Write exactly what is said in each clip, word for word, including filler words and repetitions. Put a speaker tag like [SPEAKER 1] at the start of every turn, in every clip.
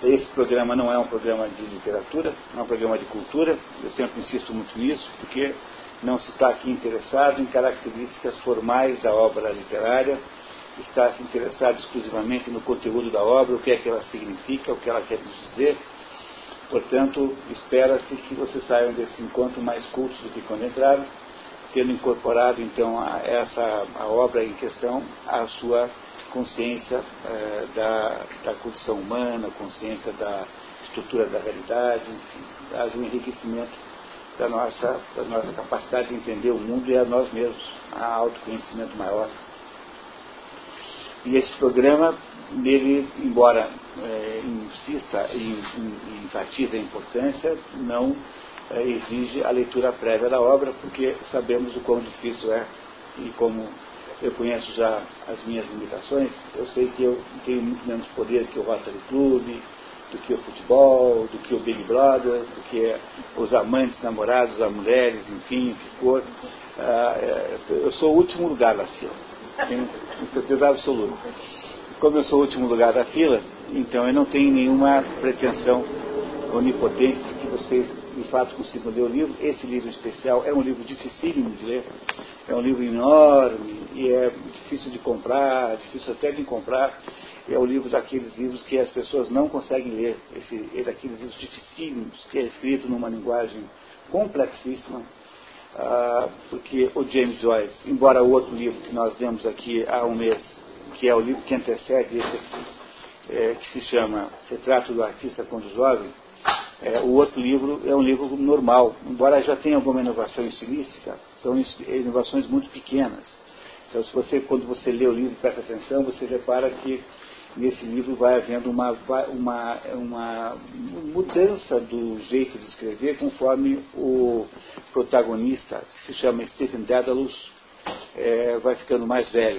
[SPEAKER 1] Esse programa não é um programa de literatura, é um programa de cultura. Eu sempre insisto muito nisso, porque não se está aqui interessado em características formais da obra literária, está se interessado exclusivamente no conteúdo da obra, o que é que ela significa, o que ela quer dizer. Portanto, espera-se que vocês saiam desse encontro mais cultos do que quando entraram, tendo incorporado então a, essa, a obra em questão à sua consciência eh, da, da condição humana, consciência da estrutura da realidade, enfim, haja um enriquecimento da nossa, da nossa capacidade de entender o mundo e a nós mesmos, a autoconhecimento maior. E esse programa, nele, embora é, insista e, e enfatize a importância, não é, exige a leitura prévia da obra, porque sabemos o quão difícil é, e como eu conheço já as minhas limitações, eu sei que eu tenho muito menos poder que o Rotary Club, do que o futebol, do que o Big Brother, do que os amantes, namorados, as mulheres, enfim, o que for. Ah, eu sou o último lugar da fila, tenho certeza absoluta. Como eu sou o último lugar da fila, então eu não tenho nenhuma pretensão onipotente de que vocês, de fato, consigam ler o livro. Esse livro especial é um livro dificílimo de ler, é um livro enorme e é difícil de comprar, difícil até de comprar. É o livro daqueles livros que as pessoas não conseguem ler, esse, é daqueles livros dificílimos, que é escrito numa linguagem complexíssima, ah, porque o James Joyce, embora o outro livro que nós demos aqui há um mês, que é o livro que antecede esse aqui, é, que se chama Retrato do Artista quando Jovem, é, o outro livro é um livro normal, embora já tenha alguma inovação estilística, são inovações muito pequenas. Então, se você, quando você lê o livro e presta atenção, você repara que nesse livro vai havendo uma, uma, uma mudança do jeito de escrever conforme o protagonista, que se chama Stephen Dedalus, é, vai ficando mais velho.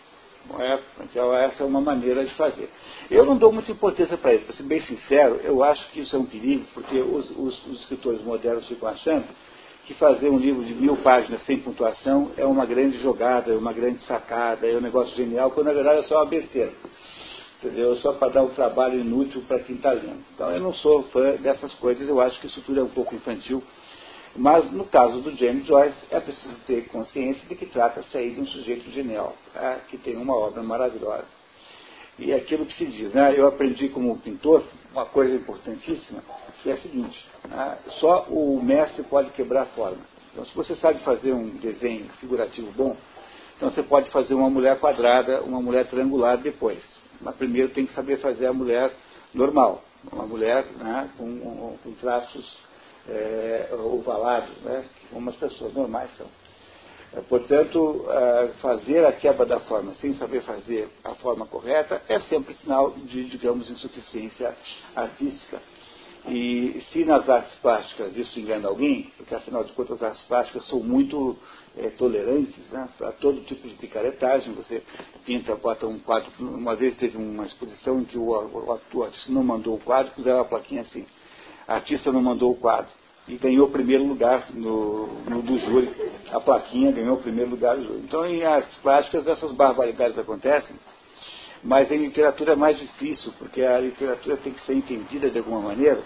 [SPEAKER 1] É? Então essa é uma maneira de fazer. Eu não dou muita importância para isso, para ser bem sincero, eu acho que isso é um perigo, porque os, os, os escritores modernos ficam achando que fazer um livro de mil páginas sem pontuação é uma grande jogada, é uma grande sacada, é um negócio genial, quando na verdade é só uma besteira. Entendeu? Só para dar um trabalho inútil para quem está lendo. Então eu não sou fã dessas coisas, eu acho que isso tudo é um pouco infantil. Mas no caso do James Joyce é preciso ter consciência de que trata-se aí de um sujeito genial, tá? Que tem uma obra maravilhosa. E é aquilo que se diz, né? Eu aprendi como pintor uma coisa importantíssima, que é a seguinte, né? Só o mestre pode quebrar a forma. Então se você sabe fazer um desenho figurativo bom, então você pode fazer uma mulher quadrada, uma mulher triangular depois. Mas primeiro tem que saber fazer a mulher normal, uma mulher, né, com, com traços é, ovalados, né, como as pessoas normais são. É, portanto, é, fazer a quebra da forma sem saber fazer a forma correta é sempre sinal de, digamos, insuficiência artística. E se nas artes plásticas isso engana alguém, porque afinal de contas as artes plásticas são muito é, tolerantes, né, para todo tipo de picaretagem. Você pinta, bota um quadro. Uma vez teve uma exposição em que o, o, o artista não mandou o quadro, puseram a plaquinha assim: a artista não mandou o quadro. E ganhou o primeiro lugar no, no, do júri. A plaquinha ganhou o primeiro lugar do júri. Então, em artes plásticas, essas barbaridades acontecem. Mas em literatura é mais difícil, porque a literatura tem que ser entendida de alguma maneira.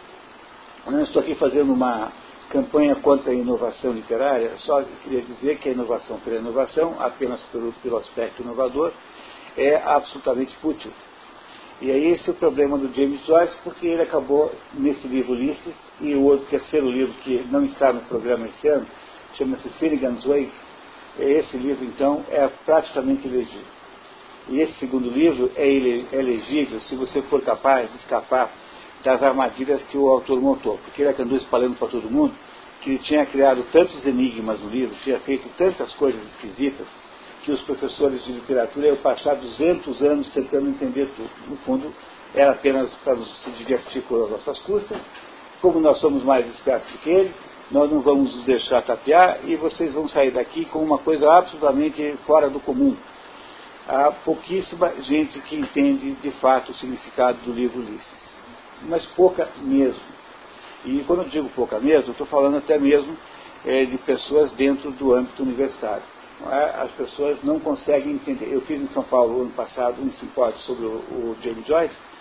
[SPEAKER 1] Eu não estou aqui fazendo uma campanha contra a inovação literária, só queria dizer que a inovação pela inovação, apenas pelo, pelo aspecto inovador, é absolutamente fútil. E aí esse é o problema do James Joyce, porque ele acabou nesse livro Ulisses, e o outro terceiro livro que não está no programa esse ano, chama-se Finnegan's Wake. Esse livro, então, é praticamente elegível. E esse segundo livro é elegível se você for capaz de escapar das armadilhas que o autor montou, porque ele andou espalhando para todo mundo que ele tinha criado tantos enigmas no livro, tinha feito tantas coisas esquisitas, que os professores de literatura iam passar duzentos anos tentando entender tudo. No fundo, era apenas para se divertir com as nossas custas. Como nós somos mais espertos do que ele, nós não vamos nos deixar tapear e vocês vão sair daqui com uma coisa absolutamente fora do comum. Há pouquíssima gente que entende de fato o significado do livro Ulisses, mas pouca mesmo. E quando eu digo pouca mesmo, eu estou falando até mesmo é, de pessoas dentro do âmbito universitário. Não é? As pessoas não conseguem entender. Eu fiz em São Paulo, ano passado, um simpósio sobre o, o James Joyce,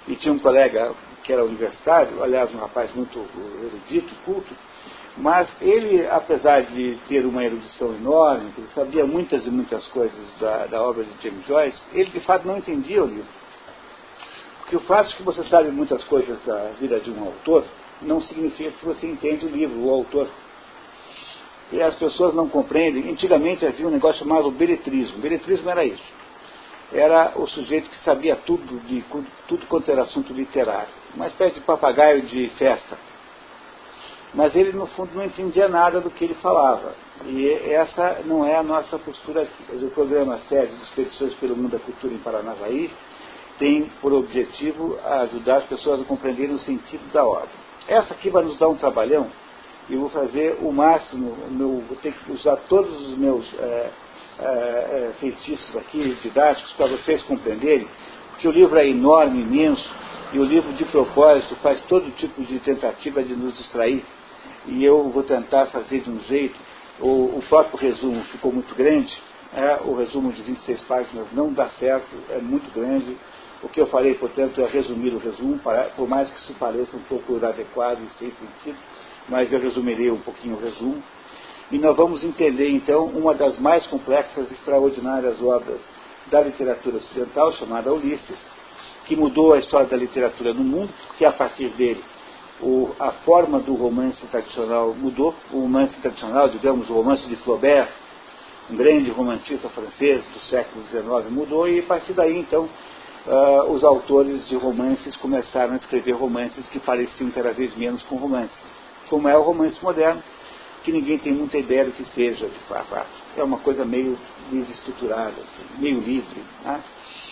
[SPEAKER 1] e tinha um colega que era universitário, aliás, um rapaz muito erudito, culto, mas ele, apesar de ter uma erudição enorme, ele sabia muitas e muitas coisas da, da obra de James Joyce, ele de fato não entendia o livro. Porque o fato de que você sabe muitas coisas da vida de um autor, não significa que você entende o livro, o autor. E as pessoas não compreendem. Antigamente havia um negócio chamado beletrismo. Beletrismo era isso. Era o sujeito que sabia tudo, de tudo quanto era assunto literário. Uma espécie de papagaio de festa. Mas ele, no fundo, não entendia nada do que ele falava. E essa não é a nossa postura aqui. O programa Sérgio de Expedições pelo Mundo da Cultura em Paranavaí tem por objetivo ajudar as pessoas a compreenderem o sentido da obra. Essa aqui vai nos dar um trabalhão. Eu vou fazer o máximo, meu, vou ter que usar todos os meus é, é, feitiços aqui, didáticos, para vocês compreenderem, porque o livro é enorme, imenso, e o livro de propósito faz todo tipo de tentativa de nos distrair, e eu vou tentar fazer de um jeito, o, o próprio resumo ficou muito grande, é, o resumo de vinte e seis páginas não dá certo, é muito grande. O que eu farei, portanto, é resumir o resumo, por mais que isso pareça um pouco inadequado e sem sentido, mas eu resumirei um pouquinho o resumo. E nós vamos entender, então, uma das mais complexas e extraordinárias obras da literatura ocidental, chamada Ulisses, que mudou a história da literatura no mundo, porque a partir dele o, a forma do romance tradicional mudou. O romance tradicional, digamos, o romance de Flaubert, um grande romancista francês do século dezenove, mudou, e a partir daí, então, Uh, os autores de romances começaram a escrever romances que pareciam cada vez menos com romances, como é o romance moderno, que ninguém tem muita ideia do que seja, de fato. É uma coisa meio desestruturada, assim, meio livre. Né?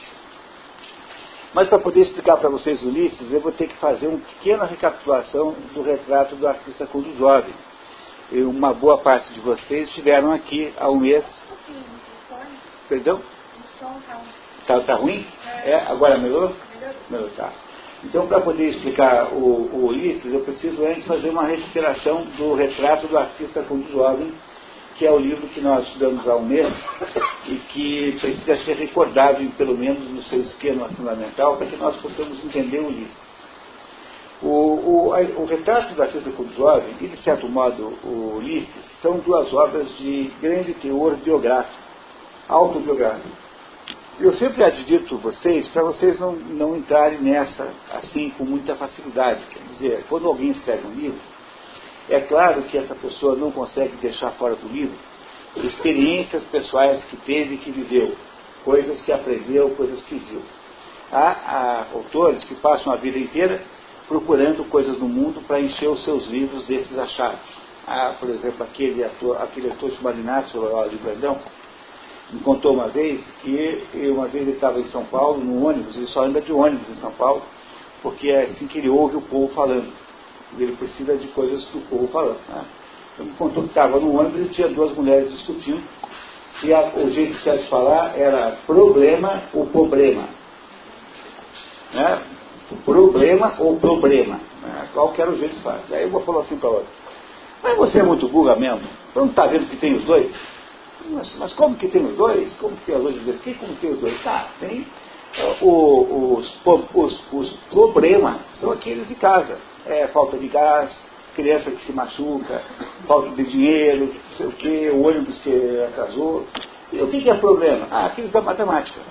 [SPEAKER 1] Mas para poder explicar para vocês Ulisses, eu vou ter que fazer uma pequena recapitulação do retrato do artista quando jovem. E uma boa parte de vocês estiveram aqui há um mês. Perdão? Está tá ruim? É, agora melhorou? Melhorou, tá. Então, para poder explicar o, o Ulisses, eu preciso antes fazer uma recuperação do retrato do artista quando jovem, que é o livro que nós estudamos há um mês e que precisa ser recordado, pelo menos no seu esquema fundamental, para que nós possamos entender o Ulisses. O, o, o retrato do artista quando jovem e, de certo modo, o Ulisses, são duas obras de grande teor biográfico, autobiográfico. Eu sempre advirto vocês, para vocês não, não entrarem nessa assim com muita facilidade. Quer dizer, quando alguém escreve um livro, é claro que essa pessoa não consegue deixar fora do livro experiências pessoais que teve e que viveu, coisas que aprendeu, coisas que viu. Há, há autores que passam a vida inteira procurando coisas no mundo para encher os seus livros desses achados. Há, por exemplo, aquele ator, aquele ator chamado Inácio Loyola de Brandão, me contou uma vez que uma vez ele estava em São Paulo, no ônibus, ele só anda de ônibus em São Paulo, porque é assim que ele ouve o povo falando. Ele precisa de coisas do povo falando. Né? Ele me contou que estava no ônibus e tinha duas mulheres discutindo, e a, o jeito certo de falar era problema ou problema. Né? Problema ou problema. Né? Qual que era o jeito de falar. Aí eu falou assim para a outra, mas você é muito burra mesmo, você não está vendo que tem os dois? Mas, mas como que tem os dois? Como que as outras dizem? Que como tem os dois? Tá, tem o, os, os, os problemas, são aqueles de casa. É, falta de gás, criança que se machuca, falta de dinheiro, não sei o que, o ônibus que atrasou. E o que, que é problema? Ah, aqueles da matemática.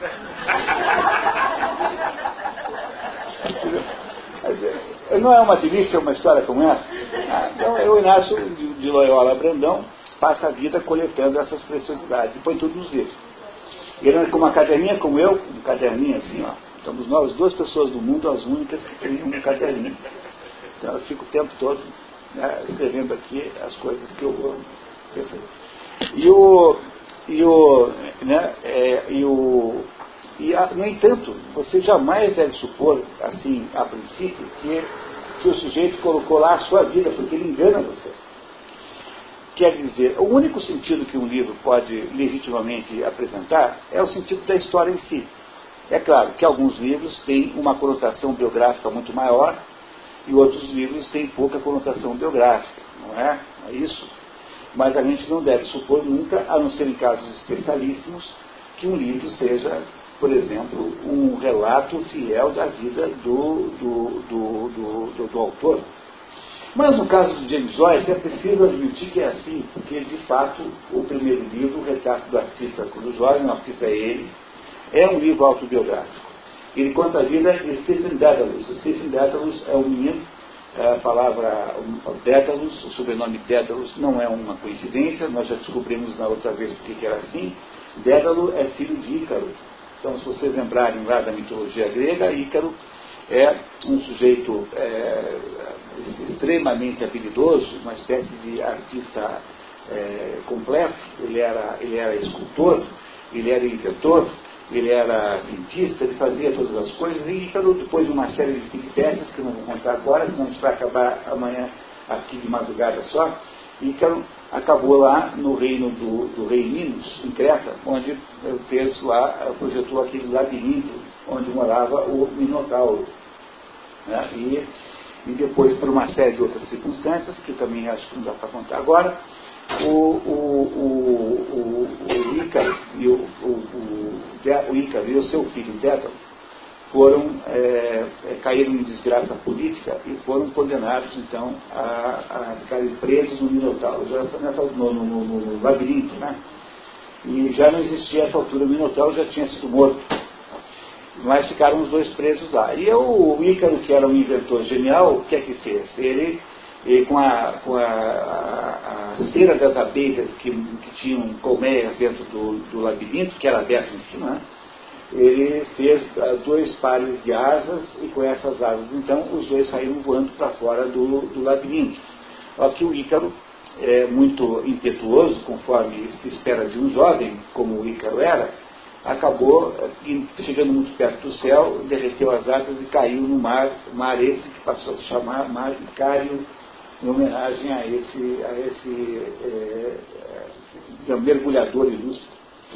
[SPEAKER 1] Não é uma delícia uma história como essa? Ah, então, o Inácio de Loyola Brandão passa a vida coletando essas preciosidades e põe tudo nos livros. Ele anda com uma caderninha como eu, um caderninho assim, ó. Estamos nós, duas pessoas do mundo, as únicas que têm um caderninho. Então eu fico o tempo todo, né, escrevendo aqui as coisas que eu vou pensar. E o, e o, né, é, e o, e a, no entanto, você jamais deve supor, assim, a princípio, que, que o sujeito colocou lá a sua vida, porque ele engana você. Quer dizer, o único sentido que um livro pode legitimamente apresentar é o sentido da história em si. É claro que alguns livros têm uma conotação biográfica muito maior e outros livros têm pouca conotação biográfica, não é? É isso. Mas a gente não deve supor nunca, a não ser em casos especialíssimos, que um livro seja por exemplo, um relato fiel da vida do, do, do, do, do, do autor. Mas no caso de James Joyce é preciso admitir que é assim, porque de fato o primeiro livro, O Retrato do Artista quando jovem, o artista é ele, é um livro autobiográfico. Ele conta a vida de Stephen Dedalus. O Stephen Dedalus é um menino, a palavra Dedalus, o sobrenome Dedalus não é uma coincidência, nós já descobrimos na outra vez porque que era assim. Dédalo é filho de Ícaro. Então, se vocês lembrarem lá da mitologia grega, Ícaro é um sujeito é, extremamente habilidoso, uma espécie de artista é, completo. Ele era, ele era escultor, ele era inventor, ele era cientista, ele fazia todas as coisas. E Ícaro, depois de uma série de peripécias que eu não vou contar agora, senão a gente vai acabar amanhã aqui de madrugada só, Ícaro acabou lá no reino do, do rei Minos, em Creta, onde fez lá, projetou aquele labirinto onde morava o Minotauro. Né? E, e depois, por uma série de outras circunstâncias, que também acho que não dá para contar agora, o, o, o, o, o Ícaro e o, o, o, o Ícaro e o seu filho Dédalo foram, é, caíram em desgraça política e foram condenados, então, a, a ficarem presos no Minotauro, já nessa, no, no, no, no labirinto, né? E já não existia essa altura, o Minotauro já tinha sido morto. Mas ficaram os dois presos lá. E o Ícaro, que era um inventor genial, o que é que fez? Ele, ele com, a, com a, a, a cera das abelhas que, que tinham colmeias dentro do, do labirinto, que era aberto em cima, né? Ele fez dois pares de asas e com essas asas, então, os dois saíram voando para fora do, do labirinto. Aqui o Ícaro, é muito impetuoso, conforme se espera de um jovem, como o Ícaro era, acabou chegando muito perto do céu, derreteu as asas e caiu no mar, mar esse que passou a se chamar Mar Icário, em homenagem a esse, a esse é, é, mergulhador ilustre.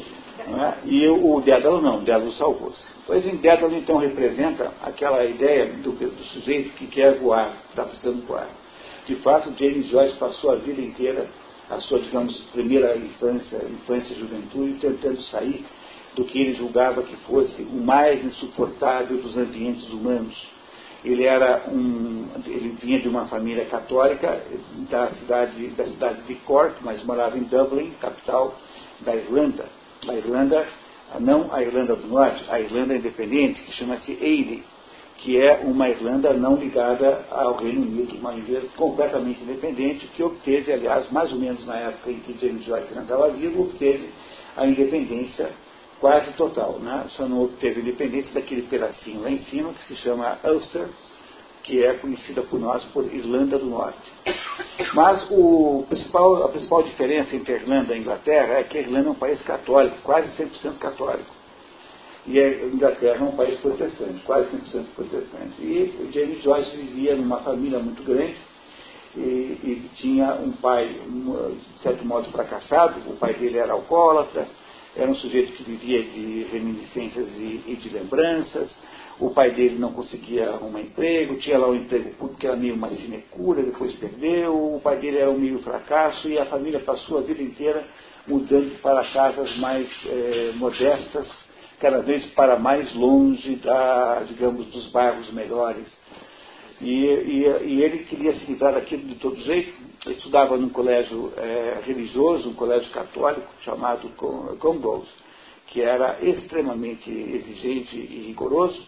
[SPEAKER 1] É? E o Dédalo não, o Dédalo salvou-se. Pois em Dédalo então representa aquela ideia do, do sujeito que quer voar, está precisando voar. De fato, James Joyce passou a vida inteira, a sua, digamos, primeira infância, infância e juventude, tentando sair do que ele julgava que fosse o mais insuportável dos ambientes humanos. Ele era um, ele vinha de uma família católica da cidade, da cidade de Cork, mas morava em Dublin, capital da Irlanda. A Irlanda, não a Irlanda do Norte, a Irlanda independente, que chama-se Eire, que é uma Irlanda não ligada ao Reino Unido, uma Irlanda completamente independente, que obteve, aliás, mais ou menos na época em que James Joyce ainda estava vivo, obteve a independência quase total, né? Só não obteve a independência daquele pedacinho lá em cima, que se chama Ulster, que é conhecida por nós por Irlanda do Norte. Mas o principal, a principal diferença entre a Irlanda e a Inglaterra é que a Irlanda é um país católico, quase cem por cento católico. E a Inglaterra é um país protestante, quase cem por cento protestante. E James Joyce vivia numa família muito grande e, e tinha um pai, de certo modo, fracassado. O pai dele era alcoólatra, era um sujeito que vivia de reminiscências e, e de lembranças. O pai dele não conseguia arrumar emprego, tinha lá um emprego público que era meio uma sinecura, depois perdeu. O pai dele era um meio fracasso e a família passou a vida inteira mudando para casas mais eh, modestas, cada vez para mais longe da, digamos, dos bairros melhores. E, e, e ele queria se livrar daquilo de todo jeito. Ele estudava num colégio eh, religioso, um colégio católico chamado Congos, que era extremamente exigente e rigoroso.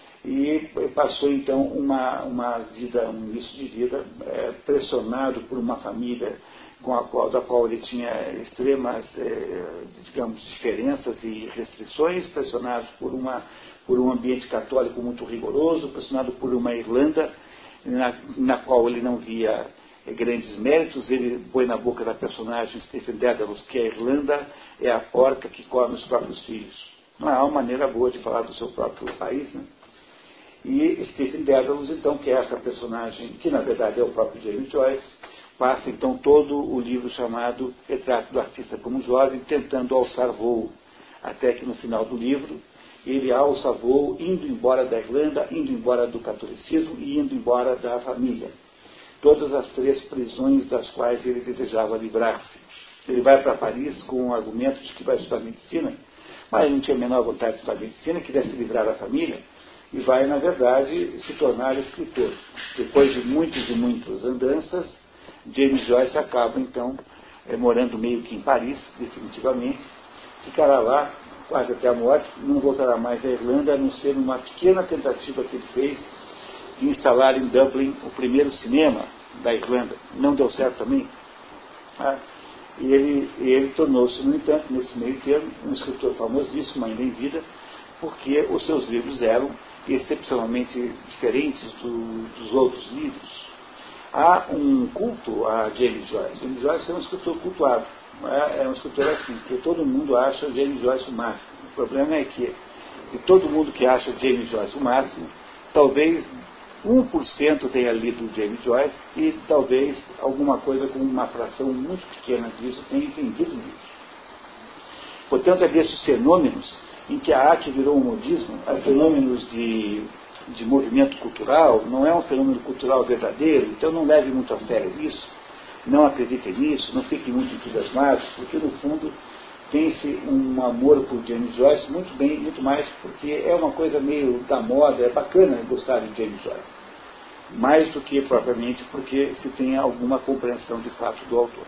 [SPEAKER 1] E passou então uma, uma vida, um início de vida é, pressionado por uma família com a qual, da qual ele tinha extremas, é, digamos, diferenças e restrições, pressionado por, uma, por um ambiente católico muito rigoroso, pressionado por uma Irlanda na, na qual ele não via é, grandes méritos. Ele põe na boca da personagem Stephen Dedalus que a Irlanda é a porca que come os próprios filhos. Não é uma maneira boa de falar do seu próprio país, né? E Stephen Dedalus, então, que é essa personagem, que na verdade é o próprio James Joyce, passa então todo o livro chamado Retrato do Artista como Jovem, tentando alçar voo, até que no final do livro ele alça voo, indo embora da Irlanda, indo embora do catolicismo e indo embora da família. Todas as três prisões das quais ele desejava livrar-se. Ele vai para Paris com o argumento de que vai estudar medicina, mas ele não tinha a menor vontade de estudar medicina, queria se livrar da família, e vai, na verdade, se tornar escritor. Depois de muitas e muitas andanças, James Joyce acaba, então, é, morando meio que em Paris, definitivamente, ficará lá quase até a morte, não voltará mais à Irlanda, a não ser uma pequena tentativa que ele fez de instalar em Dublin o primeiro cinema da Irlanda. Não deu certo também. Ah, e ele, ele tornou-se, no entanto, nesse meio termo, um escritor famosíssimo, ainda em vida, porque os seus livros eram excepcionalmente diferentes do, dos outros livros. Há um culto a James Joyce. James Joyce é um escritor cultuado. É, é um escritor assim, que todo mundo acha James Joyce o máximo. O problema é que de todo mundo que acha James Joyce o máximo, talvez um por cento tenha lido James Joyce e talvez alguma coisa com uma fração muito pequena disso tenha entendido isso. Portanto, é desses fenômenos em que a arte virou um modismo, há fenômenos de, de movimento cultural, não é um fenômeno cultural verdadeiro, então não leve muito a sério isso, não acreditem nisso, não fiquem muito entusiasmados, porque no fundo tem-se um amor por James Joyce muito bem, muito mais porque é uma coisa meio da moda, é bacana gostar de James Joyce, mais do que propriamente porque se tem alguma compreensão de fato do autor.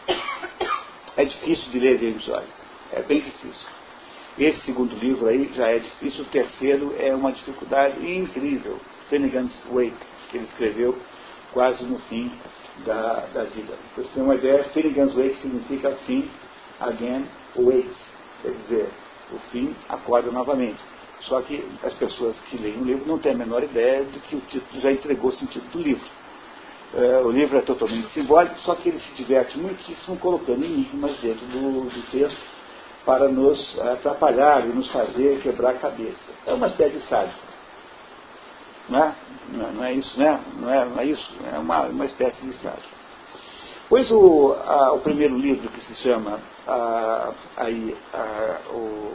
[SPEAKER 1] É difícil de ler James Joyce, é bem difícil. Esse segundo livro aí já é difícil, o terceiro é uma dificuldade incrível, Finnegan's Wake, que ele escreveu quase no fim da, da vida. Para você ter uma ideia, Finnegan's Wake significa fim, again, wakes, quer dizer, o fim acorda novamente. Só que as pessoas que leem o livro não têm a menor ideia de que o título já entregou o sentido do livro. É, o livro é totalmente simbólico, só que ele se diverte muitíssimo colocando enigmas dentro do, do texto para nos atrapalhar e nos fazer quebrar a cabeça. É uma espécie de sádico. Não é? Não, não é isso, né? Não é, não é isso? É uma, uma espécie de sádico. Pois o, a, o primeiro livro, que se chama a, aí, a, o,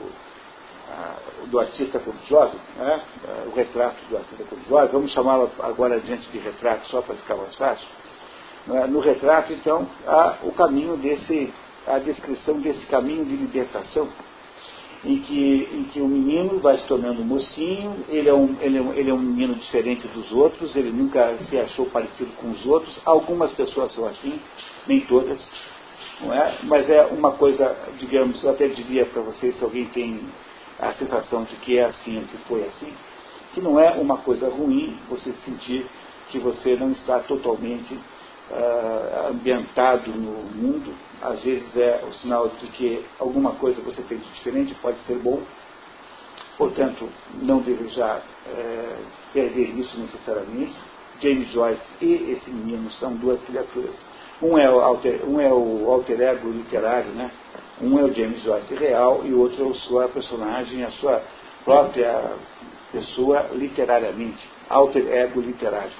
[SPEAKER 1] a, do artista quando jovem, né? O retrato do artista quando jovem, vamos chamá-lo agora adiante de retrato, só para ficar mais fácil. No retrato, então, há o caminho desse, a descrição desse caminho de libertação, em que, em que o menino vai se tornando um mocinho, ele é um, ele, é um, ele é um menino diferente dos outros, ele nunca se achou parecido com os outros, algumas pessoas são assim, nem todas, não é? Mas é uma coisa, digamos, eu até diria para vocês, se alguém tem a sensação de que é assim ou que foi assim, que não é uma coisa ruim você sentir que você não está totalmente uh, ambientado no mundo. Às vezes é o sinal de que alguma coisa você fez de diferente, pode ser bom. Portanto, não desejar é, perder isso necessariamente. James Joyce e esse menino são duas criaturas. Um é o alter, um é o alter ego literário, né? Um é o James Joyce real e o outro é a sua personagem, a sua própria pessoa literariamente. Alter ego literário.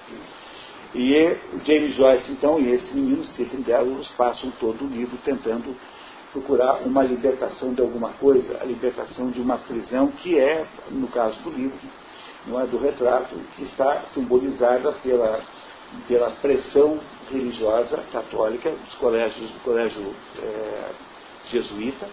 [SPEAKER 1] E James Joyce, então, e esse menino, Stephen Dedalus, passam todo o livro tentando procurar uma libertação de alguma coisa, a libertação de uma prisão que é, no caso do livro, não é do retrato, que está simbolizada pela, pela pressão religiosa católica dos colégios, do colégio é, jesuíta,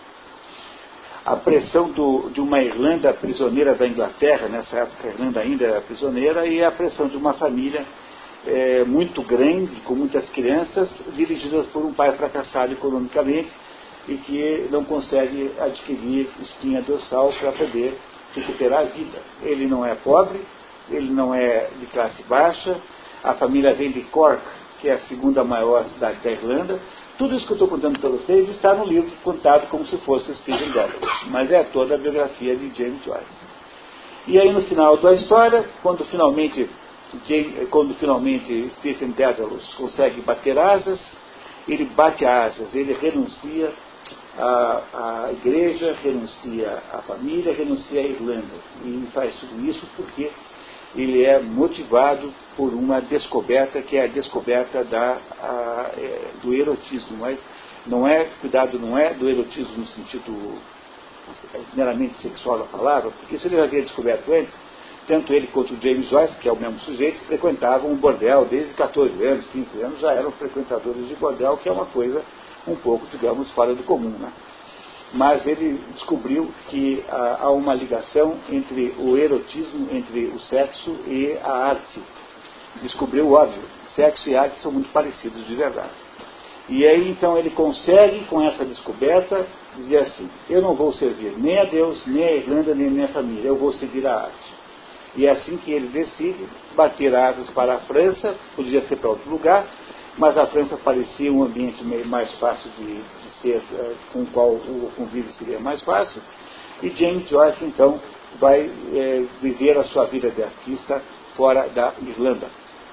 [SPEAKER 1] a pressão do, de uma Irlanda prisioneira da Inglaterra, nessa época a Irlanda ainda era prisioneira, e a pressão de uma família É, muito grande, com muitas crianças, dirigidas por um pai fracassado economicamente e que não consegue adquirir espinha dorsal para poder recuperar a vida. Ele não é pobre, ele não é de classe baixa, a família vem de Cork, que é a segunda maior cidade da Irlanda. Tudo isso que eu estou contando para vocês está no livro contado como se fosse Stephen Dedalus, mas é toda a biografia de James Joyce. E aí no final da história, quando finalmente quando finalmente Stephen Dedalus consegue bater asas, ele bate asas, ele renuncia à, à igreja, renuncia à família, renuncia à Irlanda. E faz tudo isso porque ele é motivado por uma descoberta, que é a descoberta da, a, é, do erotismo. Mas não é, cuidado, não é do erotismo no sentido meramente sexual da palavra, porque isso ele já havia descoberto antes. Tanto ele quanto o James Joyce, que é o mesmo sujeito, frequentavam um bordel desde catorze anos, quinze anos, já eram frequentadores de bordel, que é uma coisa um pouco, digamos, fora do comum, né? mas ele descobriu que há, há uma ligação entre o erotismo, entre o sexo e a arte. Descobriu, óbvio, sexo e arte são muito parecidos de verdade. E aí então ele consegue, com essa descoberta, dizer assim: eu não vou servir nem a Deus, nem a Irlanda, nem a minha família, eu vou seguir a arte. E é assim que ele decide bater asas para a França, podia ser para outro lugar, mas a França parecia um ambiente meio mais fácil de, de ser, com o qual o convívio seria mais fácil, e James Joyce então vai é, viver a sua vida de artista fora da Irlanda.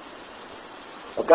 [SPEAKER 1] Ok?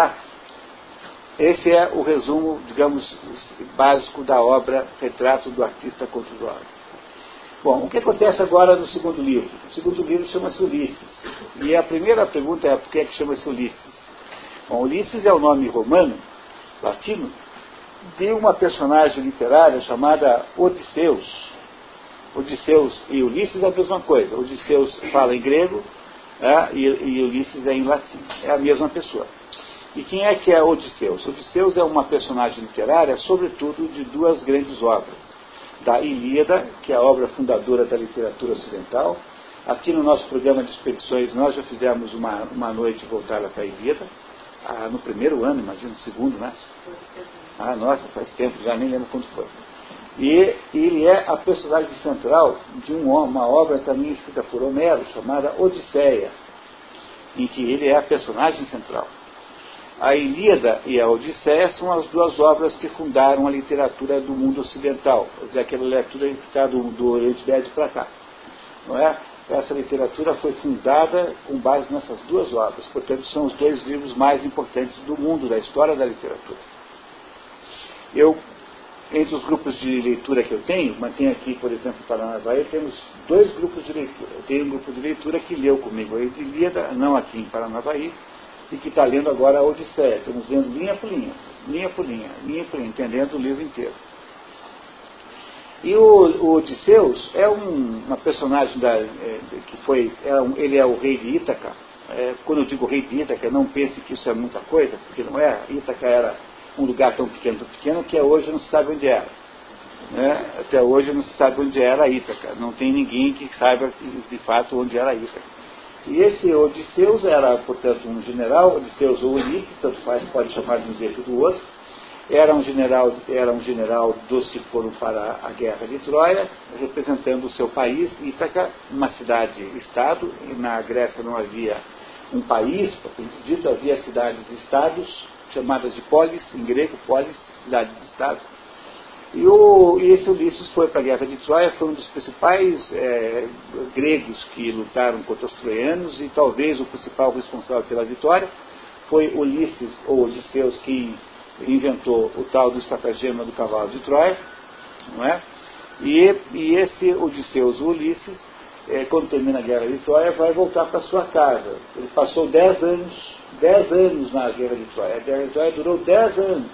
[SPEAKER 1] Esse é o resumo, digamos, básico da obra Retrato do Artista contra os Homens. Bom, o que acontece agora no segundo livro? O segundo livro chama-se Ulisses. E a primeira pergunta é: por que é que chama-se Ulisses? Bom, Ulisses é o nome romano, latino, de uma personagem literária chamada Odisseus. Odisseus e Ulisses é a mesma coisa. Odisseus fala em grego, é, e, e Ulisses é em latim. É a mesma pessoa. E quem é que é Odisseus? Odisseus é uma personagem literária, sobretudo, de duas grandes obras. Da Ilíada, que é a obra fundadora da literatura ocidental. Aqui no nosso programa de expedições nós já fizemos uma, uma noite voltada para a Ilíada, ah, no primeiro ano, imagino, no segundo, né? Ah, nossa, faz tempo, já nem lembro quando foi. E ele é a personagem central de um, uma obra também escrita por Homero, chamada Odisseia, em que ele é a personagem central. A Ilíada e a Odisseia são as duas obras que fundaram a literatura do mundo ocidental, quer dizer, aquela literatura que está do, do Oriente Médio para cá. Não é? Essa literatura foi fundada com base nessas duas obras, portanto são os dois livros mais importantes do mundo, da história da literatura. Eu, entre os grupos de leitura que eu tenho, mantenho aqui, por exemplo, em Paranavaí, temos dois grupos de leitura. Eu tenho um grupo de leitura que leu comigo a Ilíada, não aqui em Paranavaí, e que está lendo agora a Odisseia. Estamos lendo linha por linha, linha por linha, linha por linha, entendendo o livro inteiro. E o, o Odisseus é um, uma personagem da, é, que foi, é um, ele é o rei de Ítaca. É, quando eu digo rei de Ítaca, não pense que isso é muita coisa, porque não é. Ítaca era um lugar tão pequeno, tão pequeno, que hoje não se sabe onde era. Né? Até hoje não se sabe onde era Ítaca. Não tem ninguém que saiba de fato onde era Ítaca. E esse Odisseus era, portanto, um general, Odisseus ou Ulisses, tanto faz, pode chamar de um jeito ou do outro. Era um general, era um general dos que foram para a guerra de Troia, representando o seu país, Ítaca, uma cidade-estado. Na Grécia não havia um país, dito, havia cidades-estados, chamadas de polis, em grego, polis, cidades-estado. E, o, e esse Ulisses foi para a guerra de Troia, foi um dos principais é, gregos que lutaram contra os troianos, e talvez o principal responsável pela vitória. Foi Ulisses, ou Odisseus, que inventou o tal do estratagema do cavalo de Troia, não é? E, e esse Odisseus, o Ulisses, é, quando termina a guerra de Troia, vai voltar para sua casa. Ele passou dez anos, dez anos na guerra de Troia. A guerra de Troia durou dez anos.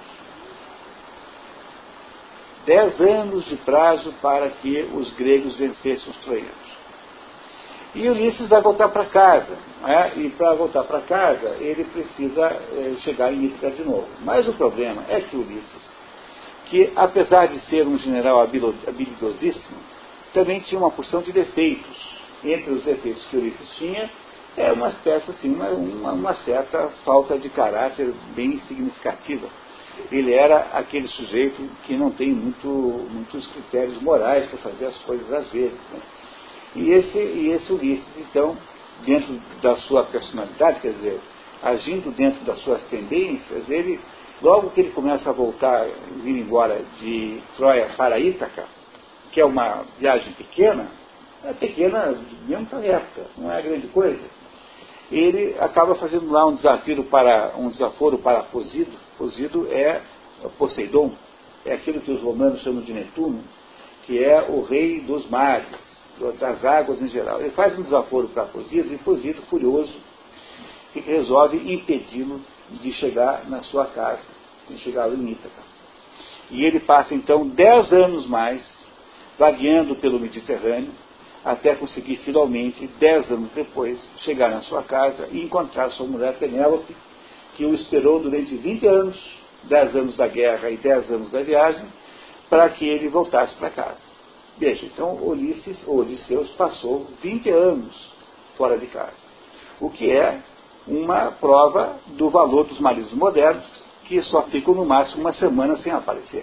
[SPEAKER 1] Dez anos de prazo para que os gregos vencessem os troianos. E Ulisses vai voltar para casa, né? E para voltar para casa ele precisa é, chegar em Ítaca de novo. Mas o problema é que Ulisses, que apesar de ser um general habilidosíssimo, também tinha uma porção de defeitos. Entre os defeitos que Ulisses tinha, é uma espécie assim, uma, uma, uma certa falta de caráter bem significativa. Ele era aquele sujeito que não tem muito, muitos critérios morais para fazer as coisas às vezes, né? E esse, e esse Ulisses, então, dentro da sua personalidade, quer dizer, agindo dentro das suas tendências, ele, logo que ele começa a voltar, vir embora de Troia para Ítaca, que é uma viagem pequena, é pequena mesmo para a época, não é grande coisa, ele acaba fazendo lá um desafio para, um desaforo para Posido. Posido é Poseidon, é aquilo que os romanos chamam de Netuno, que é o rei dos mares, das águas em geral. Ele faz um desaforo para Posido, e Posido, furioso, resolve impedi-lo de chegar na sua casa, de chegar em Ítaca. E ele passa então dez anos mais vagueando pelo Mediterrâneo, até conseguir finalmente, dez anos depois, chegar na sua casa e encontrar sua mulher Penélope, que o esperou durante vinte anos, dez anos da guerra e dez anos da viagem, para que ele voltasse para casa. Veja, então Ulisses, ou Odisseus, passou vinte anos fora de casa, o que é uma prova do valor dos maridos modernos, que só ficam no máximo uma semana sem aparecer.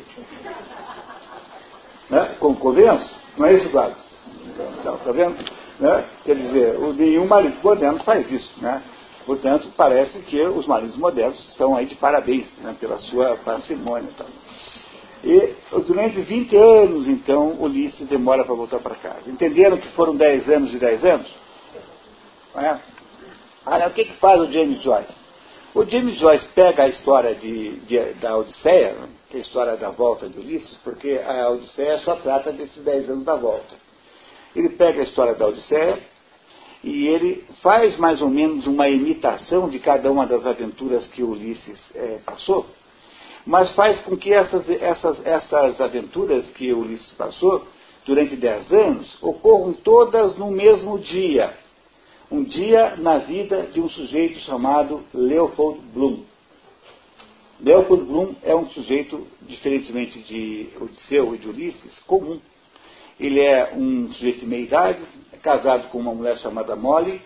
[SPEAKER 1] Né? Convenço? Não é isso, Eduardo? Então, tá vendo? Né? Quer dizer, nenhum marido moderno faz isso, né? Portanto, parece que os maridos modernos estão aí de parabéns, né, pela sua parcimônia. Então. E durante vinte anos, então, Ulisses demora para voltar para casa. Entenderam que foram dez anos e dez anos? É? Olha, o que, que faz o James Joyce? O James Joyce pega a história de, de, da Odisseia, que é a história da volta de Ulisses, porque a Odisseia só trata desses dez anos da volta. Ele pega a história da Odisseia e ele faz mais ou menos uma imitação de cada uma das aventuras que Ulisses é, passou, mas faz com que essas, essas, essas aventuras que Ulisses passou durante dez anos ocorram todas no mesmo dia. Um dia na vida de um sujeito chamado Leopold Bloom. Leopold Bloom é um sujeito, diferentemente de Odisseu e de Ulisses, comum. Ele é um sujeito de meia idade, é casado com uma mulher chamada Molly.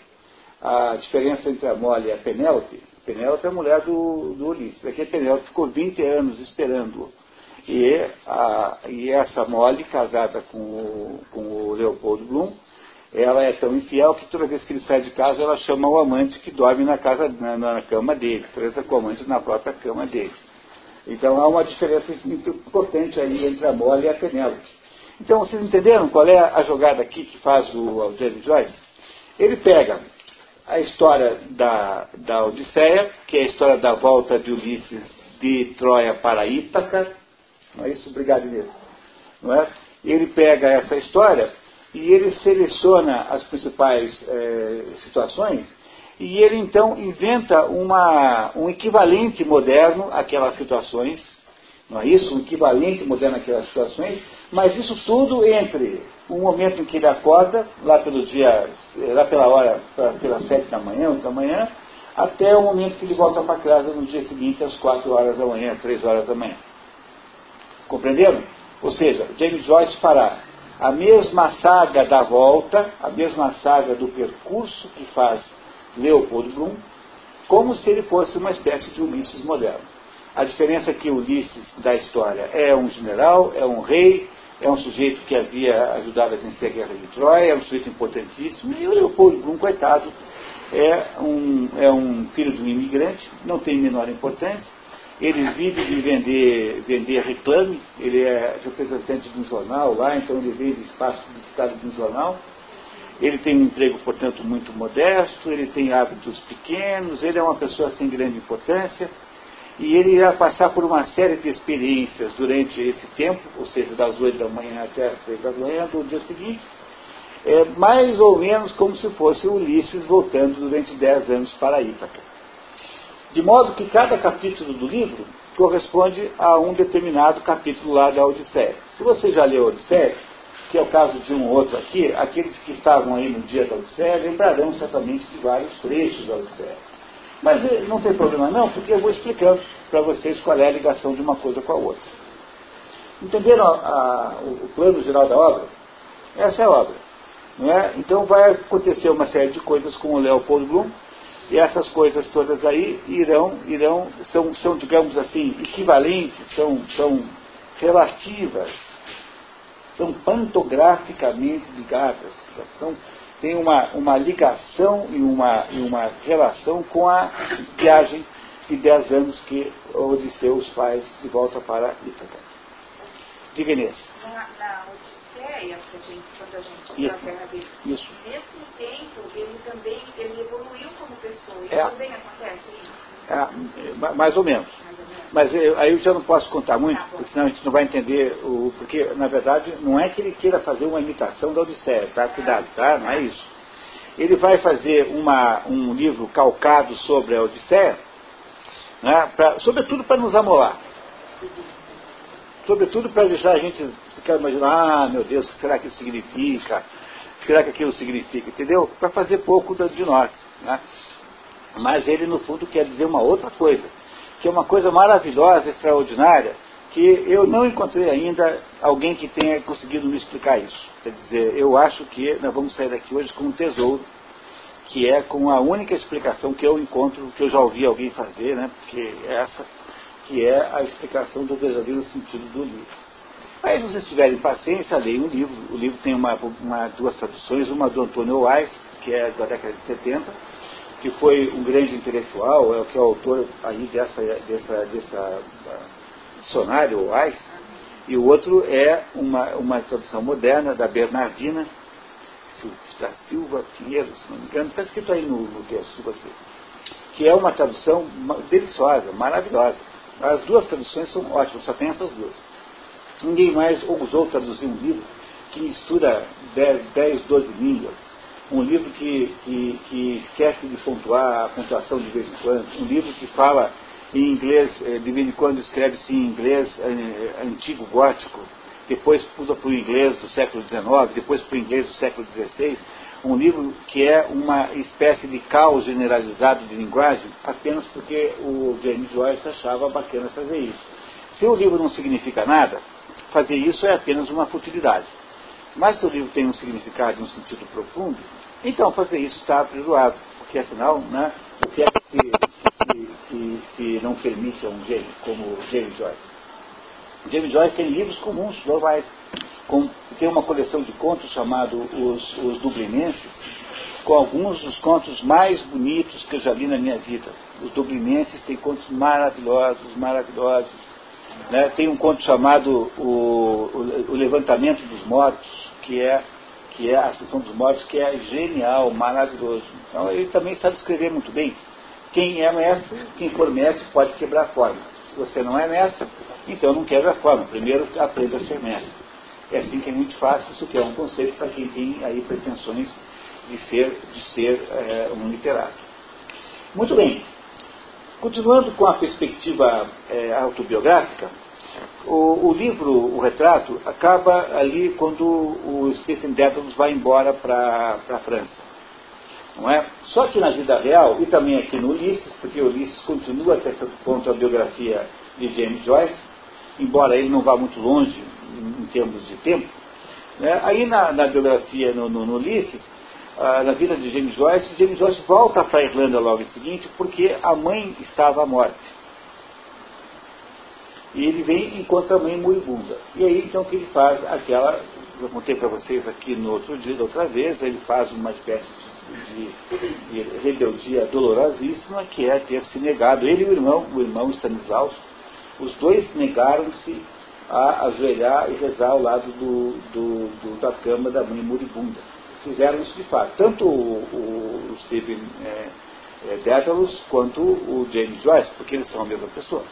[SPEAKER 1] A diferença entre a Molly e a Penélope, Penélope é a mulher do, do Ulisses. Aqui a Penélope ficou vinte anos esperando-o. E, a, e essa Molly, casada com o, com o Leopold Bloom, ela é tão infiel que toda vez que ele sai de casa, ela chama o amante que dorme na, casa, na, na cama dele, transa com o amante na própria cama dele. Então há uma diferença muito importante aí entre a Molly e a Penélope. Então vocês entenderam qual é a jogada aqui que faz o, o James Joyce? Ele pega a história da, da Odisseia, que é a história da volta de Ulisses de Troia para Ítaca, não é isso? Obrigado, Inês. Não é? Ele pega essa história e ele seleciona as principais é, situações e ele então inventa uma, um equivalente moderno àquelas situações, não é isso? Um equivalente moderno àquelas situações, mas isso tudo entre o momento em que ele acorda, lá pelo dia, lá pela hora, pelas sete da manhã, oito da manhã, até o momento que ele volta para casa no dia seguinte, às quatro horas da manhã, três horas da manhã. Compreenderam? Ou seja, James Joyce fará a mesma saga da volta, a mesma saga do percurso que faz Leopold Bloom, como se ele fosse uma espécie de Ulisses moderno. A diferença é que Ulisses da história é um general, é um rei, é um sujeito que havia ajudado a vencer a guerra de Troia, é um sujeito importantíssimo, e o Leopold Bloom, coitado, é um, é um filho de um imigrante, não tem menor importância. Ele vive de vender, vender reclame, ele é representante de um jornal lá, então ele vende espaço publicitário de um jornal. Ele tem um emprego, portanto, muito modesto, ele tem hábitos pequenos, ele é uma pessoa sem grande importância, e ele irá passar por uma série de experiências durante esse tempo, ou seja, das oito da manhã até as três da manhã do dia seguinte, é mais ou menos como se fosse Ulisses voltando durante dez anos para Ítaca. De modo que cada capítulo do livro corresponde a um determinado capítulo lá da Odisseia. Se você já leu a Odisseia, que é o caso de um ou outro aqui, aqueles que estavam aí no dia da Odisseia lembrarão certamente de vários trechos da Odisseia. Mas não tem problema não, porque eu vou explicando para vocês qual é a ligação de uma coisa com a outra. Entenderam a, a, o plano geral da obra? Essa é a obra. Não é? Então vai acontecer uma série de coisas com o Leopold Bloom, e essas coisas todas aí irão, irão são, são, digamos assim, equivalentes, são, são relativas, são pantograficamente ligadas, são, tem uma, uma ligação e uma, e uma relação com a viagem de dez anos que Odisseus faz de volta para Ítaca. Diga, Inês.
[SPEAKER 2] Na, na Odisseia, que a gente, quando a gente
[SPEAKER 1] Isso.
[SPEAKER 2] a terra dele,
[SPEAKER 1] Isso.
[SPEAKER 2] nesse tempo ele também ele evoluiu como pessoa. Isso
[SPEAKER 1] É.
[SPEAKER 2] também acontece isso?
[SPEAKER 1] É, mais ou menos.
[SPEAKER 2] Mais ou menos.
[SPEAKER 1] Mas eu, aí eu já não posso contar muito,
[SPEAKER 2] Tá bom.
[SPEAKER 1] porque senão a gente não vai entender o. Porque, na verdade, não é que ele queira fazer uma imitação da Odisseia, tá? Cuidado, tá? Não é isso. Ele vai fazer uma, um livro calcado sobre a Odisseia, né? Pra, sobretudo para nos amolar. Sobretudo para deixar a gente ficar imaginando, ah, meu Deus, o que será que isso significa? O que será que aquilo significa? Entendeu? Para fazer pouco de nós. Né? Mas ele, no fundo, quer dizer uma outra coisa, que é uma coisa maravilhosa, extraordinária, que eu não encontrei ainda alguém que tenha conseguido me explicar isso. Quer dizer, eu acho que nós vamos sair daqui hoje com um tesouro, que é com a única explicação que eu encontro, que eu já ouvi alguém fazer, né, porque essa, que é a explicação do verdadeiro sentido do livro. Aí, se vocês tiverem paciência, leiam o livro. O livro tem uma, uma, duas traduções, uma do Antônio Weiss, que é da década de setenta, que foi um grande intelectual, é o que é o autor aí dessa, dessa, dessa dicionário Weiss, e o outro é uma, uma tradução moderna da Bernardina da Silva Pinheiro, se não me engano, está escrito aí no, no texto, você, que é uma tradução deliciosa, maravilhosa. As duas traduções são ótimas, só tem essas duas. Ninguém mais ousou traduzir um livro que mistura dez, doze línguas, um livro que, que, que esquece de pontuar a pontuação de vez em quando, um livro que fala em inglês, de vez em quando escreve-se em inglês antigo gótico, depois pula para o inglês do século dezenove, depois para o inglês do século dezesseis, um livro que é uma espécie de caos generalizado de linguagem, apenas porque o James Joyce achava bacana fazer isso. Se o livro não significa nada, fazer isso é apenas uma futilidade. Mas se o livro tem um significado, um sentido profundo, então fazer isso está aprimorado, porque afinal, né, o que é que se, que, que, que não permite a um gênio como James Joyce? James Joyce tem livros comuns, normais, com, tem uma coleção de contos chamado Os, os Dublinenses, com alguns dos contos mais bonitos que eu já li na minha vida. Os Dublinenses têm contos maravilhosos, maravilhosos. Né? Tem um conto chamado o, o, o Levantamento dos Mortos, que é, que é a Ascensão dos Mortos, que é genial, maravilhoso. Então ele também sabe escrever muito bem. Quem é mestre, quem for mestre pode quebrar a forma. Se você não é mestre, então não quebra a forma. Primeiro aprenda a ser mestre. É assim que é muito fácil. Isso que é um conceito para quem tem aí pretensões de ser, de ser é, um literato. Muito bem. Continuando com a perspectiva é, autobiográfica, o, o livro, o retrato, acaba ali quando o Stephen Dedalus vai embora para a França. Não é? Só que na vida real, e também aqui no Ulisses, porque o Ulisses continua até certo ponto a biografia de James Joyce, embora ele não vá muito longe em, em termos de tempo, né? Aí na, na biografia no, no, no Ulisses, ah, na vida de James Joyce, James Joyce volta para a Irlanda logo em seguinte, porque a mãe estava à morte. E ele vem e encontra a mãe moribunda. E aí então que ele faz aquela, eu contei para vocês aqui no outro dia, da outra vez, ele faz uma espécie de De, de rebeldia dolorosíssima, que é ter se negado, ele e o irmão, o irmão Stanislaus, os dois negaram-se a ajoelhar e rezar ao lado do, do, do, da cama da mãe moribunda. Fizeram isso de fato, tanto o, o, o Stephen é, é, Dedalus quanto o James Joyce, porque eles são a mesma pessoa.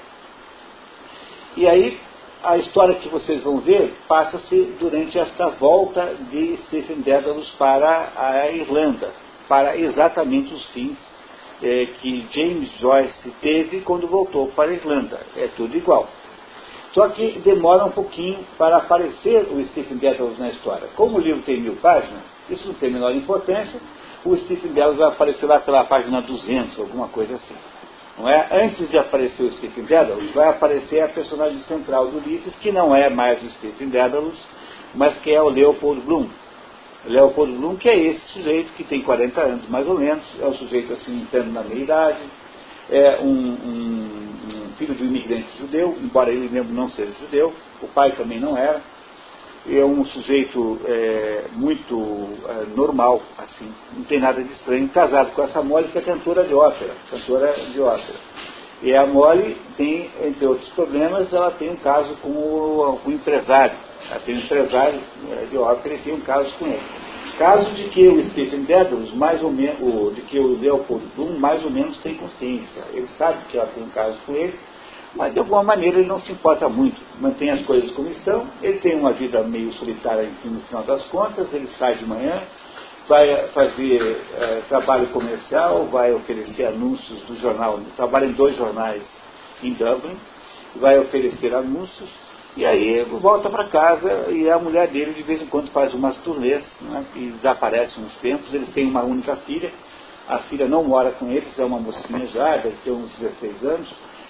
[SPEAKER 1] E aí, a história que vocês vão ver passa-se durante esta volta de Stephen Dedalus para a Irlanda, para exatamente os fins eh, que James Joyce teve quando voltou para a Irlanda. É tudo igual. Só que demora um pouquinho para aparecer o Stephen Dedalus na história. Como o livro tem mil páginas, isso não tem a menor importância, o Stephen Dedalus vai aparecer lá pela página duzentos, alguma coisa assim. Não é? Antes de aparecer o Stephen Dedalus, vai aparecer a personagem central do Ulisses, que não é mais o Stephen Dedalus, mas que é o Leopold Bloom. O Leopold Bloom, que é esse sujeito que tem quarenta anos, mais ou menos, é um sujeito assim, entrando na meia-idade, é um, um, um filho de um imigrante judeu, embora ele mesmo não seja judeu, o pai também não era, é um sujeito é, muito é, normal, assim, não tem nada de estranho, casado com essa Molly, que é cantora de ópera, cantora de ópera. E a Molly tem, entre outros problemas, ela tem um caso com o, com o empresário, ela tem um empresário é, de ópera e tem um caso com ele. Caso de que o Stephen Dedalus, mais ou menos, de que o Leopold Bloom, mais ou menos tem consciência, ele sabe que ela tem um caso com ele, mas de alguma maneira ele não se importa muito, mantém as coisas como estão, ele tem uma vida meio solitária, enfim, no final das contas, ele sai de manhã, vai fazer é, trabalho comercial, vai oferecer anúncios do jornal, trabalha em dois jornais em Dublin, vai oferecer anúncios, e aí volta para casa e a mulher dele de vez em quando faz umas turnês, né, e desaparece uns tempos, eles têm uma única filha, a filha não mora com eles, é uma mocinha já, deve ter uns dezesseis anos,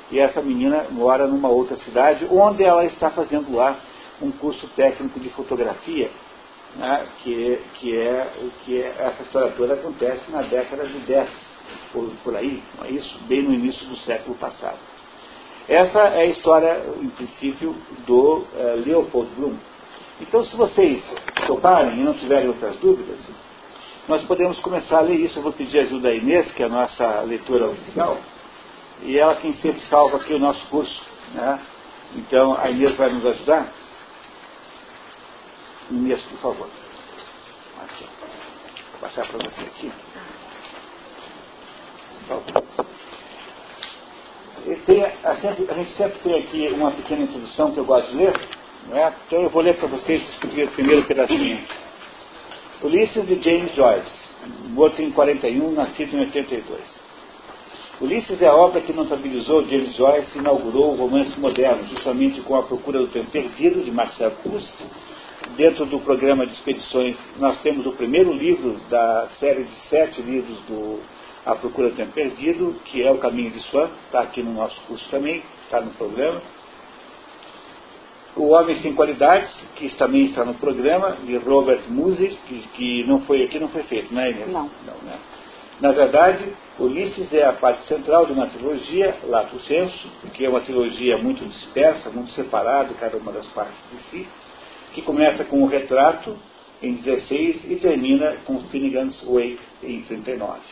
[SPEAKER 1] e essa menina mora numa outra cidade, onde ela está fazendo lá um curso técnico de fotografia, né, que, que, é, que é, essa história toda acontece na década de dez, por, por aí, não é isso? Bem no início do século passado. Essa é a história, em princípio, do uh, Leopold Bloom. Então, se vocês toparem e não tiverem outras dúvidas, nós podemos começar a ler isso. Eu vou pedir ajuda a Inês, que é a nossa leitora oficial, e ela quem sempre salva aqui o nosso curso, né? Então, a Inês vai nos ajudar. Inês, por favor. Aqui. Vou passar para você aqui. Tem, a, sempre, a gente sempre tem aqui uma pequena introdução que eu gosto de ler, né? Então eu vou ler para vocês o primeiro pedacinho. Ulisses de James Joyce, morto em quarenta e um, nascido em oitenta e dois. Ulisses é a obra que notabilizou James Joyce e inaugurou o romance moderno, justamente com A Procura do Tempo Perdido, de Marcel Proust. Dentro do programa de expedições, nós temos o primeiro livro da série de sete livros do A Procura do Tempo Perdido, que é O Caminho de Swan, está aqui no nosso curso também, está no programa. O Homem Sem Qualidades, que também está no programa, de Robert Musil, que, que não foi, aqui não foi feito, não é, Inês?
[SPEAKER 3] Não.
[SPEAKER 1] Não, né? Na verdade, Ulisses é a parte central de uma trilogia, Lato Senso, que é uma trilogia muito dispersa, muito separada, cada uma das partes de si, que começa com o retrato, em dezesseis, e termina com Finnegan's Wake, em trinta e nove.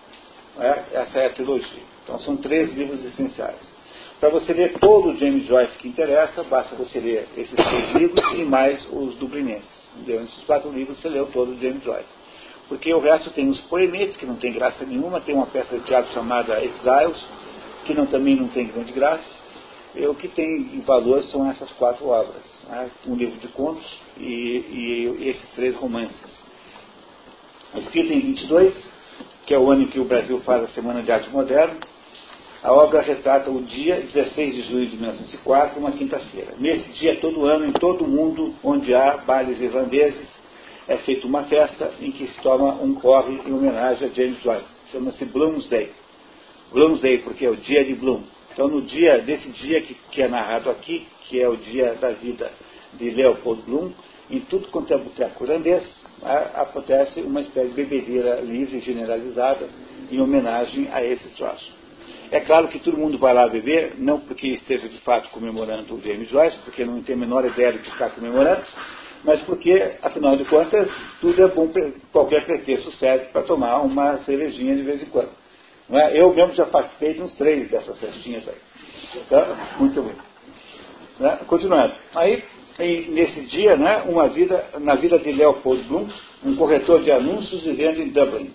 [SPEAKER 1] É? Essa é a trilogia. Então, são três livros essenciais. Para você ler todo o James Joyce que interessa, basta você ler esses três livros e mais os dublinenses. Dentro desses quatro livros, você leu todo o James Joyce. Porque o resto tem os poemetes, que não tem graça nenhuma, tem uma peça de teatro chamada Exiles, que não, também não tem grande graça. E o que tem valor são essas quatro obras, né? Um livro de contos e, e esses três romances. Escrito em vinte e dois, que é o ano em que o Brasil faz a Semana de Arte Moderna, a obra retrata o dia dezesseis de junho de mil novecentos e quatro, uma quinta-feira. Nesse dia, todo ano, em todo o mundo, onde há bailes irlandeses, é feita uma festa em que se toma um corre em homenagem a James Joyce. Chama-se Bloomsday. Bloomsday, porque é o dia de Bloom. Então, no dia, desse dia que, que é narrado aqui, que é o dia da vida de Leopold Bloom, em tudo quanto é boteco irlandês, acontece uma espécie de bebedeira livre, generalizada, em homenagem a esse troço. É claro que todo mundo vai lá beber, não porque esteja de fato comemorando o James Joyce, porque não tem a menor ideia do que está comemorando, mas porque, afinal de contas, tudo é bom, qualquer pretexto serve para tomar uma cervejinha de vez em quando. Não é? Eu mesmo já participei de uns três dessas festinhas aí. Então, muito bem. Né? Continuando. Aí, em, nesse dia, né, uma vida, na vida de Leopold Bloom, um corretor de anúncios vivendo em Dublin.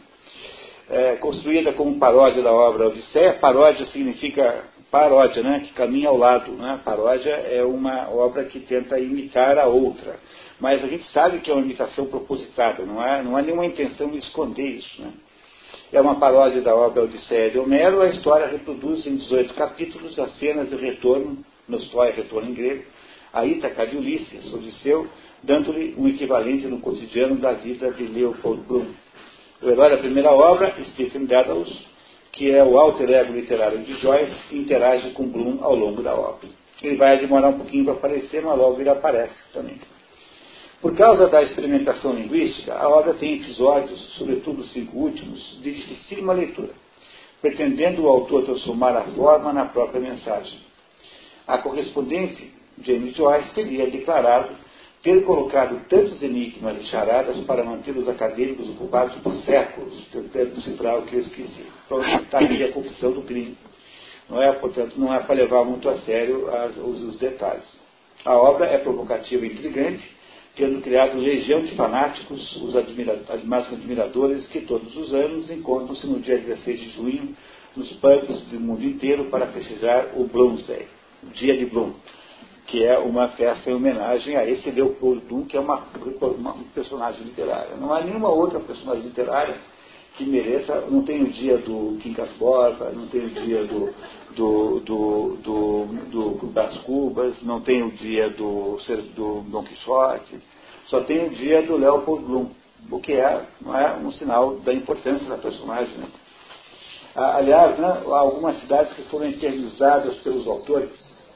[SPEAKER 1] É, construída como paródia da obra Odisseia. Paródia significa paródia, né, que caminha ao lado. Né? Paródia é uma obra que tenta imitar a outra. Mas a gente sabe que é uma imitação propositada, não há, não há nenhuma intenção de esconder isso. Né? É uma paródia da obra Odisseia de Homero. A história reproduz em dezoito capítulos as cenas de retorno, Nostoi, retorno em grego, a Ítaca de Ulisses, Odisseu, dando-lhe um equivalente no cotidiano da vida de Leopold Bloom. O herói da primeira obra, Stephen Dedalus, que é o alter ego literário de Joyce, interage com Bloom ao longo da obra. Ele vai demorar um pouquinho para aparecer, mas logo ele aparece também. Por causa da experimentação linguística, a obra tem episódios, sobretudo os cinco últimos, de dificílima leitura, pretendendo o autor transformar a forma na própria mensagem. A correspondente, James Joyce, teria declarado ter colocado tantos enigmas e charadas para manter os acadêmicos ocupados por séculos, tentando cifrar o que eu esqueci. Então, está aqui a confissão do crime. Não é, portanto, não é para levar muito a sério as, os, os detalhes. A obra é provocativa e intrigante, tendo criado legião de fanáticos, os admira, máximos admiradores que todos os anos encontram-se no dia dezesseis de junho nos pubs do mundo inteiro para festejar o Bloomsday, o dia de Bloom, que é uma festa em homenagem a esse Leopold Bloom, que é uma, uma, um personagem literário. Não há nenhuma outra personagem literária que mereça. Não tem o dia do Quincas Borba, não tem o dia do, do, do, do, do das Cubas, não tem o dia do, do Dom Quixote, só tem o dia do Leopold Bloom, o que é, não é um sinal da importância da personagem. Né? Aliás, né, há algumas cidades que foram eternizadas pelos autores.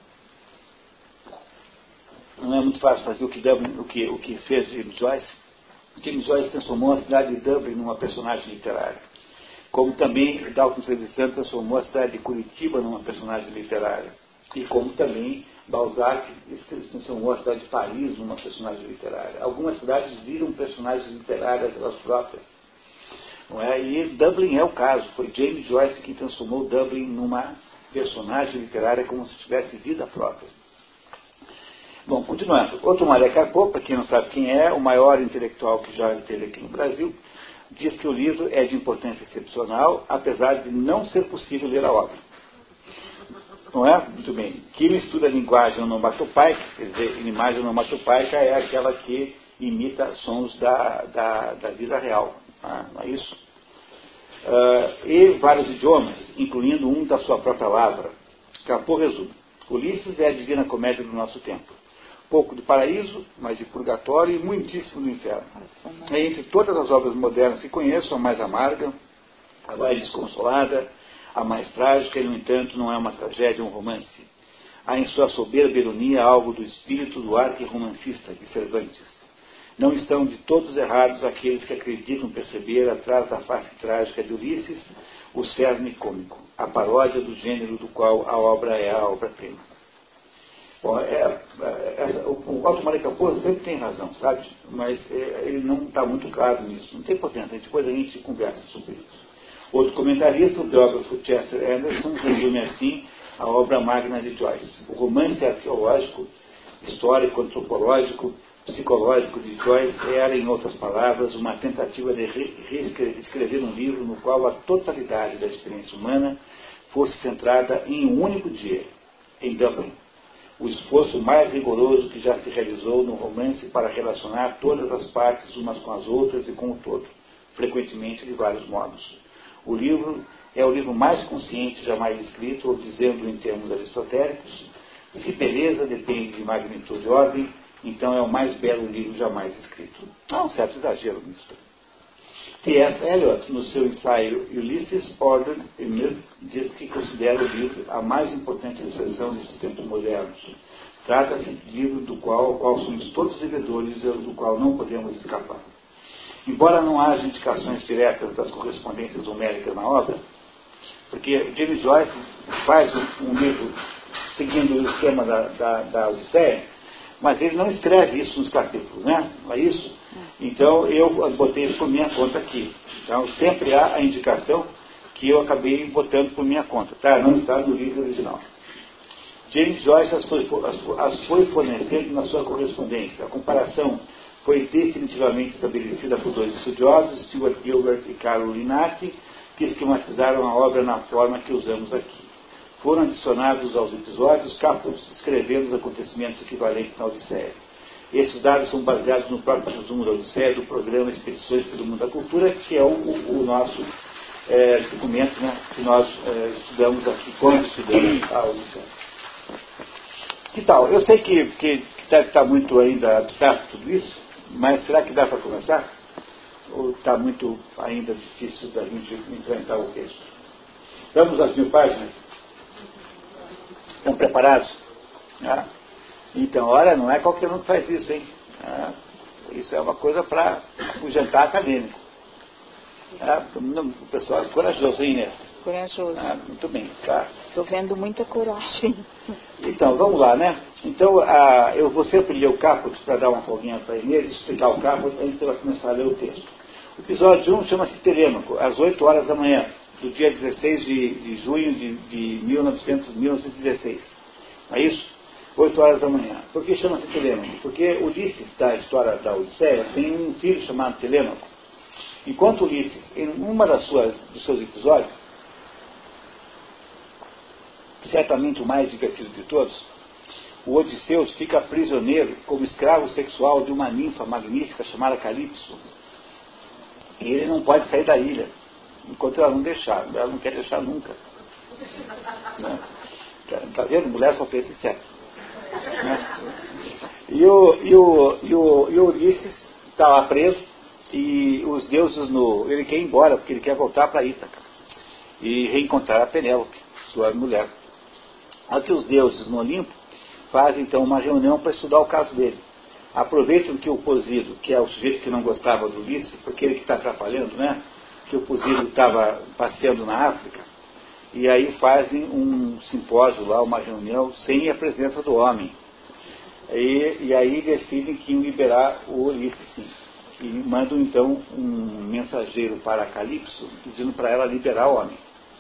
[SPEAKER 1] Não é muito fácil fazer o que, Dublin, o que, o que fez James Joyce. James Joyce transformou a cidade de Dublin numa personagem literária. Como também Dalton Trevisan transformou a cidade de Curitiba numa personagem literária. E como também Balzac transformou a cidade de Paris numa personagem literária. Algumas cidades viram personagens literárias elas próprias. Não é? E Dublin é o caso. Foi James Joyce que transformou Dublin numa personagem literária como se tivesse vida própria. Bom, continuando. Outro Maré Carpo, para quem não sabe quem é, o maior intelectual que já teve aqui no Brasil, diz que o livro é de importância excepcional, apesar de não ser possível ler a obra. Não é? Muito bem. Quem estuda a linguagem onomatopaica, quer dizer, imagem onomatopaica é aquela que imita sons da, da, da vida real. Não é isso? Uh, e vários idiomas, incluindo um da sua própria lavra. Carpo resume. Ulisses é a divina comédia do nosso tempo. Pouco de paraíso, mas de purgatório e muitíssimo do inferno. É entre todas as obras modernas que conheço, a mais amarga, a mais desconsolada, a mais trágica, e, no entanto, não é uma tragédia, um romance. Há em sua soberba ironia algo do espírito do arqui-romancista de Cervantes. Não estão de todos errados aqueles que acreditam perceber, atrás da face trágica de Ulisses, o cerne cômico, a paródia do gênero do qual a obra é a obra-prima. Bom, é, é, o, o Otto Maria Carpo sempre tem razão, sabe? Mas é, ele não está muito claro nisso. Não tem importância, depois a gente conversa sobre isso. Outro comentarista, o biógrafo Chester Anderson, resume assim a obra magna de Joyce. O romance arqueológico, histórico, antropológico, psicológico de Joyce era, em outras palavras, uma tentativa de reescrever um livro no qual a totalidade da experiência humana fosse centrada em um único dia, em Dublin. O esforço mais rigoroso que já se realizou no romance para relacionar todas as partes umas com as outras e com o todo, frequentemente de vários modos. O livro é o livro mais consciente jamais escrito, ou dizendo em termos aristotélicos, se beleza depende de magnitude e ordem, então é o mais belo livro jamais escrito. Há um certo exagero nisso. T S Eliot, no seu ensaio Ulysses, Order and Myth, diz que considera o livro a mais importante expressão desses tempos modernos. Trata-se de livro do qual, qual somos todos devedores e do qual não podemos escapar. Embora não haja indicações diretas das correspondências homéricas na obra, porque James Joyce faz um, um livro seguindo o esquema da, da, da Odisseia, mas ele não escreve isso nos capítulos, né? Não é isso? Então, eu botei isso por minha conta aqui. Então, sempre há a indicação que eu acabei botando por minha conta, tá? Não está no livro original. James Joyce as foi, as, as foi fornecendo na sua correspondência. A comparação foi definitivamente estabelecida por dois estudiosos, Stuart Gilbert e Carlo Linati, que esquematizaram a obra na forma que usamos aqui. Foram adicionados aos episódios capítulos descrevendo os acontecimentos equivalentes na Odisseia. Esses dados são baseados no próprio resumo da Odisseia do programa Expedições pelo Mundo da Cultura, que é o, o, o nosso é, documento, né, que nós é, estudamos aqui, quando estudamos a Odisseia. Que tal? Eu sei que, que deve estar muito ainda abstrato tudo isso, mas será que dá para começar? Ou está muito ainda difícil da gente enfrentar o texto? Vamos às mil páginas? Estão preparados? Ah. Então, olha, não é qualquer um que faz isso, hein? Ah. Isso é uma coisa para o jantar acadêmico. Ah. O pessoal é corajoso, hein, Inês?
[SPEAKER 3] Corajoso.
[SPEAKER 1] Ah, muito bem, tá.
[SPEAKER 3] Estou vendo muita coragem.
[SPEAKER 1] Então, vamos lá, né? Então, ah, eu vou sempre ler o caput para dar uma folguinha para a Inês, explicar o caput, a gente vai começar a ler o texto. O episódio um chama-se Telêmaco, às oito horas da manhã, do dia dezesseis de, de junho de, de mil e novecentos e dezesseis. Não é isso? oito horas da manhã. Por que chama-se Telêmaco? Porque Ulisses, da história da Odisseia, tem um filho chamado Telêmaco. Enquanto Ulisses, em uma das suas, dos seus episódios, certamente o mais divertido de todos, o Odisseus fica prisioneiro como escravo sexual de uma ninfa magnífica chamada Calipso. E ele não pode sair da ilha, enquanto ela não deixar. Ela não quer deixar nunca. Está vendo? Mulher só fez esse certo. Né? E, o, e, o, e, o, e o Ulisses está lá preso, e os deuses, no, ele quer ir embora, porque ele quer voltar para Ítaca. e reencontrar a Penélope, sua mulher. Aqui os deuses no Olimpo fazem então uma reunião para estudar o caso dele. Aproveitam que o Posílio, que é o sujeito que não gostava do Ulisses, porque ele que está atrapalhando, né? Que o Posílio estava passeando na África, e aí fazem um simpósio lá, uma reunião, sem a presença do homem. E, e aí decidem que iam liberar o Ulisses, sim. E mandam então um mensageiro para Calipso, pedindo para ela liberar o homem.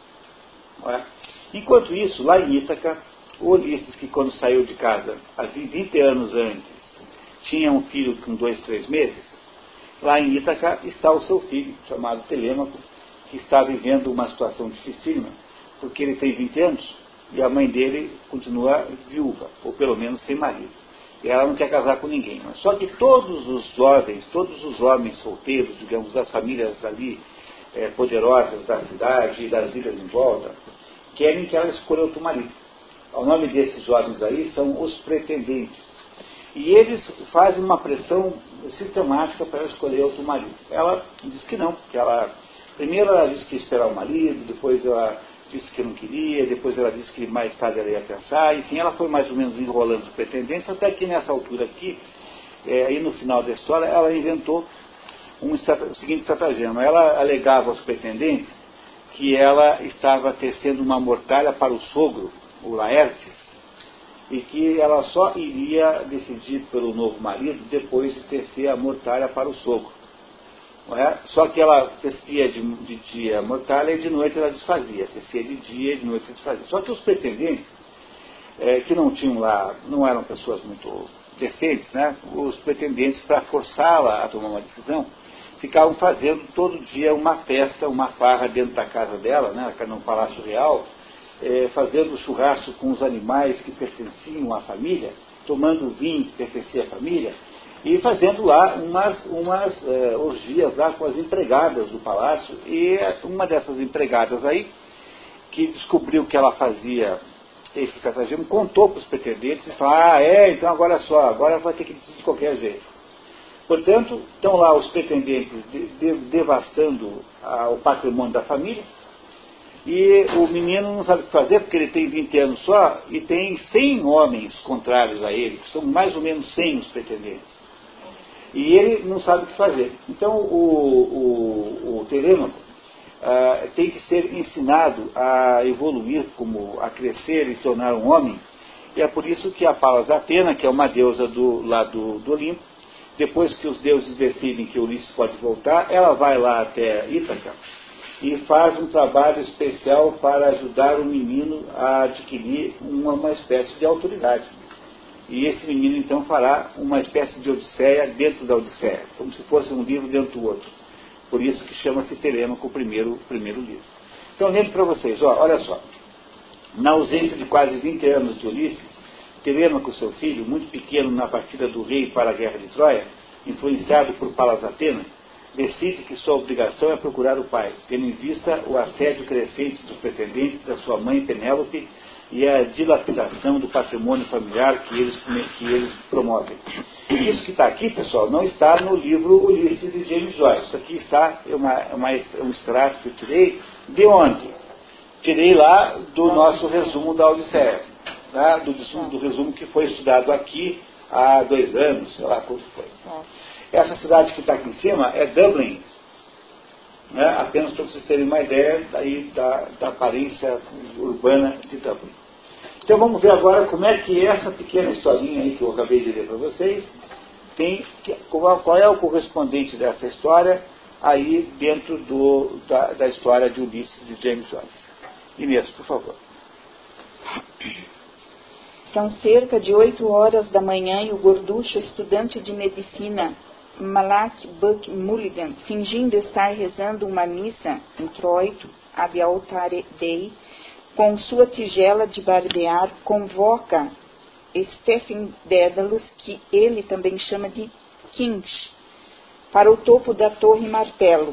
[SPEAKER 1] É? Enquanto isso, lá em Ítaca, o Ulisses, que quando saiu de casa, há vinte anos antes, tinha um filho com dois, três meses, lá em Ítaca está o seu filho, chamado Telêmaco, que está vivendo uma situação dificílima, porque ele tem vinte anos e a mãe dele continua viúva, ou pelo menos sem marido. E ela não quer casar com ninguém. Mas só que todos os jovens, todos os homens solteiros, digamos, das famílias ali é, poderosas da cidade e das ilhas em volta, querem que ela escolha outro marido. O nome desses jovens aí são os pretendentes. E eles fazem uma pressão sistemática para ela escolher outro marido. Ela diz que não, que ela... Primeiro ela disse que ia esperar o marido, depois ela disse que não queria, depois ela disse que mais tarde ela ia pensar, enfim, ela foi mais ou menos enrolando os pretendentes, até que nessa altura aqui, é, aí no final da história, ela inventou um, o seguinte estratagema. Ela alegava aos pretendentes que ela estava tecendo uma mortalha para o sogro, o Laertes, e que ela só iria decidir pelo novo marido depois de tecer a mortalha para o sogro. Não é? Só que ela tecia de, de dia a mortalha e de noite ela desfazia. Tecia de dia e de noite desfazia. Só que os pretendentes, é, que não tinham lá, não eram pessoas muito decentes, né? Os pretendentes, para forçá-la a tomar uma decisão, ficavam fazendo todo dia uma festa, uma farra dentro da casa dela, né? No Palácio Real, é, fazendo churrasco com os animais que pertenciam à família, tomando vinho que pertencia à família, e fazendo lá umas, umas é, orgias lá com as empregadas do palácio. E uma dessas empregadas aí, que descobriu que ela fazia esse estratagema, contou para os pretendentes e falou: ah, é, então agora só, agora vai ter que decidir de qualquer jeito. Portanto, estão lá os pretendentes de, de, devastando a, o patrimônio da família, e o menino não sabe o que fazer, porque ele tem vinte anos só, e tem cem homens contrários a ele, que são mais ou menos cem os pretendentes. E ele não sabe o que fazer. Então o, o, o Telêmaco ah, tem que ser ensinado a evoluir, como a crescer e tornar um homem. E é por isso que a Palas Atena, que é uma deusa do, lá do, do Olimpo, depois que os deuses decidem que Ulisses pode voltar, ela vai lá até Ítaca e faz um trabalho especial para ajudar o menino a adquirir uma, uma espécie de autoridade. E esse menino, então, fará uma espécie de Odisseia dentro da Odisseia, como se fosse um livro dentro do outro. Por isso que chama-se Telêmaco o primeiro, o primeiro livro. Então, lembro para vocês, ó, olha só. Na ausência de quase vinte anos de Ulisses, Telêmaco, seu filho, muito pequeno na partida do rei para a guerra de Troia, influenciado por Palas Atena, decide que sua obrigação é procurar o pai, tendo em vista o assédio crescente dos pretendentes da sua mãe Penélope e a dilapidação do patrimônio familiar que eles, que eles promovem. Isso que está aqui, pessoal, não está no livro Ulisses de James Joyce. Isso aqui está, é uma, uma, um extrato que eu tirei. De onde? Tirei lá do nosso resumo da Odisseia, tá? do, do resumo que foi estudado aqui há dois anos, sei lá quanto foi. Essa cidade que está aqui em cima é Dublin, né? Apenas para vocês terem uma ideia daí da, da aparência urbana de Dublin. Então vamos ver agora como é que essa pequena historinha aí que eu acabei de ler para vocês tem, qual, qual é o correspondente dessa história aí dentro do, da, da história de Ulisses de James Joyce. Inês, por favor.
[SPEAKER 3] São cerca de oito horas da manhã e o gorducho estudante de medicina Malak Buck Mulligan, fingindo estar rezando uma missa, introito ad altare Dei, com sua tigela de barbear, convoca Stephen Dédalus, que ele também chama de Kinch, para o topo da Torre Martelo.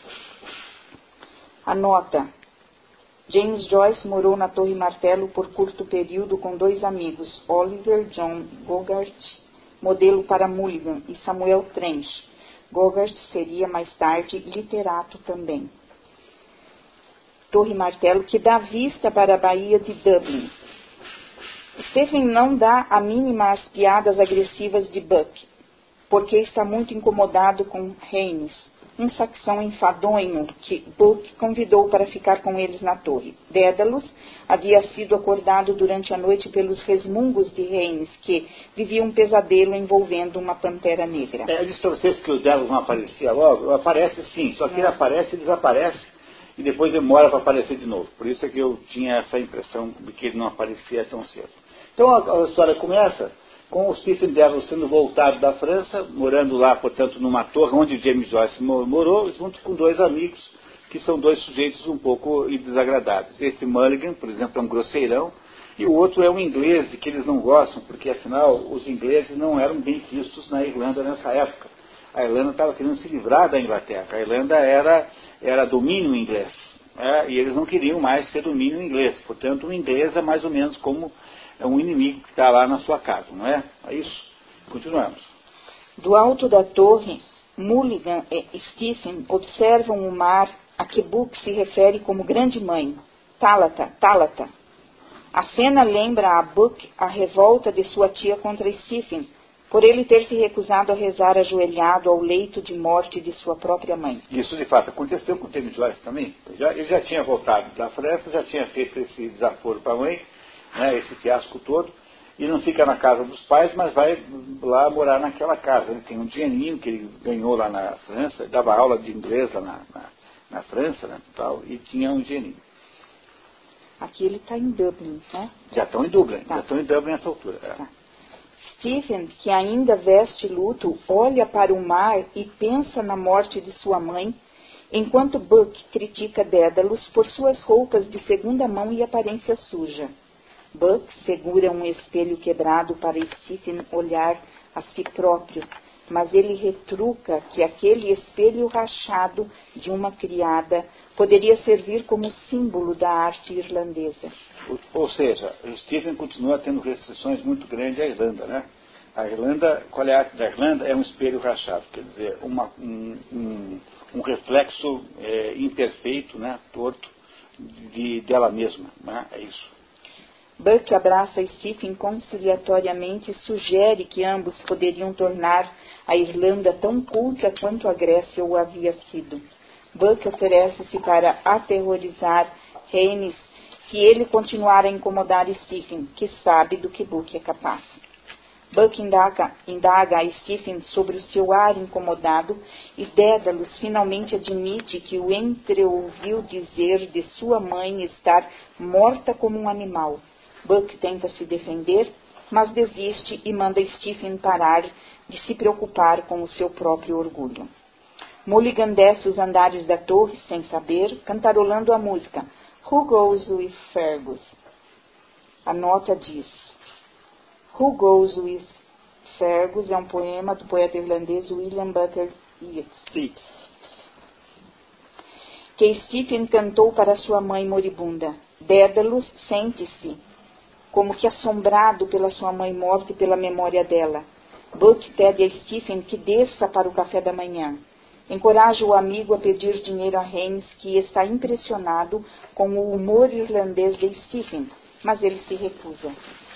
[SPEAKER 3] Anota: James Joyce morou na Torre Martelo por curto período com dois amigos, Oliver John Bogart, modelo para Mulligan, e Samuel Trench. Bogart seria mais tarde literato também. Torre Martelo, que dá vista para a Baía de Dublin. Stephen não dá a mínima às piadas agressivas de Buck, porque está muito incomodado com Haynes, um saxão enfadonho que Buck convidou para ficar com eles na torre. Dédalus havia sido acordado durante a noite pelos resmungos de Haynes, que vivia um pesadelo envolvendo uma pantera negra.
[SPEAKER 1] É, eu disse para vocês que o Dédalus não aparecia logo. Aparece sim, só que é. ele aparece e desaparece, e depois demora para aparecer de novo. Por isso é que eu tinha essa impressão de que ele não aparecia tão cedo. Então a, a história começa com o Stephen Dédalus sendo voltado da França, morando lá, portanto, numa torre onde James Joyce morou, junto com dois amigos, que são dois sujeitos um pouco desagradáveis. Esse Mulligan, por exemplo, é um grosseirão, e o outro é um inglês, que eles não gostam, porque, afinal, os ingleses não eram bem vistos na Irlanda nessa época. A Irlanda estava querendo se livrar da Inglaterra. A Irlanda era, era domínio inglês, né? E eles não queriam mais ser domínio inglês. Portanto, o inglês é mais ou menos como é um inimigo que está lá na sua casa, não é? É isso. Continuamos.
[SPEAKER 3] Do alto da torre, Mulligan e Stephen observam o mar a que Buck se refere como grande mãe. Tálata, Tálata. A cena lembra a Buck a revolta de sua tia contra Stephen, por ele ter se recusado a rezar ajoelhado ao leito de morte de sua própria mãe.
[SPEAKER 1] Isso, de fato, aconteceu com o James Joyce também. Já, ele já tinha voltado da França, já tinha feito esse desaforo para a mãe, né, esse fiasco todo, e não fica na casa dos pais, mas vai lá morar naquela casa. Ele tem um dinheirinho que ele ganhou lá na França, dava aula de inglês lá na, na, na França, né, tal, e tinha um dinheirinho.
[SPEAKER 3] Aqui ele está em Dublin, né?
[SPEAKER 1] Já estão em Dublin,
[SPEAKER 3] tá.
[SPEAKER 1] já estão em Dublin nessa altura. É.
[SPEAKER 3] Tá. Stephen, que ainda veste luto, olha para o mar e pensa na morte de sua mãe, enquanto Buck critica Dédalus por suas roupas de segunda mão e aparência suja. Buck segura um espelho quebrado para Stephen olhar a si próprio, mas ele retruca que aquele espelho rachado de uma criada poderia servir como símbolo da arte irlandesa.
[SPEAKER 1] Ou seja, Stephen continua tendo restrições muito grandes à Irlanda, né? A Irlanda, qual é a arte da Irlanda? É um espelho rachado, quer dizer, uma, um, um, um reflexo é, imperfeito, né, torto, de, dela mesma, né? É isso.
[SPEAKER 3] Buck abraça Stephen conciliatoriamente e sugere que ambos poderiam tornar a Irlanda tão culta quanto a Grécia o havia sido. Buck oferece-se para aterrorizar Haynes se ele continuar a incomodar Stephen, que sabe do que Buck é capaz. Buck indaga, indaga a Stephen sobre o seu ar incomodado e Dédalus finalmente admite que o entreouviu dizer de sua mãe estar morta como um animal. Buck tenta se defender, mas desiste e manda Stephen parar de se preocupar com o seu próprio orgulho. Mulligan desce os andares da torre, sem saber, cantarolando a música Who Goes With Fergus? A nota diz: Who Goes With Fergus é um poema do poeta irlandês William Butler Yeats, que Stephen cantou para sua mãe moribunda. Dédalus sente-se como que assombrado pela sua mãe morta e pela memória dela. Buck pede a Stephen que desça para o café da manhã. Encoraja o amigo a pedir dinheiro a Haynes, que está impressionado com o humor irlandês de Stephen, mas ele se recusa.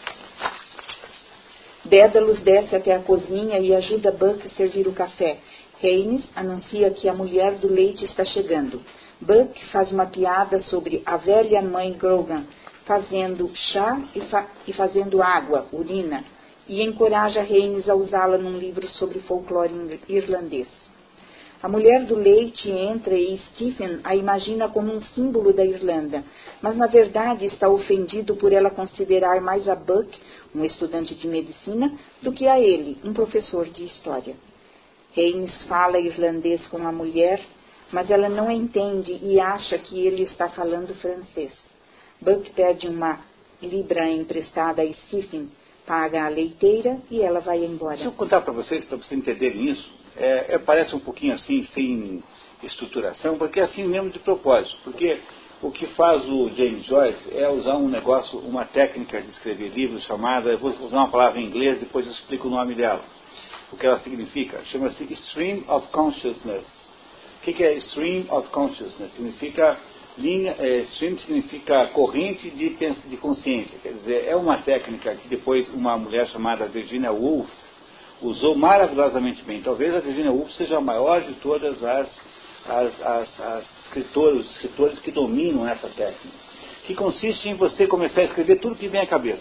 [SPEAKER 3] Dédalus desce até a cozinha e ajuda Buck a servir o café. Haynes anuncia que a mulher do leite está chegando. Buck faz uma piada sobre a velha mãe Grogan, fazendo chá e, fa e fazendo água, urina, e encoraja Haynes a usá-la num livro sobre folclore irlandês. A mulher do leite entra e Stephen a imagina como um símbolo da Irlanda, mas na verdade está ofendido por ela considerar mais a Buck, um estudante de medicina, do que a ele, um professor de história. Haynes fala irlandês com a mulher, mas ela não entende e acha que ele está falando francês. Buck pede uma libra emprestada a Stephen, paga a leiteira e ela vai embora.
[SPEAKER 1] Deixa eu contar para vocês, para vocês entenderem isso. É, é, parece um pouquinho assim, sem estruturação, porque é assim mesmo de propósito. Porque o que faz o James Joyce é usar um negócio, uma técnica de escrever livros chamada, eu vou usar uma palavra em inglês, depois eu explico o nome dela, o que ela significa. Chama-se Stream of Consciousness. O que, que é Stream of Consciousness? Significa Linha, é, stream significa corrente de, de consciência, quer dizer, é uma técnica que depois uma mulher chamada Virginia Woolf usou maravilhosamente bem. Talvez a Virginia Woolf seja a maior de todas as, as, as, as escritoras, os escritores que dominam essa técnica, que consiste em você começar a escrever tudo que vem à cabeça.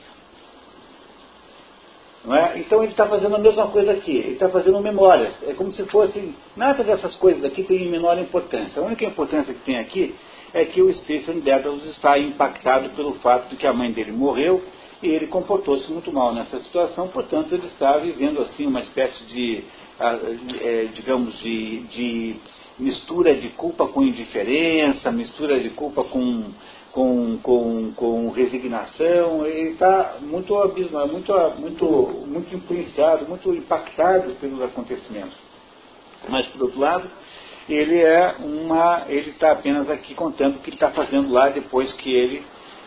[SPEAKER 1] Não é? Então ele está fazendo a mesma coisa aqui, ele está fazendo memórias, é como se fosse, nada dessas coisas aqui tem menor importância. A única importância que tem aqui é que o Stephen Dedalus está impactado pelo fato de que a mãe dele morreu e ele comportou-se muito mal nessa situação, portanto ele está vivendo assim uma espécie de, digamos, de, de mistura de culpa com indiferença, mistura de culpa com, com, com, com resignação. Ele está muito abismado, muito, muito, muito influenciado, muito impactado pelos acontecimentos. Mas, por outro lado, ele é uma, ele está apenas aqui contando o que ele está fazendo lá depois que ele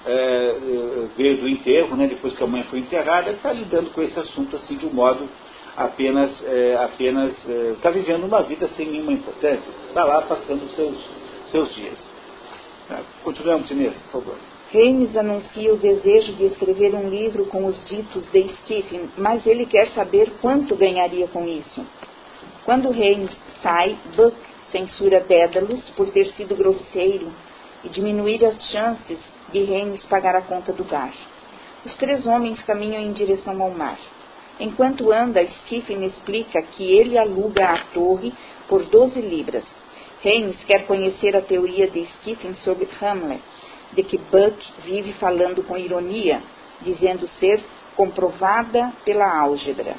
[SPEAKER 1] é, veio do enterro, né, depois que a mãe foi enterrada. Ele está lidando com esse assunto assim de um modo apenas, é, apenas está é, vivendo uma vida sem nenhuma importância, está lá passando os seus, seus dias. Tá? Continuamos, Inês, por favor.
[SPEAKER 3] Haynes anuncia o desejo de escrever um livro com os ditos de Stephen, mas ele quer saber quanto ganharia com isso. Quando Haynes sai, Buck censura Dedalus por ter sido grosseiro e diminuir as chances de Haynes pagar a conta do bar. Os três homens caminham em direção ao mar. Enquanto anda, Stephen explica que ele aluga a torre por doze libras. Haynes quer conhecer a teoria de Stephen sobre Hamlet, de que Buck vive falando com ironia, dizendo ser comprovada pela álgebra.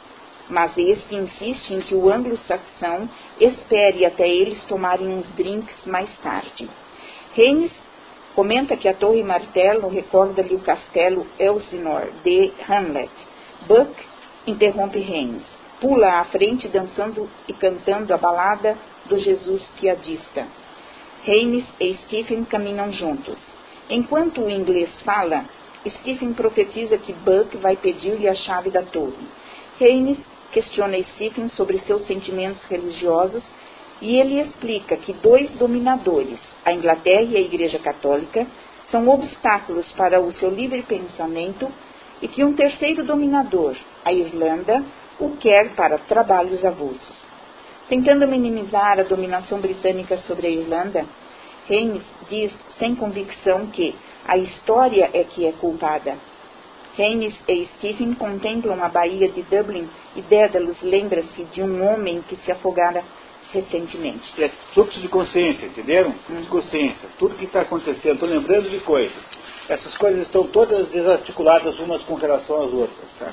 [SPEAKER 3] Mas este insiste em que o anglo-saxão espere até eles tomarem uns drinks mais tarde. Haynes comenta que a Torre Martelo recorda-lhe o castelo Elsinore de Hamlet. Buck interrompe Haynes, pula à frente dançando e cantando a balada do Jesus piadista. Haynes e Stephen caminham juntos. Enquanto o inglês fala, Stephen profetiza que Buck vai pedir-lhe a chave da torre. Haynes questiona Stephen sobre seus sentimentos religiosos e ele explica que dois dominadores, a Inglaterra e a Igreja Católica, são obstáculos para o seu livre pensamento e que um terceiro dominador, a Irlanda, o quer para trabalhos avulsos. Tentando minimizar a dominação britânica sobre a Irlanda, Haynes diz sem convicção que a história é que é culpada. Haynes e Stephen contemplam a Baía de Dublin e Dedalus lembra-se de um homem que se afogara recentemente.
[SPEAKER 1] É fluxo de consciência, entenderam? Fluxo de consciência. Tudo que está acontecendo, estou lembrando de coisas. Essas coisas estão todas desarticuladas umas com relação às outras. Tá?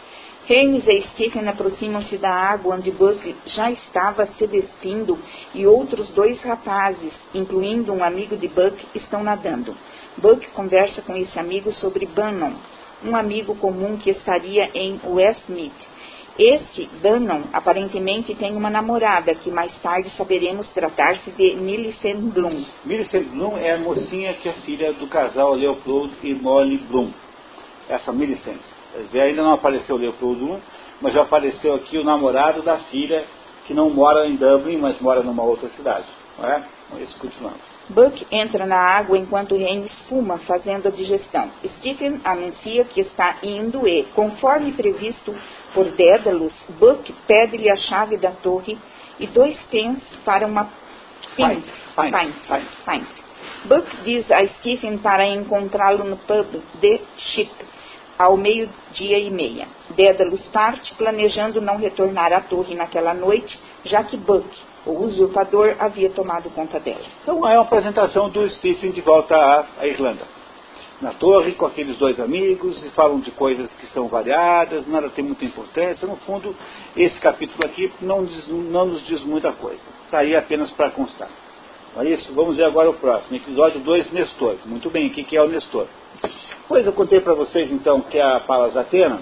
[SPEAKER 3] Haynes e Stephen aproximam-se da água onde Buck já estava se despindo e outros dois rapazes, incluindo um amigo de Buck, estão nadando. Buck conversa com esse amigo sobre Bannon, um amigo comum que estaria em Westmeath. Este, Bannon, aparentemente tem uma namorada, que mais tarde saberemos tratar-se de Millicent Bloom.
[SPEAKER 1] Millicent Bloom é a mocinha que é filha do casal Leopold e Molly Bloom. Essa Millicent. Quer dizer, ainda não apareceu o Leopold Bloom, mas já apareceu aqui o namorado da filha, que não mora em Dublin, mas mora numa outra cidade. Não é? Então, isso continuando.
[SPEAKER 3] Buck entra na água enquanto Haynes fuma, fazendo a digestão. Stephen anuncia que está indo e, conforme previsto por Dedalus, Buck pede-lhe a chave da torre e dois pence para uma pint.
[SPEAKER 1] Pint.
[SPEAKER 3] Pint. Pint. Pint. Buck diz a Stephen para encontrá-lo no pub de Ship ao meio-dia e meia. Dedalus parte, planejando não retornar à torre naquela noite, já que Buck, o usurpador, havia tomado conta dela.
[SPEAKER 1] Então é uma apresentação do Stephen de volta à, à Irlanda. Na torre, com aqueles dois amigos, e falam de coisas que são variadas, nada tem muita importância. No fundo, esse capítulo aqui não, diz, não nos diz muita coisa. Está aí apenas para constar. Não é isso? Vamos ver agora o próximo. Episódio dois, Nestor. Muito bem, o que é o Nestor? Pois eu contei para vocês, então, que a Palas Atena,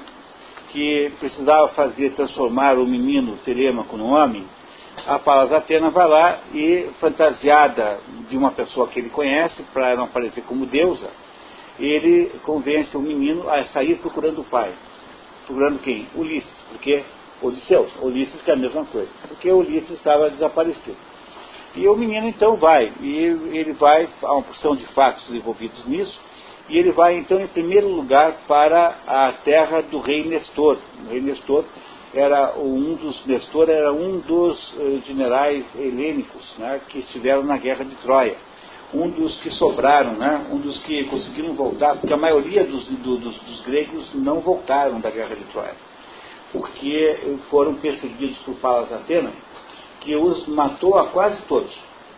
[SPEAKER 1] que precisava fazer, transformar o menino Telêmaco num homem. A Palas Atena vai lá e, fantasiada de uma pessoa que ele conhece, para não aparecer como deusa, ele convence o menino a sair procurando o pai. Procurando quem? Ulisses. Porque Odisseus. Ulisses, que é a mesma coisa. Porque Ulisses estava desaparecido. E o menino então vai, e ele vai, há uma porção de fatos envolvidos nisso, e ele vai então em primeiro lugar para a terra do rei Nestor. O rei Nestor era um dos, Nestor era um dos uh, generais helênicos, né, que estiveram na guerra de Troia. Um dos que sobraram, né, um dos que conseguiram voltar, porque a maioria dos, do, dos, dos gregos não voltaram da guerra de Troia, porque foram perseguidos por Palas Atena, que os matou a quase todos.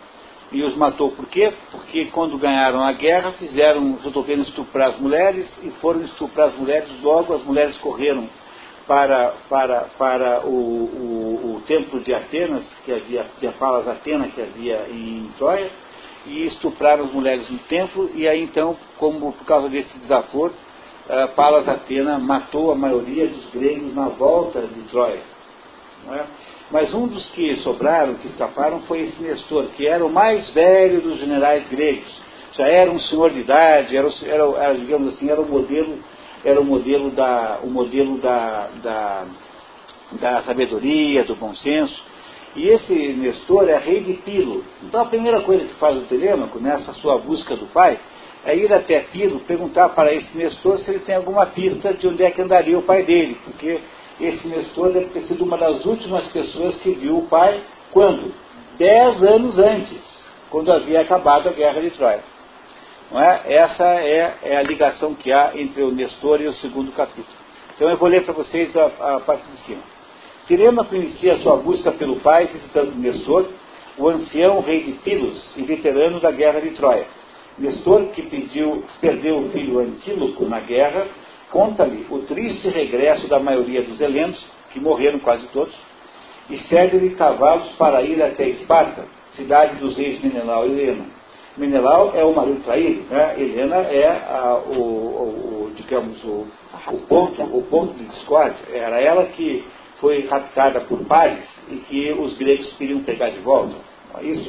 [SPEAKER 1] E os matou por quê? Porque quando ganharam a guerra, fizeram, resolveram estuprar as mulheres, e foram estuprar as mulheres, logo as mulheres correram para, para, para o, o, o templo de Atenas, que havia, de Palas Atena, que havia em Troia, e estupraram as mulheres no templo, e aí então, como por causa desse desaforo, uh, Palas Atena matou a maioria dos gregos na volta de Troia. Não é? Mas um dos que sobraram, que escaparam, foi esse Nestor, que era o mais velho dos generais gregos. Já era um senhor de idade, era, era, era digamos assim, era o modelo, era o modelo da, o modelo da, da, da sabedoria, do bom senso. E esse Nestor é rei de Pilo. Então a primeira coisa que faz o Telêmaco, nessa sua busca do pai, é ir até Pilo, perguntar para esse Nestor se ele tem alguma pista de onde é que andaria o pai dele, porque esse Nestor deve ter sido uma das últimas pessoas que viu o pai, quando? Dez anos antes, quando havia acabado a guerra de Troia. Não é? Essa é, é a ligação que há entre o Nestor e o segundo capítulo. Então eu vou ler para vocês a, a parte de cima. Telêmaco inicia sua busca pelo pai, visitando Nestor, o ancião rei de Pilos e veterano da guerra de Troia. Nestor, que pediu, perdeu o filho Antíloco na guerra, conta-lhe o triste regresso da maioria dos helenos, que morreram quase todos, e cede-lhe cavalos para ir até Esparta, cidade dos reis Menelau e Helena. Menelau é o marido traído, né? Helena é a, o, o, o, digamos, o, o, ponto, o ponto de discórdia. Era ela que foi raptada por Paris e que os gregos queriam pegar de volta. Não é isso?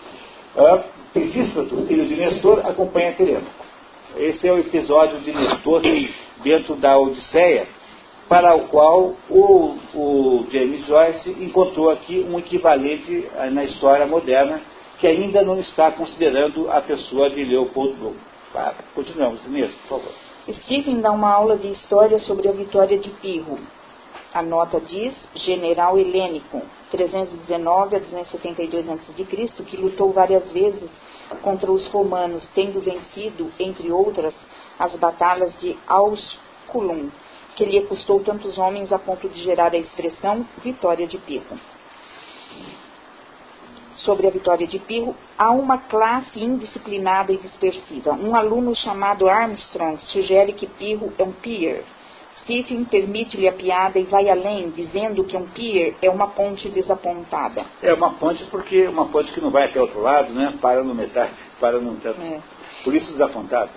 [SPEAKER 1] Uh, Pisístrato, filho de Nestor, acompanha Telêmaco. Esse é o episódio de Nestor dentro da Odisseia, para o qual o, o James Joyce encontrou aqui um equivalente na história moderna, que ainda não está considerando a pessoa de Leopold Bloom. Tá? Continuamos, Inês, por favor.
[SPEAKER 3] Stephen dá uma aula de história sobre a vitória de Pirro. A nota diz, general helênico, trezentos e dezenove a duzentos e setenta e dois antes de Cristo, que lutou várias vezes contra os romanos, tendo vencido, entre outras, as batalhas de Ausculum, que lhe custou tantos homens a ponto de gerar a expressão vitória de Pirro. Sobre a vitória de Pirro, há uma classe indisciplinada e dispersiva. Um aluno chamado Armstrong sugere que Pirro é um pier. Stephen permite-lhe a piada e vai além, dizendo que um pier é uma ponte desapontada.
[SPEAKER 1] É uma ponte porque uma ponte que não vai até o outro lado, né? Para no metade, para no metade. É. Por isso desapontado.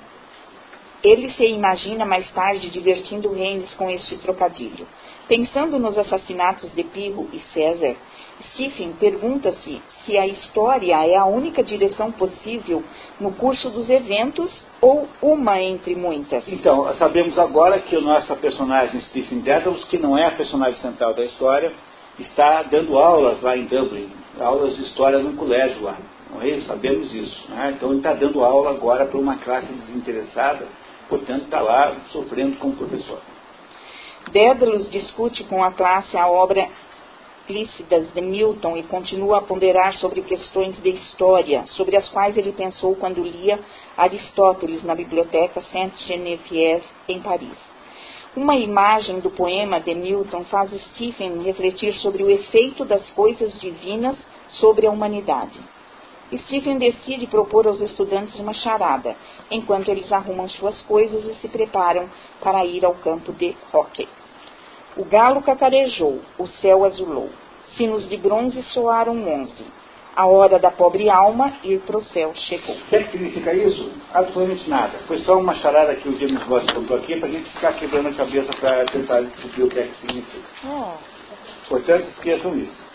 [SPEAKER 3] Ele se imagina mais tarde divertindo Reines com este trocadilho. Pensando nos assassinatos de Pirro e César, Stephen pergunta-se se a história é a única direção possível no curso dos eventos ou uma entre muitas.
[SPEAKER 1] Então, sabemos agora que a nossa personagem Stephen Dedalus, que não é a personagem central da história, está dando aulas lá em Dublin, aulas de história num colégio lá. Não é? Sabemos isso. Né? Então ele está dando aula agora para uma classe desinteressada, portanto está lá sofrendo como professor.
[SPEAKER 3] Dédalus discute com a classe a obra Lícidas de Milton e continua a ponderar sobre questões de história, sobre as quais ele pensou quando lia Aristóteles na biblioteca Sainte-Geneviève, em Paris. Uma imagem do poema de Milton faz Stephen refletir sobre o efeito das coisas divinas sobre a humanidade. Stephen decide propor aos estudantes uma charada, enquanto eles arrumam suas coisas e se preparam para ir ao campo de hóquei. O galo cacarejou, o céu azulou, sinos de bronze soaram onze. A hora da pobre alma ir para o céu chegou.
[SPEAKER 1] O que, é que significa isso? Absolutamente nada. Foi só uma charada que o James Joyce contou aqui para a gente ficar quebrando a cabeça para tentar descobrir o que é que significa. Oh. Portanto, esqueçam isso.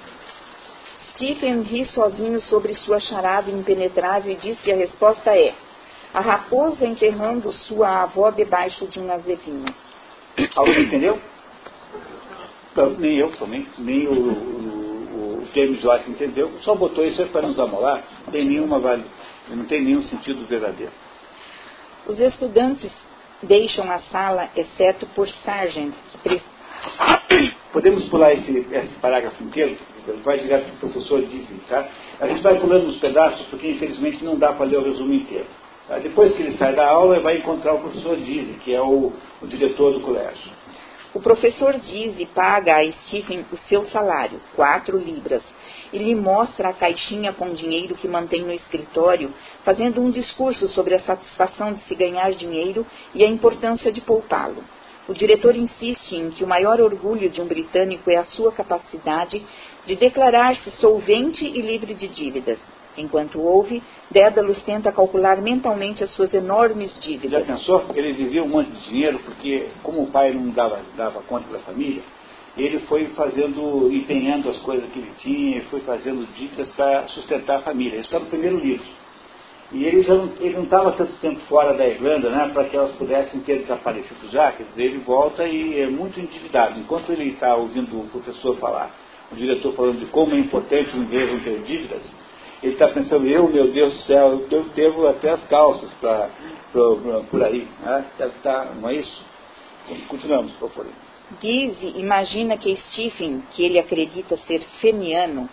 [SPEAKER 3] Stephen ri sozinho sobre sua charada impenetrável e diz que a resposta é a raposa enterrando sua avó debaixo de um azevinho.
[SPEAKER 1] Alguém entendeu? Então, nem eu também, nem o, o, o James Joyce entendeu, só botou isso para nos amolar, não tem, nenhuma, não tem nenhum sentido verdadeiro.
[SPEAKER 3] Os estudantes deixam a sala, exceto por Sargent, que pre...
[SPEAKER 1] Podemos pular esse, esse parágrafo inteiro? Vai direto para o professor Dizzy, tá? A gente vai pulando uns pedaços, porque infelizmente não dá para ler o resumo inteiro. Tá? Depois que ele sai da aula, ele vai encontrar o professor Dizzy, que é o, o diretor do colégio.
[SPEAKER 3] O professor Dizzy paga a Stephen o seu salário, quatro libras, e lhe mostra a caixinha com dinheiro que mantém no escritório, fazendo um discurso sobre a satisfação de se ganhar dinheiro e a importância de poupá-lo. O diretor insiste em que o maior orgulho de um britânico é a sua capacidade de declarar-se solvente e livre de dívidas. Enquanto ouve, Dédalus tenta calcular mentalmente as suas enormes dívidas.
[SPEAKER 1] Já pensou? Ele vivia um monte de dinheiro, porque como o pai não dava, dava conta da família, ele foi fazendo, empenhando as coisas que ele tinha, e foi fazendo dívidas para sustentar a família. Isso está no primeiro livro. E ele já não, ele não estava tanto tempo fora da Irlanda, né, para que elas pudessem ter desaparecido já. Quer dizer, ele volta e é muito endividado. Enquanto ele está ouvindo o professor falar, o diretor falando de como é importante o inglês não ter dívidas, ele está pensando, eu, meu Deus do céu, eu devo até as calças pra, pra, pra, por aí. Né? Deve estar, não é isso? Continuamos, por favor.
[SPEAKER 3] Dizzy imagina que Stephen, que ele acredita ser feniano,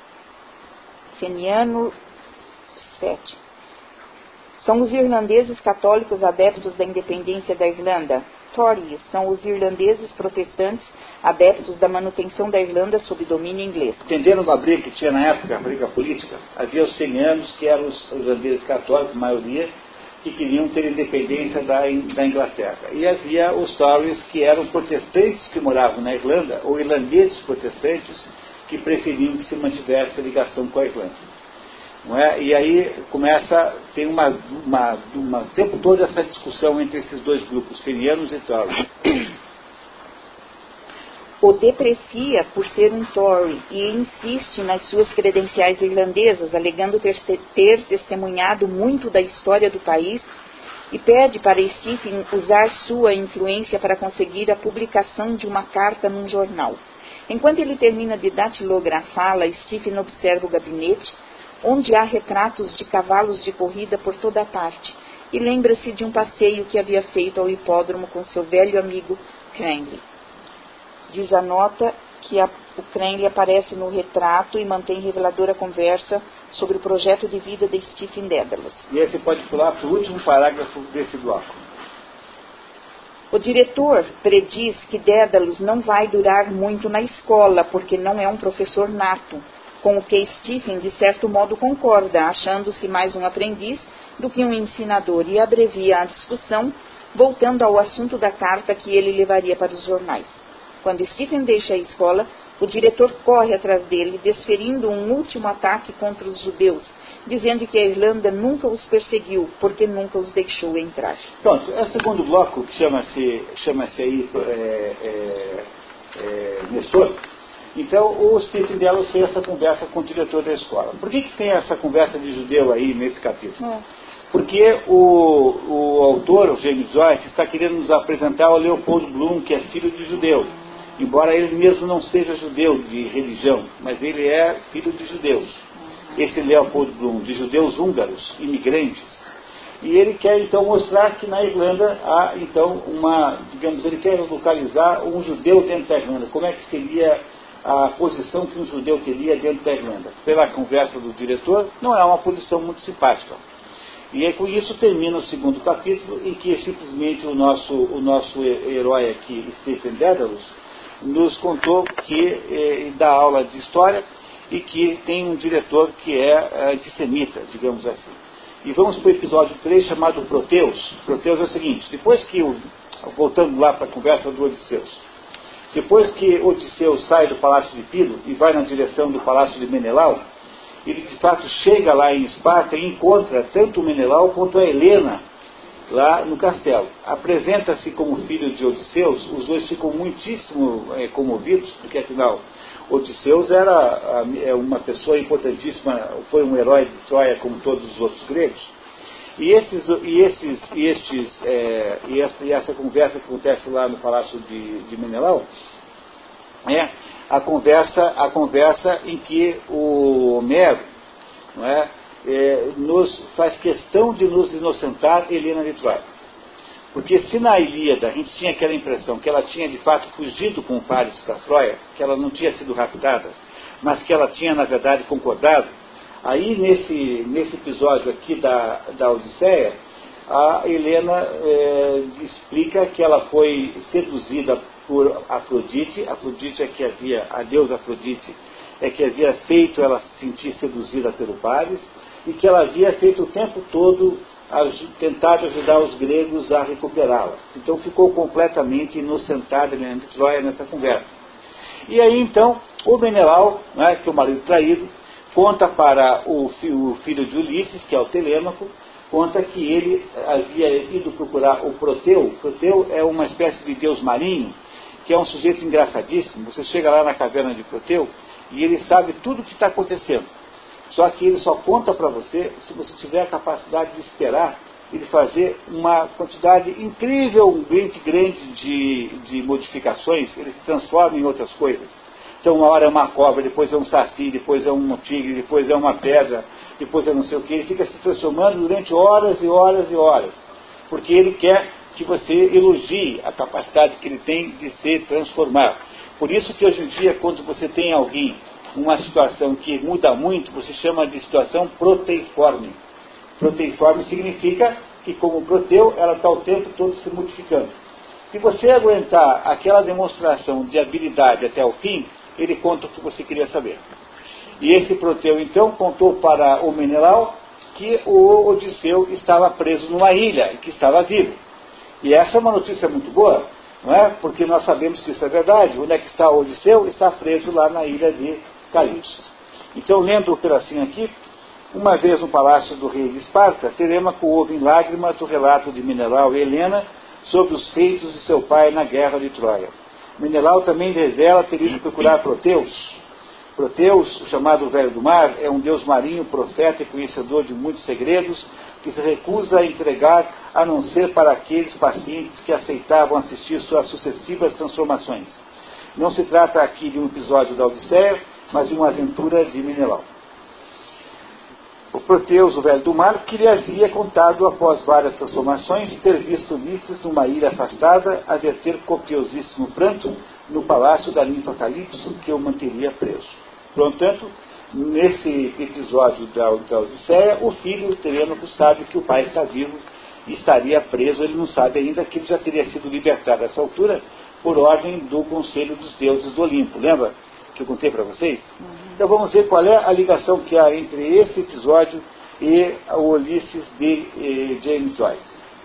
[SPEAKER 3] feniano sete, são os irlandeses católicos adeptos da independência da Irlanda. Tories são os irlandeses protestantes adeptos da manutenção da Irlanda sob domínio inglês.
[SPEAKER 1] Entendendo a briga que tinha na época, a briga política, havia os fenianos, que eram os irlandeses católicos, a maioria, que queriam ter independência da, da Inglaterra. E havia os Tories, que eram protestantes que moravam na Irlanda, ou irlandeses protestantes, que preferiam que se mantivesse a ligação com a Irlanda. Não é? E aí começa, tem uma, uma, uma, o tempo todo essa discussão entre esses dois grupos, fenianos e Tories.
[SPEAKER 3] O deprecia por ser um Tory e insiste nas suas credenciais irlandesas, alegando ter, ter testemunhado muito da história do país, e pede para Stephen usar sua influência para conseguir a publicação de uma carta num jornal. Enquanto ele termina de datilografá-la, Stephen observa o gabinete, onde há retratos de cavalos de corrida por toda a parte, e lembra-se de um passeio que havia feito ao hipódromo com seu velho amigo Cranley. Diz a nota que a, o Cranley aparece no retrato e mantém reveladora conversa sobre o projeto de vida de Stephen Dédalus.
[SPEAKER 1] E aí você pode pular para o último parágrafo desse bloco.
[SPEAKER 3] O diretor prediz que Dédalus não vai durar muito na escola, porque não é um professor nato, com o que Stephen, de certo modo, concorda, achando-se mais um aprendiz do que um ensinador, e abrevia a discussão, voltando ao assunto da carta que ele levaria para os jornais. Quando Stephen deixa a escola, o diretor corre atrás dele, desferindo um último ataque contra os judeus, dizendo que a Irlanda nunca os perseguiu, porque nunca os deixou entrar.
[SPEAKER 1] Pronto, é o segundo bloco, que chama-se chama-se aí é, é, é, Nestor. Então, o Stephen Dédalus fez essa conversa com o diretor da escola. Por que, que tem essa conversa de judeu aí nesse capítulo? É. Porque o, o autor, o James Joyce, está querendo nos apresentar o Leopold Bloom, que é filho de judeu. Embora ele mesmo não seja judeu de religião, mas ele é filho de judeus. Esse Leopold Bloom, de judeus húngaros, imigrantes. E ele quer então mostrar que na Irlanda há então uma, digamos, ele quer localizar um judeu dentro da Irlanda. Como é que seria a posição que um judeu teria dentro da Irlanda? Pela conversa do diretor, não é uma posição muito simpática. E é com isso termina o segundo capítulo, em que simplesmente o nosso, o nosso herói aqui, Stephen Dédalus, nos contou que eh, dá aula de história e que tem um diretor que é antissemita, digamos assim. E vamos para o episódio três, chamado Proteus. Proteus é o seguinte: depois que, o, voltando lá para a conversa do Odisseus, depois que Odisseus sai do palácio de Pilo e vai na direção do palácio de Menelau, ele de fato chega lá em Esparta e encontra tanto o Menelau quanto a Helena lá no castelo. Apresenta-se como filho de Odisseus, os dois ficam muitíssimo é, comovidos, porque afinal Odisseus era é, uma pessoa importantíssima, foi um herói de Troia como todos os outros gregos. E, esses, e, esses, e, estes, é, e, essa, e essa conversa que acontece lá no palácio de, de Menelau, é, a conversa, a conversa em que o Homero, não é, é, nos faz questão de nos inocentar Helena de Troia. Porque se na Ilíada a gente tinha aquela impressão que ela tinha de fato fugido com o Paris para Troia, que ela não tinha sido raptada, mas que ela tinha na verdade concordado, aí nesse, nesse episódio aqui da, da Odisseia, a Helena é, explica que ela foi seduzida por Afrodite. Afrodite é que havia, a deusa Afrodite é que havia feito ela se sentir seduzida pelo Paris, e que ela havia feito o tempo todo tentado ajudar os gregos a recuperá-la. Então ficou completamente inocentada Helena de Troia nessa conversa. E aí então o Menelau, né, que é o marido traído, conta para o, o filho de Ulisses, que é o Telêmaco, conta que ele havia ido procurar o Proteu. Proteu é uma espécie de deus marinho, que é um sujeito engraçadíssimo. Você chega lá na caverna de Proteu e ele sabe tudo o que está acontecendo. Só que ele só conta para você se você tiver a capacidade de esperar ele fazer uma quantidade incrivelmente grande de, de modificações. Ele se transforma em outras coisas. Então uma hora é uma cobra, depois é um saci, depois é um tigre, depois é uma pedra, depois é não sei o que. Ele fica se transformando durante horas e horas e horas. Porque ele quer que você elogie a capacidade que ele tem de se transformar. Por isso que hoje em dia, quando você tem alguém, uma situação que muda muito, você chama de situação proteiforme. Proteiforme significa que, como Proteu, ela está o tempo todo se modificando. Se você aguentar aquela demonstração de habilidade até o fim, ele conta o que você queria saber. E esse Proteu, então, contou para o Menelau que o Odisseu estava preso numa ilha e que estava vivo. E essa é uma notícia muito boa, não é? Porque nós sabemos que isso é verdade. Onde é que está o Odisseu? Está preso lá na ilha de Calypso. Então, lendo o pedacinho aqui, uma vez no palácio do rei de Esparta, Telêmaco ouve em lágrimas o relato de Menelau e Helena sobre os feitos de seu pai na guerra de Troia. Menelau também revela ter ido procurar Proteus. Proteus, o chamado Velho do Mar, é um deus marinho, profeta e conhecedor de muitos segredos, que se recusa a entregar a não ser para aqueles pacientes que aceitavam assistir suas sucessivas transformações. Não se trata aqui de um episódio da Odisseia, mas de uma aventura de Menelau. O Proteus, o Velho do Mar, que lhe havia contado, após várias transformações, ter visto Ulisses numa ilha afastada, a verter copiosíssimo pranto no palácio da ninfa Calypso, que o manteria preso. Portanto, nesse episódio da, da Odisseia, o filho, o Telêmaco, sabe que o pai está vivo e estaria preso. Ele não sabe ainda que ele já teria sido libertado a essa altura por ordem do Conselho dos Deuses do Olimpo. Lembra que eu contei para vocês? Uhum. Então vamos ver qual é a ligação que há entre esse episódio e o Ulisses de eh, James Joyce.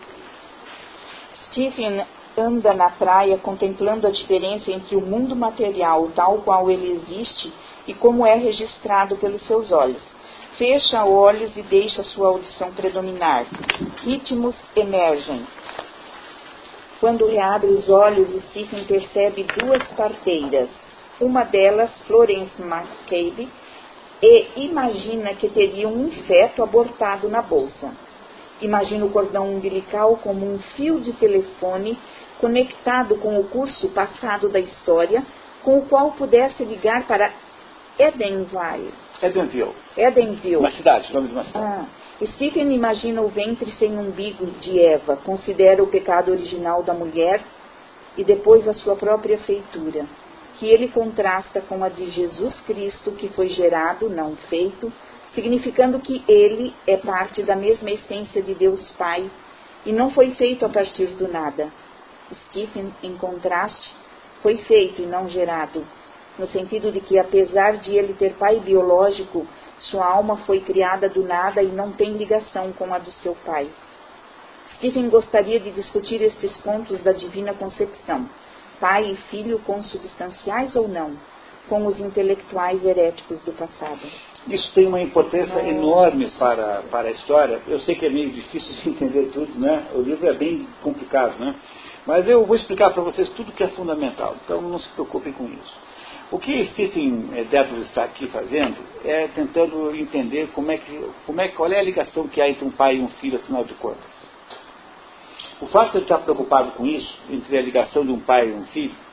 [SPEAKER 3] Stephen anda na praia contemplando a diferença entre o mundo material tal qual ele existe e como é registrado pelos seus olhos. Fecha olhos e deixa sua audição predominar. Ritmos emergem. Quando reabre os olhos, Stephen percebe duas parteiras. Uma delas, Florence McCabe, e imagina que teria um feto abortado na bolsa. Imagina o cordão umbilical como um fio de telefone conectado com o curso passado da história, com o qual pudesse ligar para Edenville.
[SPEAKER 1] Edenville.
[SPEAKER 3] Edenville.
[SPEAKER 1] Uma cidade, nome de uma cidade.
[SPEAKER 3] Ah, Stephen imagina o ventre sem umbigo de Eva, considera o pecado original da mulher e depois a sua própria feitura, que ele contrasta com a de Jesus Cristo, que foi gerado, não feito, significando que ele é parte da mesma essência de Deus Pai e não foi feito a partir do nada. Stephen, em contraste, foi feito e não gerado, no sentido de que, apesar de ele ter pai biológico, sua alma foi criada do nada e não tem ligação com a do seu pai. Stephen gostaria de discutir estes pontos da divina concepção, pai e filho consubstanciais ou não, com os intelectuais heréticos do passado.
[SPEAKER 1] Isso tem uma importância Nossa. enorme para, para a história. Eu sei que é meio difícil de entender tudo, né? O livro é bem complicado, né? Mas eu vou explicar para vocês tudo que é fundamental, então não se preocupem com isso. O que Stephen Dedalus está aqui fazendo é tentando entender como é que, como é, qual é a ligação que há entre um pai e um filho, afinal de contas. O fato de ele estar preocupado com isso, entre a ligação de um pai e um filho,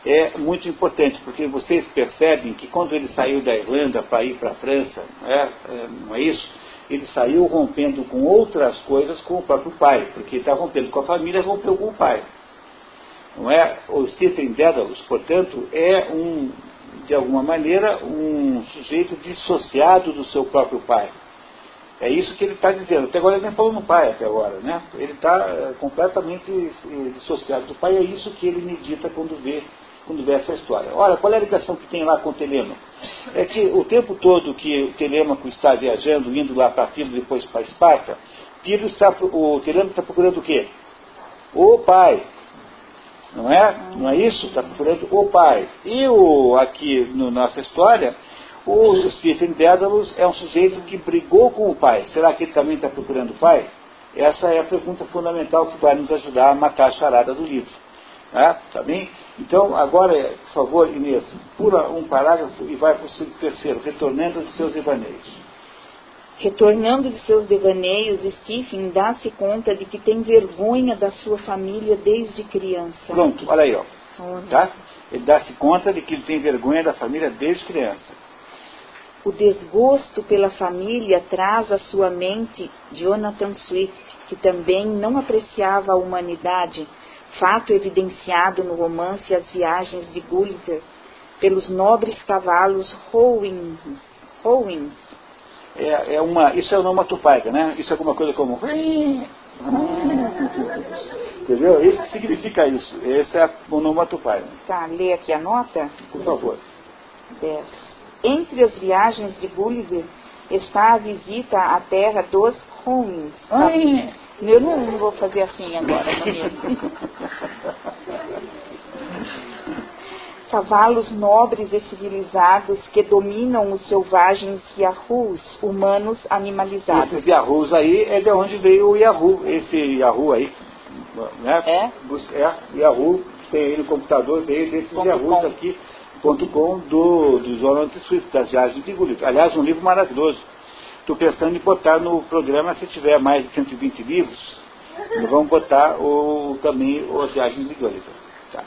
[SPEAKER 1] é muito importante, porque vocês percebem que quando ele saiu da Irlanda para ir para a França, não é, não é isso? Ele saiu rompendo com outras coisas com o próprio pai, porque ele está rompendo com a família, rompeu com o pai. Não é? O Stephen Dedalus, portanto, é um, de alguma maneira, um sujeito dissociado do seu próprio pai. É isso que ele está dizendo. Até agora ele nem falou no pai, até agora, né? Ele está completamente dissociado do pai, é isso que ele medita quando vê, quando vê essa história. Ora, qual é a ligação que tem lá com o Telêmaco? É que o tempo todo que o Telêmaco está viajando, indo lá para Piro, depois para Esparta, Piro está, o Telêmaco está procurando o quê? O pai. Não é? Não é isso? Está procurando o pai. E o, aqui na no nossa história, o Stephen Dedalus é um sujeito que brigou com o pai. Será que ele também está procurando o pai? Essa é a pergunta fundamental que vai nos ajudar a matar a charada do livro. Ah, tá bem? Então, agora, por favor, Inês, pula um parágrafo e vai para o terceiro, retornando de seus devaneios.
[SPEAKER 3] Retornando de seus devaneios, Stephen dá-se conta de que tem vergonha da sua família desde criança.
[SPEAKER 1] Pronto, olha aí, ó. Tá? Ele dá-se conta de que ele tem vergonha da família desde criança.
[SPEAKER 3] O desgosto pela família traz à sua mente Jonathan Swift, que também não apreciava a humanidade, fato evidenciado no romance As Viagens de Gulliver, pelos nobres cavalos Howins. Howins.
[SPEAKER 1] É, é uma, isso é onomatopaica, né? Isso é alguma coisa como... Entendeu? Isso que significa isso. Essa é a onomatopaica.
[SPEAKER 3] Tá, lê aqui a nota.
[SPEAKER 1] Por favor.
[SPEAKER 3] dez. Entre as viagens de Gulliver está a visita à terra dos Howins.
[SPEAKER 1] Ai.
[SPEAKER 3] Eu não, não vou fazer assim agora, não. Cavalos nobres e civilizados que dominam os selvagens Yahoos, humanos animalizados.
[SPEAKER 1] Esses Yahoos aí é de onde veio o Yahoo, esse Yahoo aí. Né?
[SPEAKER 3] É?
[SPEAKER 1] É, Yahoo, tem aí no computador, veio desses Yahoos aqui, ponto com, do, do Jonathan Swift, das viagens de Gulliver. Aliás, um livro maravilhoso. Estou pensando em botar no programa, se tiver mais de cento e vinte livros, vamos botar o, também as viagens de Gulliver. Tá.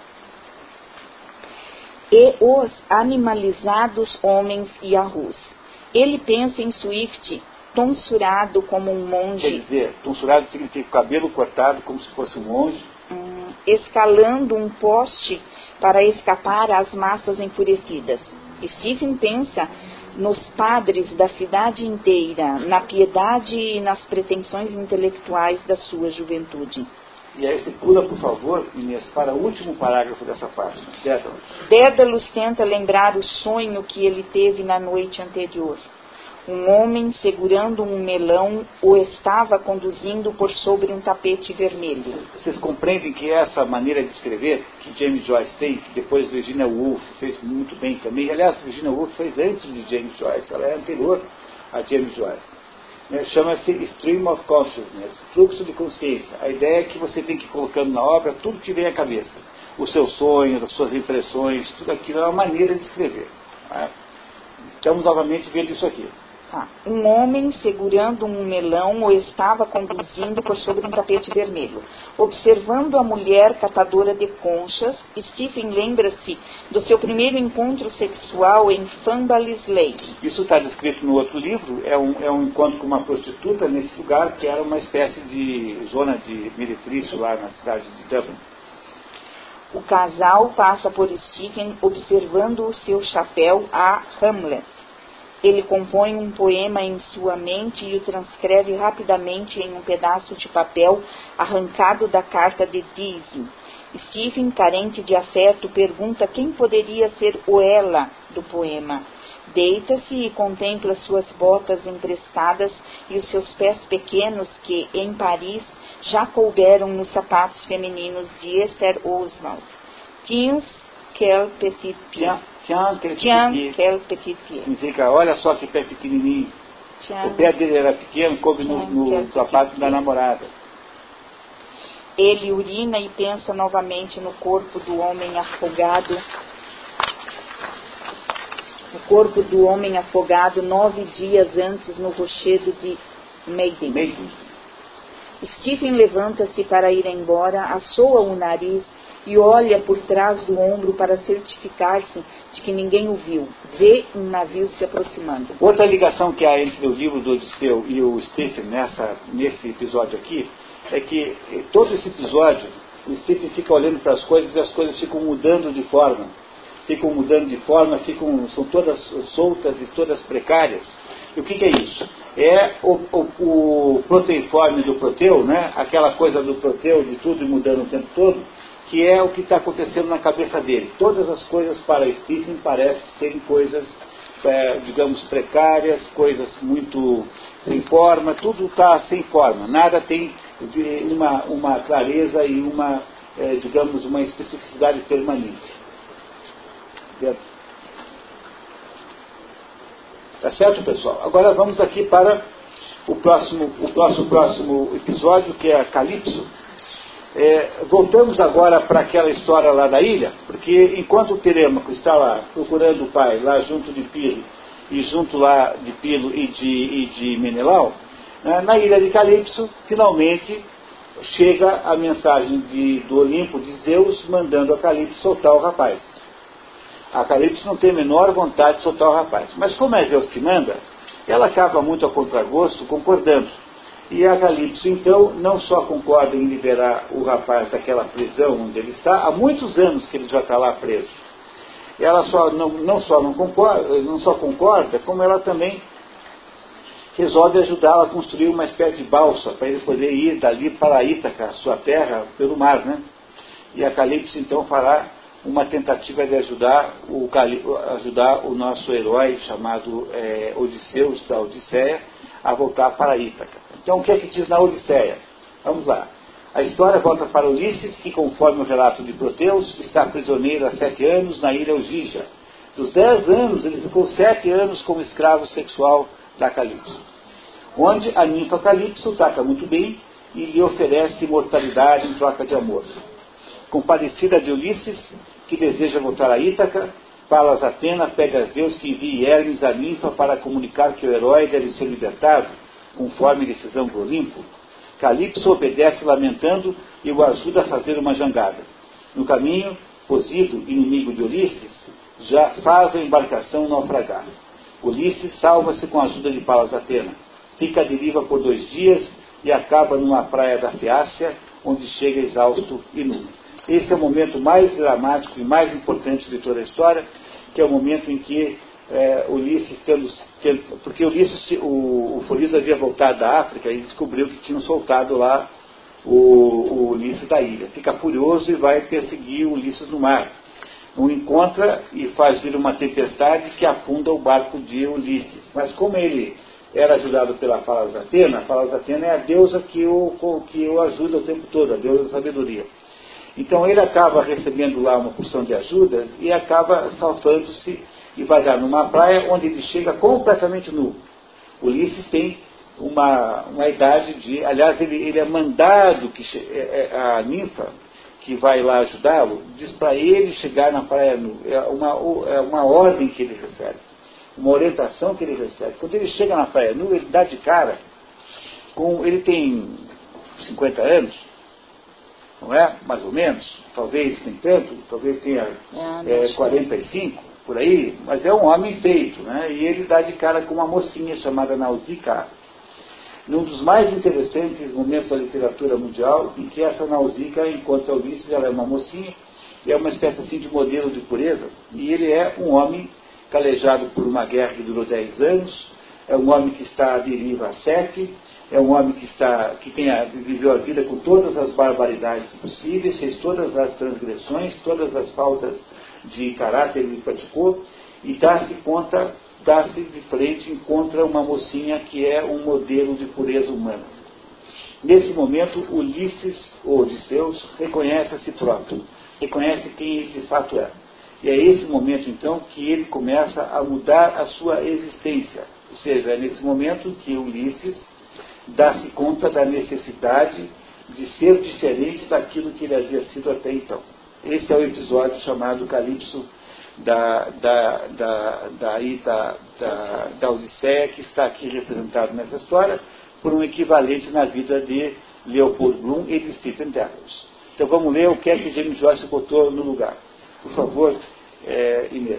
[SPEAKER 3] E os animalizados homens Yahoos. Ele pensa em Swift tonsurado como um monge.
[SPEAKER 1] Quer dizer, tonsurado significa cabelo cortado como se fosse um monge.
[SPEAKER 3] Hum, escalando um poste para escapar às massas enfurecidas. Stephen pensa nos padres da cidade inteira, na piedade e nas pretensões intelectuais da sua juventude.
[SPEAKER 1] E aí você pula, por favor, Inês, para o último parágrafo dessa página. Dédalus.
[SPEAKER 3] Dédalus tenta lembrar o sonho que ele teve na noite anterior. Um homem segurando um melão o estava conduzindo por sobre um tapete vermelho.
[SPEAKER 1] Vocês compreendem que essa maneira de escrever que James Joyce tem, que depois Virginia Woolf fez muito bem também. Aliás, Virginia Woolf fez antes de James Joyce, ela é anterior a James Joyce. Chama-se Stream of Consciousness, fluxo de consciência. A ideia é que você tem que ir colocando na obra tudo que vem à cabeça. Os seus sonhos, as suas impressões, tudo aquilo é uma maneira de escrever. Tá? Estamos novamente vendo isso aqui.
[SPEAKER 3] Tá. Um homem segurando um melão o estava conduzindo por sobre um tapete vermelho. Observando a mulher catadora de conchas, Stephen lembra-se do seu primeiro encontro sexual em Fambalis Lake.
[SPEAKER 1] Isso está descrito no outro livro, é um, é um encontro com uma prostituta nesse lugar, que era uma espécie de zona de meretrício lá na cidade de Dublin.
[SPEAKER 3] O casal passa por Stephen observando o seu chapéu a Hamlet. Ele compõe um poema em sua mente e o transcreve rapidamente em um pedaço de papel arrancado da carta de Deasy. Stephen, carente de afeto, pergunta quem poderia ser o ela do poema. Deita-se e contempla suas botas emprestadas e os seus pés pequenos que, em Paris, já couberam nos sapatos femininos de Esther Oswald. Tiens quel petit pied.
[SPEAKER 1] Tiens,
[SPEAKER 3] quel petit pied.
[SPEAKER 1] Significa, olha só que pé pequenininho.
[SPEAKER 3] Tiens,
[SPEAKER 1] o pé dele era pequeno, coube no, no sapato da namorada.
[SPEAKER 3] Ele urina e pensa novamente no corpo do homem afogado. O corpo do homem afogado nove dias antes no rochedo de Maiden.
[SPEAKER 1] Maiden.
[SPEAKER 3] Stephen levanta-se para ir embora, assoa o nariz e olha por trás do ombro para certificar-se de que ninguém o viu. Vê um navio se aproximando.
[SPEAKER 1] Outra ligação que há entre o livro do Odisseu e o Stephen nessa, nesse episódio aqui é que todo esse episódio o Stephen fica olhando para as coisas e as coisas ficam mudando de forma. Ficam mudando de forma, ficam, são todas soltas e todas precárias. E o que, que é isso? É o, o, o proteiforme do Proteu, né? Aquela coisa do Proteu, de tudo mudando o tempo todo, que é o que está acontecendo na cabeça dele. Todas as coisas para Stephen parecem serem coisas, é, digamos, precárias, coisas muito sem forma, tudo está sem forma, nada tem uma, uma clareza e uma, é, digamos, uma especificidade permanente. Tá certo, pessoal? Agora vamos aqui para o próximo, o próximo, próximo episódio, que é a Calipso. É, voltamos agora para aquela história lá da ilha, porque enquanto o Telêmaco está lá procurando o pai, lá junto de Pilo, e junto lá de Pilo e de, e de Menelau, né, na ilha de Calipso, finalmente chega a mensagem de, do Olimpo de Zeus, mandando a Calipso soltar o rapaz. A Calipso não tem a menor vontade de soltar o rapaz. Mas como é Deus que manda, ela acaba muito a contragosto concordando. E a Calipso, então, não só concorda em liberar o rapaz daquela prisão onde ele está, há muitos anos que ele já está lá preso. Ela só, não, não, só não, concorda, não só concorda, como ela também resolve ajudá-la a construir uma espécie de balsa para ele poder ir dali para Ítaca, sua terra, pelo mar, né? E a Calipso, então, fará uma tentativa de ajudar o, ajudar o nosso herói chamado é, Odisseus, da Odisseia, a voltar para Ítaca. Então, o que é que diz na Odisseia? Vamos lá. A história volta para Ulisses, que, conforme o relato de Proteus, está prisioneiro há sete anos na ilha Ogígia. Dos dez anos, ele ficou sete anos como escravo sexual da Calipso, onde a ninfa Calipso trata muito bem e lhe oferece imortalidade em troca de amor. Compadecida de Ulisses, que deseja voltar a Ítaca, Palas Atena pede a Zeus que envie Hermes a ninfa para comunicar que o herói deve ser libertado, conforme decisão do Olimpo. Calipso obedece lamentando e o ajuda a fazer uma jangada. No caminho, Posido, inimigo de Ulisses, já faz a embarcação naufragar. Ulisses salva-se com a ajuda de Palas Atena. Fica à deriva por dois dias e acaba numa praia da Feácia, onde chega exausto e nu. Esse é o momento mais dramático e mais importante de toda a história, que é o momento em que é, Ulisses, tendo, tendo, porque Ulisses, o, o Folios havia voltado da África e descobriu que tinham soltado lá o, o Ulisses da ilha. Fica furioso e vai perseguir o Ulisses no mar. O encontra e faz vir uma tempestade que afunda o barco de Ulisses. Mas como ele era ajudado pela Palas Atena, a Palas Atena é a deusa que o, que o ajuda o tempo todo, a deusa da sabedoria. Então ele acaba recebendo lá uma porção de ajudas e acaba saltando-se e vai dar numa praia onde ele chega completamente nu. Ulisses tem uma, uma idade de... Aliás, ele, ele é mandado, que a ninfa que vai lá ajudá-lo, diz para ele chegar na praia nu. É uma, é uma ordem que ele recebe, uma orientação que ele recebe. Quando ele chega na praia nu, ele dá de cara com... Ele tem cinquenta anos, não é? Mais ou menos, talvez nem tanto, talvez tenha é, quarenta e cinco, por aí, mas é um homem feito, né? E ele dá de cara com uma mocinha chamada Nausicaa, num dos mais interessantes momentos da literatura mundial, em que essa Nausicaa encontra Ulisses. Ela é uma mocinha, e é uma espécie assim de modelo de pureza, e ele é um homem calejado por uma guerra que durou dez anos, é um homem que está à deriva há sete, é um homem que, está, que tem a, viveu a vida com todas as barbaridades possíveis, fez todas as transgressões, todas as faltas de caráter ele praticou, e dá-se conta, dá-se de frente, encontra uma mocinha que é um modelo de pureza humana. Nesse momento, Ulisses, ou Odisseus, reconhece a si próprio, reconhece quem ele de fato é. E é esse momento, então, que ele começa a mudar a sua existência. Ou seja, é nesse momento que Ulisses dá-se conta da necessidade de ser diferente daquilo que ele havia sido até então. Esse é o episódio chamado Calipso da, da, da, da, da, da, da Odisseia, que está aqui representado nessa história por um equivalente na vida de Leopold Bloom e de Stephen Deleuze. Então vamos ler o que é que James Joyce botou no lugar. Por favor, é, Inês.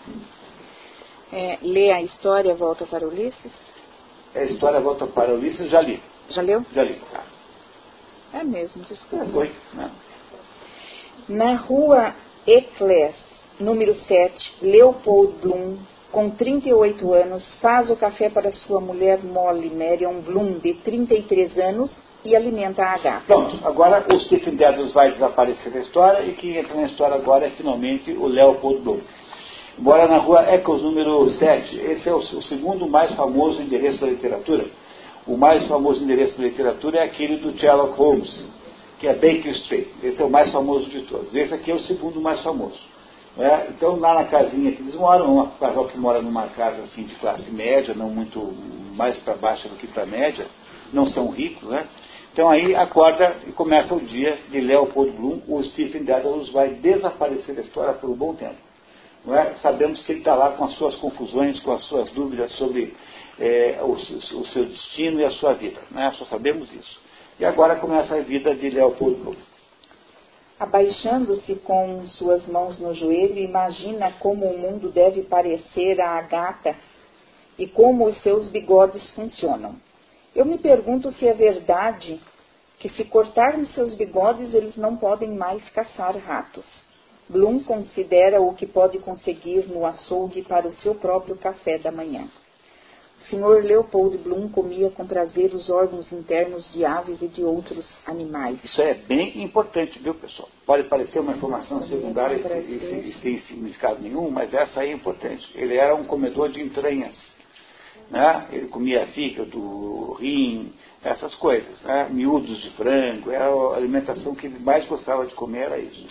[SPEAKER 3] É, lê a história Volta para Ulisses?
[SPEAKER 1] É, a história Volta para Ulisses, já li.
[SPEAKER 3] Já leu?
[SPEAKER 1] Já li.
[SPEAKER 3] É mesmo, desculpa.
[SPEAKER 1] Foi? Não.
[SPEAKER 3] Na rua Eclés, número sete, Leopold Bloom, com trinta e oito anos, faz o café para sua mulher Molly Marion Bloom, de trinta e três anos, e alimenta a gata.
[SPEAKER 1] Pronto, agora o Stephen Dedalus vai desaparecer da história, e quem entra na história agora é finalmente o Leopold Bloom. Mora na rua Eccles, número sete. Esse é o, o segundo mais famoso endereço da literatura. O mais famoso endereço da literatura é aquele do Sherlock Holmes, que é Baker Street. Esse é o mais famoso de todos. Esse aqui é o segundo mais famoso. É? Então, lá na casinha que eles moram, um casal que mora numa casa assim, de classe média, não muito mais para baixo do que para média, não são ricos, né? Então aí acorda e começa o dia de Leopold Bloom. O Stephen Dedalus vai desaparecer da história por um bom tempo. Não é? Sabemos que ele está lá com as suas confusões, com as suas dúvidas sobre é, o, o seu destino e a sua vida. Não é? Só sabemos isso. E agora começa a vida de Leopold Bloom.
[SPEAKER 3] Abaixando-se com suas mãos no joelho, imagina como o mundo deve parecer à gata e como os seus bigodes funcionam. Eu me pergunto se é verdade que, se cortarmos seus bigodes, eles não podem mais caçar ratos. Bloom considera o que pode conseguir no açougue para o seu próprio café da manhã. O senhor Leopold Bloom comia com prazer os órgãos internos de aves e de outros animais.
[SPEAKER 1] Isso é bem importante, viu, pessoal? Pode parecer uma informação secundária e, e, e sem significado nenhum, mas essa aí é importante. Ele era um comedor de entranhas. Né? Ele comia fígado, rim, essas coisas. Né? Miúdos de frango. Era a alimentação que ele mais gostava de comer, era isso.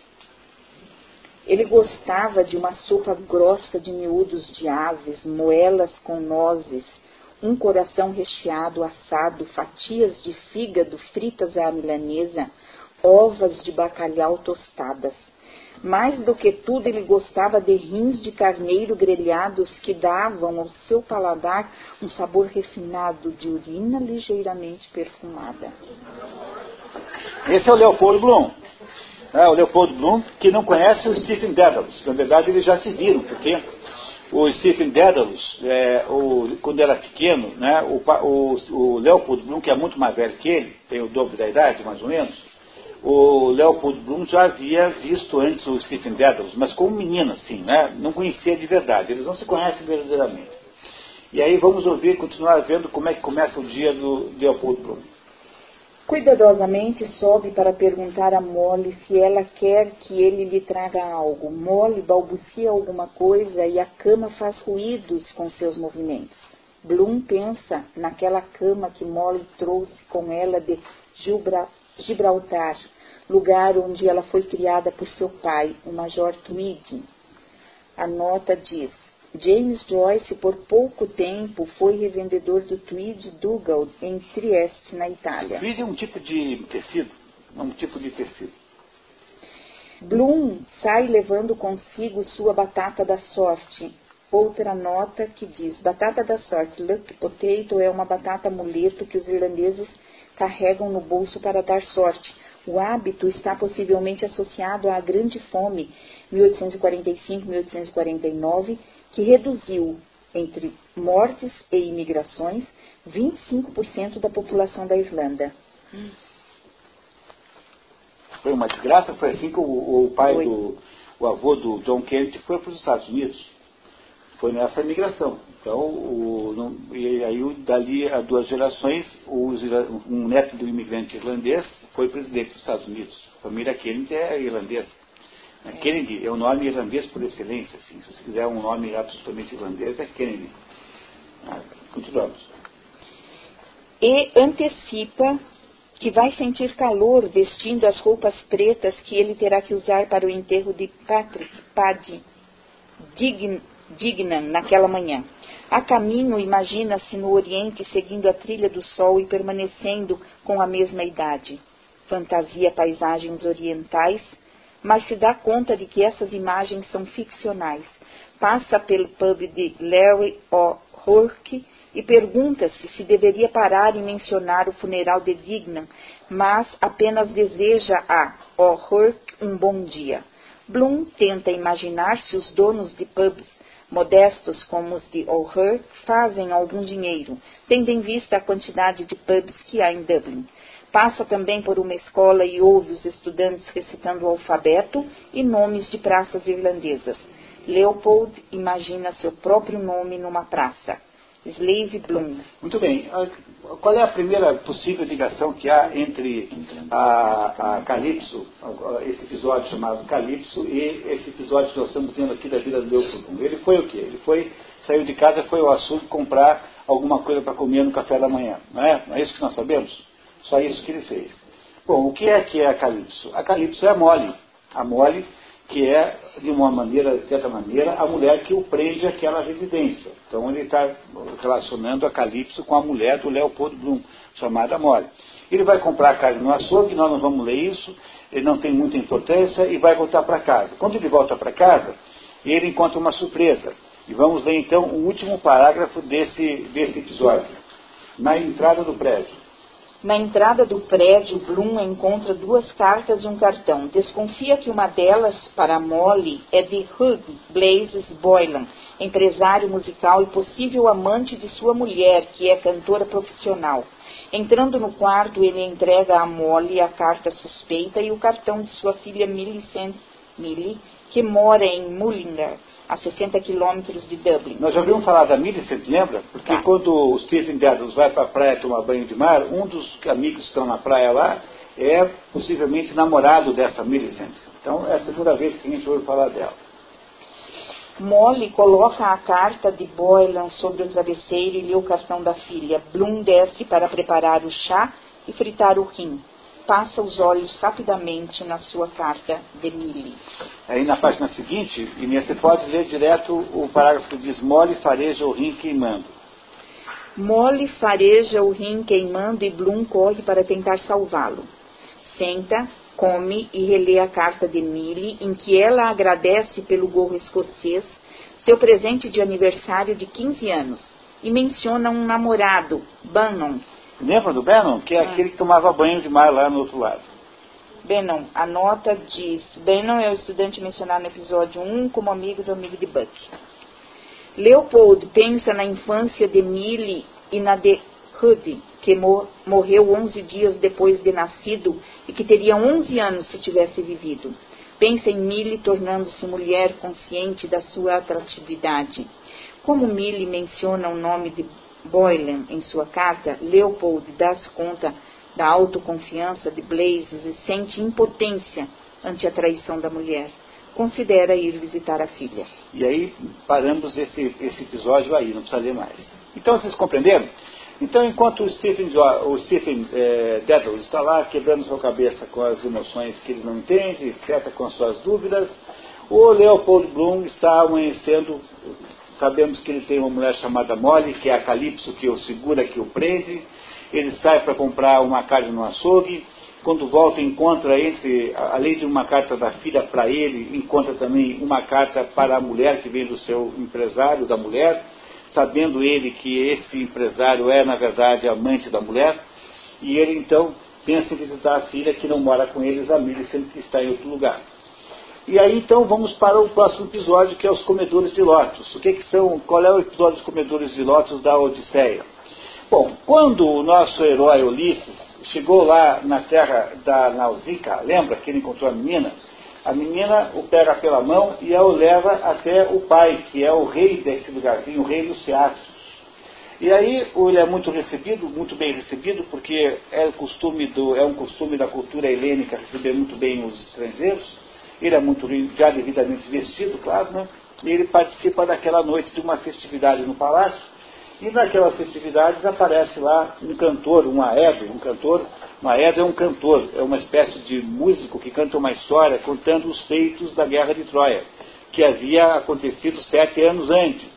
[SPEAKER 3] Ele gostava de uma sopa grossa de miúdos de aves, moelas com nozes, um coração recheado assado, fatias de fígado fritas à milanesa, ovas de bacalhau tostadas. Mais do que tudo, ele gostava de rins de carneiro grelhados que davam ao seu paladar um sabor refinado de urina ligeiramente perfumada.
[SPEAKER 1] Esse é o Leopold Bloom. É, o Leopold Bloom, que não conhece o Stephen Dedalus. Na verdade, eles já se viram, porque o Stephen Dedalus, é, o, quando era pequeno, né, o, o, o Leopold Bloom, que é muito mais velho que ele, tem o dobro da idade, mais ou menos, o Leopold Bloom já havia visto antes o Stephen Dedalus, mas como menino, assim, né, não conhecia de verdade. Eles não se conhecem verdadeiramente. E aí vamos ouvir, continuar vendo como é que começa o dia do Leopold Bloom.
[SPEAKER 3] Cuidadosamente sobe para perguntar a Molly se ela quer que ele lhe traga algo. Molly balbucia alguma coisa e a cama faz ruídos com seus movimentos. Bloom pensa naquela cama que Molly trouxe com ela de Gibraltar, lugar onde ela foi criada por seu pai, o Major Tweed. A nota diz: James Joyce, por pouco tempo, foi revendedor do Tweed Dougal em Trieste, na Itália.
[SPEAKER 1] Tweed é um tipo de tecido, é um tipo de tecido.
[SPEAKER 3] Bloom sai levando consigo sua batata da sorte. Outra nota que diz: batata da sorte, luck potato, é uma batata amuleto que os irlandeses carregam no bolso para dar sorte. O hábito está possivelmente associado à Grande Fome, mil oitocentos e quarenta e cinco a mil oitocentos e quarenta e nove, que reduziu, entre mortes e imigrações, vinte e cinco por cento da população da Irlanda.
[SPEAKER 1] Foi uma desgraça, foi assim que o, o pai
[SPEAKER 3] foi.
[SPEAKER 1] do o avô do John Kennedy foi para os Estados Unidos. Foi nessa imigração. Então, o, não, e aí dali a duas gerações, os, um neto do imigrante irlandês foi presidente dos Estados Unidos. A família Kennedy é irlandesa. É. Kennedy é um nome irlandês por excelência. Assim. Se você quiser um nome absolutamente irlandês, é Kennedy. Ah, continuamos.
[SPEAKER 3] E antecipa que vai sentir calor vestindo as roupas pretas que ele terá que usar para o enterro de Patrick Paddy Dign, Dignan naquela manhã. A caminho, imagina-se no Oriente seguindo a trilha do sol e permanecendo com a mesma idade. Fantasia paisagens orientais, mas se dá conta de que essas imagens são ficcionais. Passa pelo pub de Larry O'Rourke e pergunta-se se deveria parar e mencionar o funeral de Dignan, mas apenas deseja a O'Rourke um bom dia. Bloom tenta imaginar se os donos de pubs modestos como os de O'Rourke fazem algum dinheiro, tendo em vista a quantidade de pubs que há em Dublin. Passa também por uma escola e ouve os estudantes recitando o alfabeto e nomes de praças irlandesas. Leopold imagina seu próprio nome numa praça. Slave Bloom.
[SPEAKER 1] Muito bem. Qual é a primeira possível ligação que há entre a, a Calypso, esse episódio chamado Calypso, e esse episódio que nós estamos vendo aqui da vida do Leopold Bloom? Ele foi o quê? Ele foi, saiu de casa, foi ao açougue comprar alguma coisa para comer no café da manhã. Não é? Não é isso que nós sabemos? Só isso que ele fez. Bom, o que é que é a Calypso? A Calypso é a Molly. A Molly, que é, de uma maneira, de certa maneira, a mulher que o prende àquela residência. Então ele está relacionando a Calypso com a mulher do Leopold Bloom, chamada Molly. Ele vai comprar a carne no açougue, nós não vamos ler isso, ele não tem muita importância, e vai voltar para casa. Quando ele volta para casa, ele encontra uma surpresa. E vamos ler então o último parágrafo desse, desse episódio. Na entrada do prédio.
[SPEAKER 3] Na entrada do prédio, Bloom encontra duas cartas e um cartão. Desconfia que uma delas, para Molly, é de Hugh Blazes Boylan, empresário musical e possível amante de sua mulher, que é cantora profissional. Entrando no quarto, ele entrega a Molly a carta suspeita e o cartão de sua filha Millicent Millie, que mora em Mullingar, a sessenta quilômetros de Dublin.
[SPEAKER 1] Nós já ouvimos falar da Millicent, lembra? Porque
[SPEAKER 3] tá.
[SPEAKER 1] Quando o Stephen Dedalus vai para a praia tomar banho de mar, um dos amigos que estão na praia lá é possivelmente namorado dessa Millicent. Então é a segunda vez que a gente ouve falar dela.
[SPEAKER 3] Molly coloca a carta de Boylan sobre o travesseiro e lê o cartão da filha. Bloom desce para preparar o chá e fritar o rim. Passa os olhos rapidamente na sua carta de Millie.
[SPEAKER 1] Aí na página seguinte, Inês, você pode ler direto o parágrafo que diz: Molly fareja o rim queimando.
[SPEAKER 3] Molly fareja o rim queimando e Bloom corre para tentar salvá-lo. Senta, come e relê a carta de Millie, em que ela agradece pelo gorro escocês, seu presente de aniversário de quinze anos, e menciona um namorado, Bannon.
[SPEAKER 1] Lembra do Bannon? Que é
[SPEAKER 3] Ah.
[SPEAKER 1] aquele que tomava banho de mar lá no outro lado.
[SPEAKER 3] Bannon, a nota diz: Bannon é o estudante mencionado no episódio um como amigo do amigo de Buck. Leopold pensa na infância de Millie e na de Rudy, que mor- morreu onze dias depois de nascido e que teria onze anos se tivesse vivido. Pensa em Millie tornando-se mulher consciente da sua atratividade. Como Millie menciona o nome de Boylan em sua carta, Leopold dá-se conta da autoconfiança de Blazes e sente impotência ante a traição da mulher. Considera ir visitar a filha.
[SPEAKER 1] E aí paramos esse, esse episódio aí, não precisa ler mais. Então vocês compreenderam? Então enquanto o Stephen, o Stephen é, Dedalus está lá quebrando sua cabeça com as emoções que ele não entende, trata com as suas dúvidas, o Leopold Bloom está amanhecendo. Sabemos que ele tem uma mulher chamada Molly, que é a Calypso, que o segura, que o prende. Ele sai para comprar uma carne no açougue. Quando volta, encontra, entre, além de uma carta da filha para ele, encontra também uma carta para a mulher que vem do seu empresário, da mulher, sabendo ele que esse empresário é, na verdade, amante da mulher. E ele, então, pensa em visitar a filha que não mora com eles, a Millicent, que está em outro lugar. E aí, então, vamos para o próximo episódio, que é os comedores de lótus. O que, que são, qual é o episódio dos comedores de lótus da Odisseia? Bom, quando o nosso herói Ulisses chegou lá na terra da Nausicaa, lembra que ele encontrou a menina? A menina o pega pela mão e a o leva até o pai, que é o rei desse lugarzinho, o rei dos Feácios. E aí ele é muito recebido, muito bem recebido, porque é, costume do, é um costume da cultura helênica receber muito bem os estrangeiros. Ele é muito já devidamente vestido, claro, né? E ele participa daquela noite de uma festividade no palácio. E naquelas festividades aparece lá um cantor, um aedo, um cantor. Um aedo é um cantor, é uma espécie de músico que canta uma história contando os feitos da Guerra de Troia, que havia acontecido sete anos antes.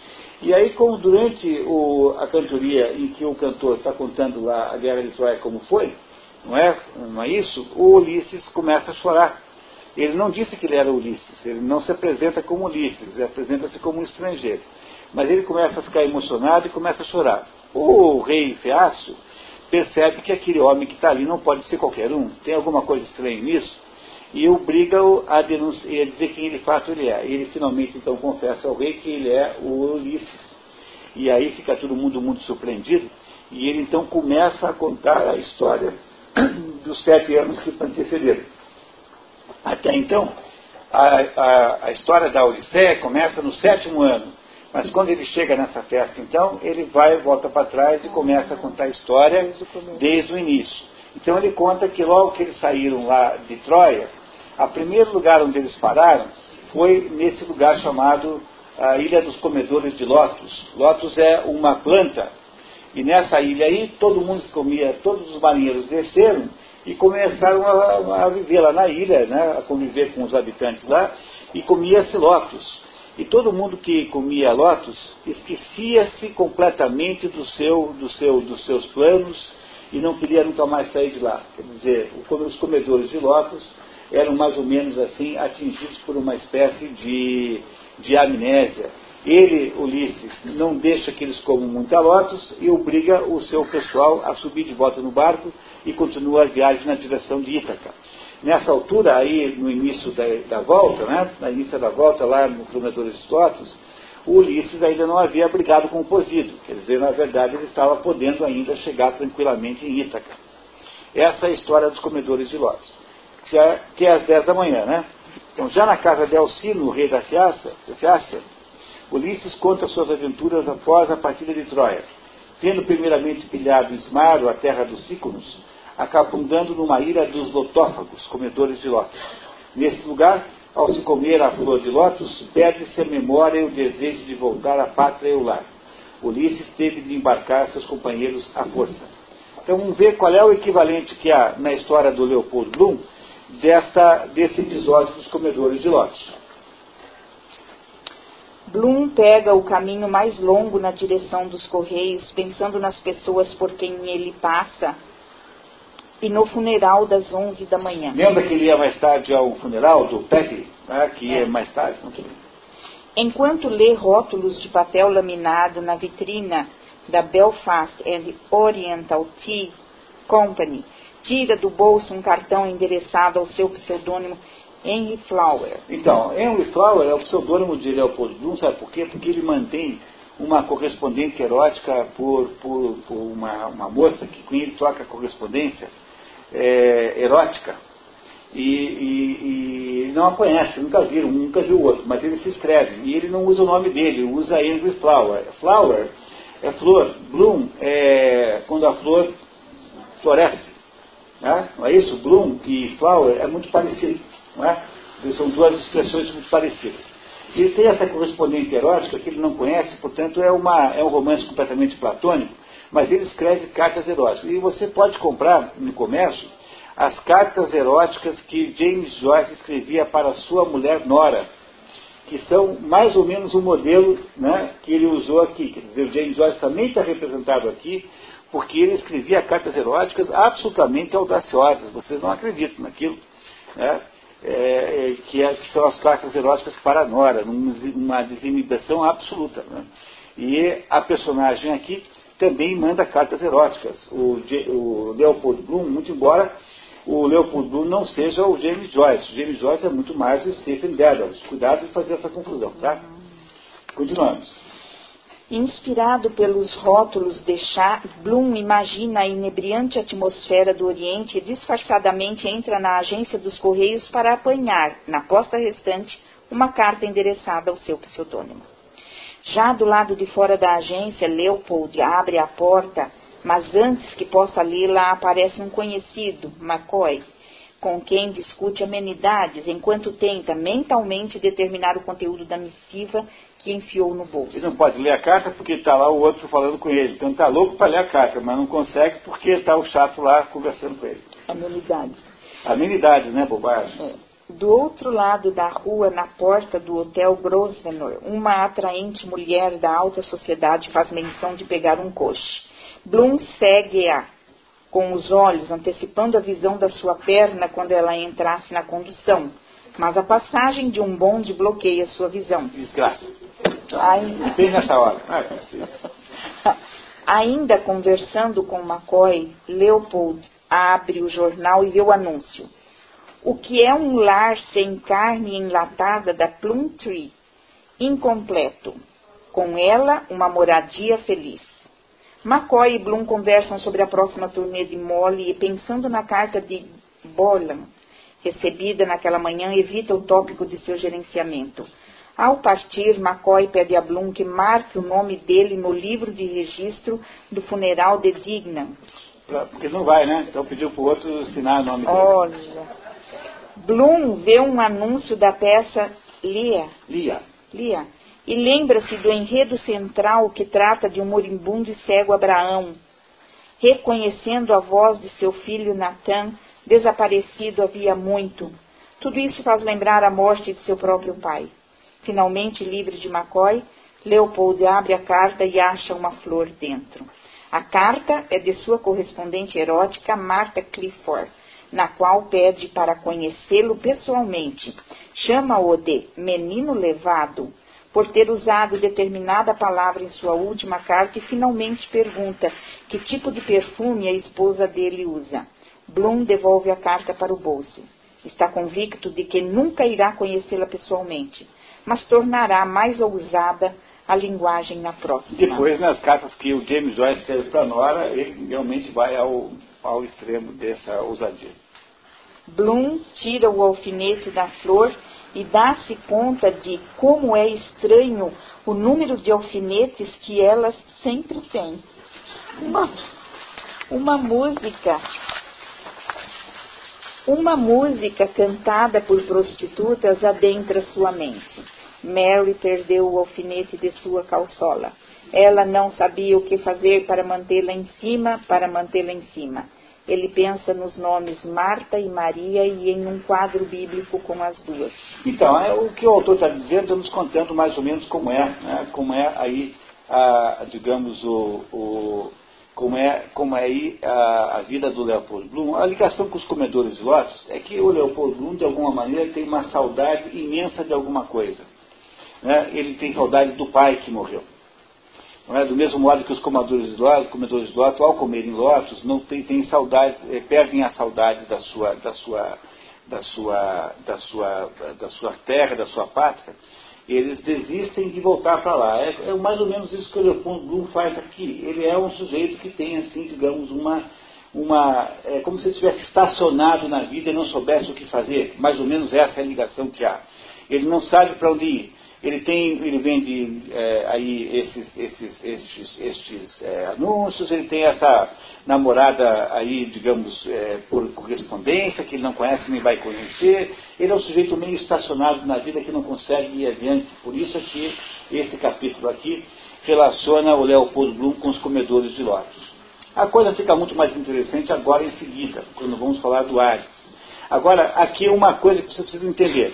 [SPEAKER 1] E aí, como durante o, a cantoria em que o cantor está contando lá a Guerra de Troia como foi, não é, não é isso? O Ulisses começa a chorar. Ele não disse que ele era Ulisses, ele não se apresenta como Ulisses, ele apresenta-se como um estrangeiro. Mas ele começa a ficar emocionado e começa a chorar. O rei Feácio percebe que aquele homem que está ali não pode ser qualquer um, tem alguma coisa estranha nisso, e obriga-o a, denunciar, a dizer quem de fato ele é. E ele finalmente então confessa ao rei que ele é o Ulisses. E aí fica todo mundo muito surpreendido, e ele então começa a contar a história dos sete anos que antecederam. Até então, a, a, a história da Odisseia começa no sétimo ano, mas quando ele chega nessa festa, então, ele vai, volta para trás e começa a contar a história desde o início. Então ele conta que logo que eles saíram lá de Troia, o primeiro lugar onde eles pararam foi nesse lugar chamado a Ilha dos Comedores de Lótus. Lótus é uma planta, e nessa ilha aí todo mundo que comia, todos os marinheiros desceram e começaram a, a viver lá na ilha, né, a conviver com os habitantes lá, e comia-se lótus. E todo mundo que comia lótus esquecia-se completamente do seu, do seu, dos seus planos e não queria nunca mais sair de lá. Quer dizer, os comedores de lótus eram mais ou menos assim atingidos por uma espécie de, de amnésia. Ele, Ulisses, não deixa que eles comam muita lótus e obriga o seu pessoal a subir de volta no barco e continua a viagem na direção de Ítaca. Nessa altura, aí no início da, da volta, né, no início da volta lá no Comedores de Lótus, o Ulisses ainda não havia brigado com o Posídio. Quer dizer, na verdade, ele estava podendo ainda chegar tranquilamente em Ítaca. Essa é a história dos Comedores de Lótus, que é, que é às dez da manhã, né? Então, já na casa de Alcino, o rei da Fiácia, Ulisses conta suas aventuras após a partida de Troia. Tendo primeiramente pilhado Ismaro, a terra dos Síconos, acabundando numa ilha dos lotófagos, comedores de lótus. Nesse lugar, ao se comer a flor de lótus, perde-se a memória e o desejo de voltar à pátria e ao lar. Ulisses teve de embarcar seus companheiros à força. Então vamos ver qual é o equivalente que há na história do Leopold Bloom desta, desse episódio dos comedores de lótus.
[SPEAKER 3] Bloom pega o caminho mais longo na direção dos Correios, pensando nas pessoas por quem ele passa, e no funeral das onze da manhã.
[SPEAKER 1] Lembra que ele ia mais tarde ao funeral do Petty, né, que é. ia mais tarde? Muito bem.
[SPEAKER 3] Enquanto lê rótulos de papel laminado na vitrina da Belfast and Oriental Tea Company, tira do bolso um cartão endereçado ao seu pseudônimo Henry Flower.
[SPEAKER 1] Então, Henry Flower é o pseudônimo de Leopold Bloom, sabe por quê? Porque ele mantém uma correspondência erótica por, por, por uma, uma moça que com ele troca correspondência é, erótica. E, e, e não a conhece, nunca viram, um nunca viu o outro, mas ele se escreve. E ele não usa o nome dele, usa Henry Flower. Flower é flor, Bloom é quando a flor floresce. Né? Não é isso? Bloom e Flower é muito parecido. Não é? São duas expressões muito parecidas. Ele tem essa correspondente erótica que ele não conhece, portanto é, uma, é um romance completamente platônico, mas ele escreve cartas eróticas. E você pode comprar no comércio as cartas eróticas que James Joyce escrevia para sua mulher Nora, que são mais ou menos o modelo, né, que ele usou aqui. Quer dizer, o James Joyce também está representado aqui, porque ele escrevia cartas eróticas absolutamente audaciosas. Vocês não acreditam naquilo, né? É, que, é, que são as cartas eróticas para a Nora, numa desinibição absoluta. Né? E a personagem aqui também manda cartas eróticas. O, o Leopold Bloom, muito embora o Leopold Bloom não seja o James Joyce. O James Joyce é muito mais o Stephen Dedalus. Cuidado de fazer essa confusão, tá? Continuamos.
[SPEAKER 3] Inspirado pelos rótulos de chá, Bloom imagina a inebriante atmosfera do Oriente e disfarçadamente entra na agência dos Correios para apanhar, na posta restante, uma carta endereçada ao seu pseudônimo. Já do lado de fora da agência, Leopold abre a porta, mas antes que possa lê-la aparece um conhecido, McCoy, com quem discute amenidades enquanto tenta mentalmente determinar o conteúdo da missiva que enfiou no bolso.
[SPEAKER 1] Ele não pode ler a carta porque está lá o outro falando com ele. Então está louco para ler a carta, mas não consegue porque está o chato lá conversando com ele.
[SPEAKER 3] Amenidades.
[SPEAKER 1] Amenidades, né, bobagem?
[SPEAKER 3] É. Do outro lado da rua, na porta do Hotel Grosvenor, uma atraente mulher da alta sociedade faz menção de pegar um coche. Bloom segue-a com os olhos, antecipando a visão da sua perna quando ela entrasse na condução. Mas a passagem de um bonde bloqueia sua visão.
[SPEAKER 1] Desgraça.
[SPEAKER 3] Ainda...
[SPEAKER 1] Bem nessa hora. Ah, é
[SPEAKER 3] Ainda conversando com McCoy, Leopold abre o jornal e vê o anúncio. O que é um lar sem carne enlatada da Plumtree? Incompleto. Com ela, uma moradia feliz. McCoy e Bloom conversam sobre a próxima turnê de Molly e, pensando na carta de Borland, recebida naquela manhã, evita o tópico de seu gerenciamento. Ao partir, McCoy pede a Bloom que marque o nome dele no livro de registro do funeral de Dignam.
[SPEAKER 1] Porque não vai, né? Então pediu para o outro assinar o nome dele.
[SPEAKER 3] Olha. Bloom vê um anúncio da peça Lia.
[SPEAKER 1] Lia.
[SPEAKER 3] Lia. E lembra-se do enredo central que trata de um moribundo e cego Abraão, reconhecendo a voz de seu filho Natan, desaparecido havia muito. Tudo isso faz lembrar a morte de seu próprio pai. Finalmente, livre de McCoy, Leopold abre a carta e acha uma flor dentro. A carta é de sua correspondente erótica, Martha Clifford, na qual pede para conhecê-lo pessoalmente. Chama-o de menino levado, por ter usado determinada palavra em sua última carta, e finalmente pergunta que tipo de perfume a esposa dele usa. Bloom devolve a carta para o bolso. Está convicto de que nunca irá conhecê-la pessoalmente, mas tornará mais ousada a linguagem na próxima.
[SPEAKER 1] Depois, nas cartas que o James Joyce escreve para Nora, ele realmente vai ao, ao extremo dessa ousadia.
[SPEAKER 3] Bloom tira o alfinete da flor e dá-se conta de como é estranho o número de alfinetes que elas sempre têm. Uma, uma música... Uma música cantada por prostitutas adentra sua mente. Mary perdeu o alfinete de sua calçola. Ela não sabia o que fazer para mantê-la em cima, para mantê-la em cima. Ele pensa nos nomes Marta e Maria e em um quadro bíblico com as duas.
[SPEAKER 1] Então, é, o que o autor está dizendo, nos contando mais ou menos como é, né, como é aí, a, digamos, o... o como é, como é aí a, a vida do Leopold Bloom. A ligação com os comedores de lotos é que o Leopold Bloom, de alguma maneira, tem uma saudade imensa de alguma coisa. Né? Ele tem saudade do pai que morreu. Não é? Do mesmo modo que os comedores de lotos, comedores de lotos ao comerem lotos, não tem, tem saudade, eh, perdem a saudade da sua, da sua, da sua, da sua, da sua terra, da sua pátria. Eles desistem de voltar para lá. É, é mais ou menos isso que o Leopold Bloom faz aqui. Ele é um sujeito que tem, assim, digamos, uma... uma é como se ele estivesse estacionado na vida e não soubesse o que fazer. Mais ou menos essa é a ligação que há. Ele não sabe para onde ir. Ele tem, ele vende é, aí esses, esses, estes, estes é, anúncios, ele tem essa namorada aí, digamos, é, por correspondência, que ele não conhece nem vai conhecer. Ele é um sujeito meio estacionado na vida que não consegue ir adiante. Por isso é que esse capítulo aqui relaciona o Leopold Bloom com os comedores de lotos. A coisa fica muito mais interessante agora em seguida, quando vamos falar do Hades. Agora, aqui uma coisa que você precisa entender.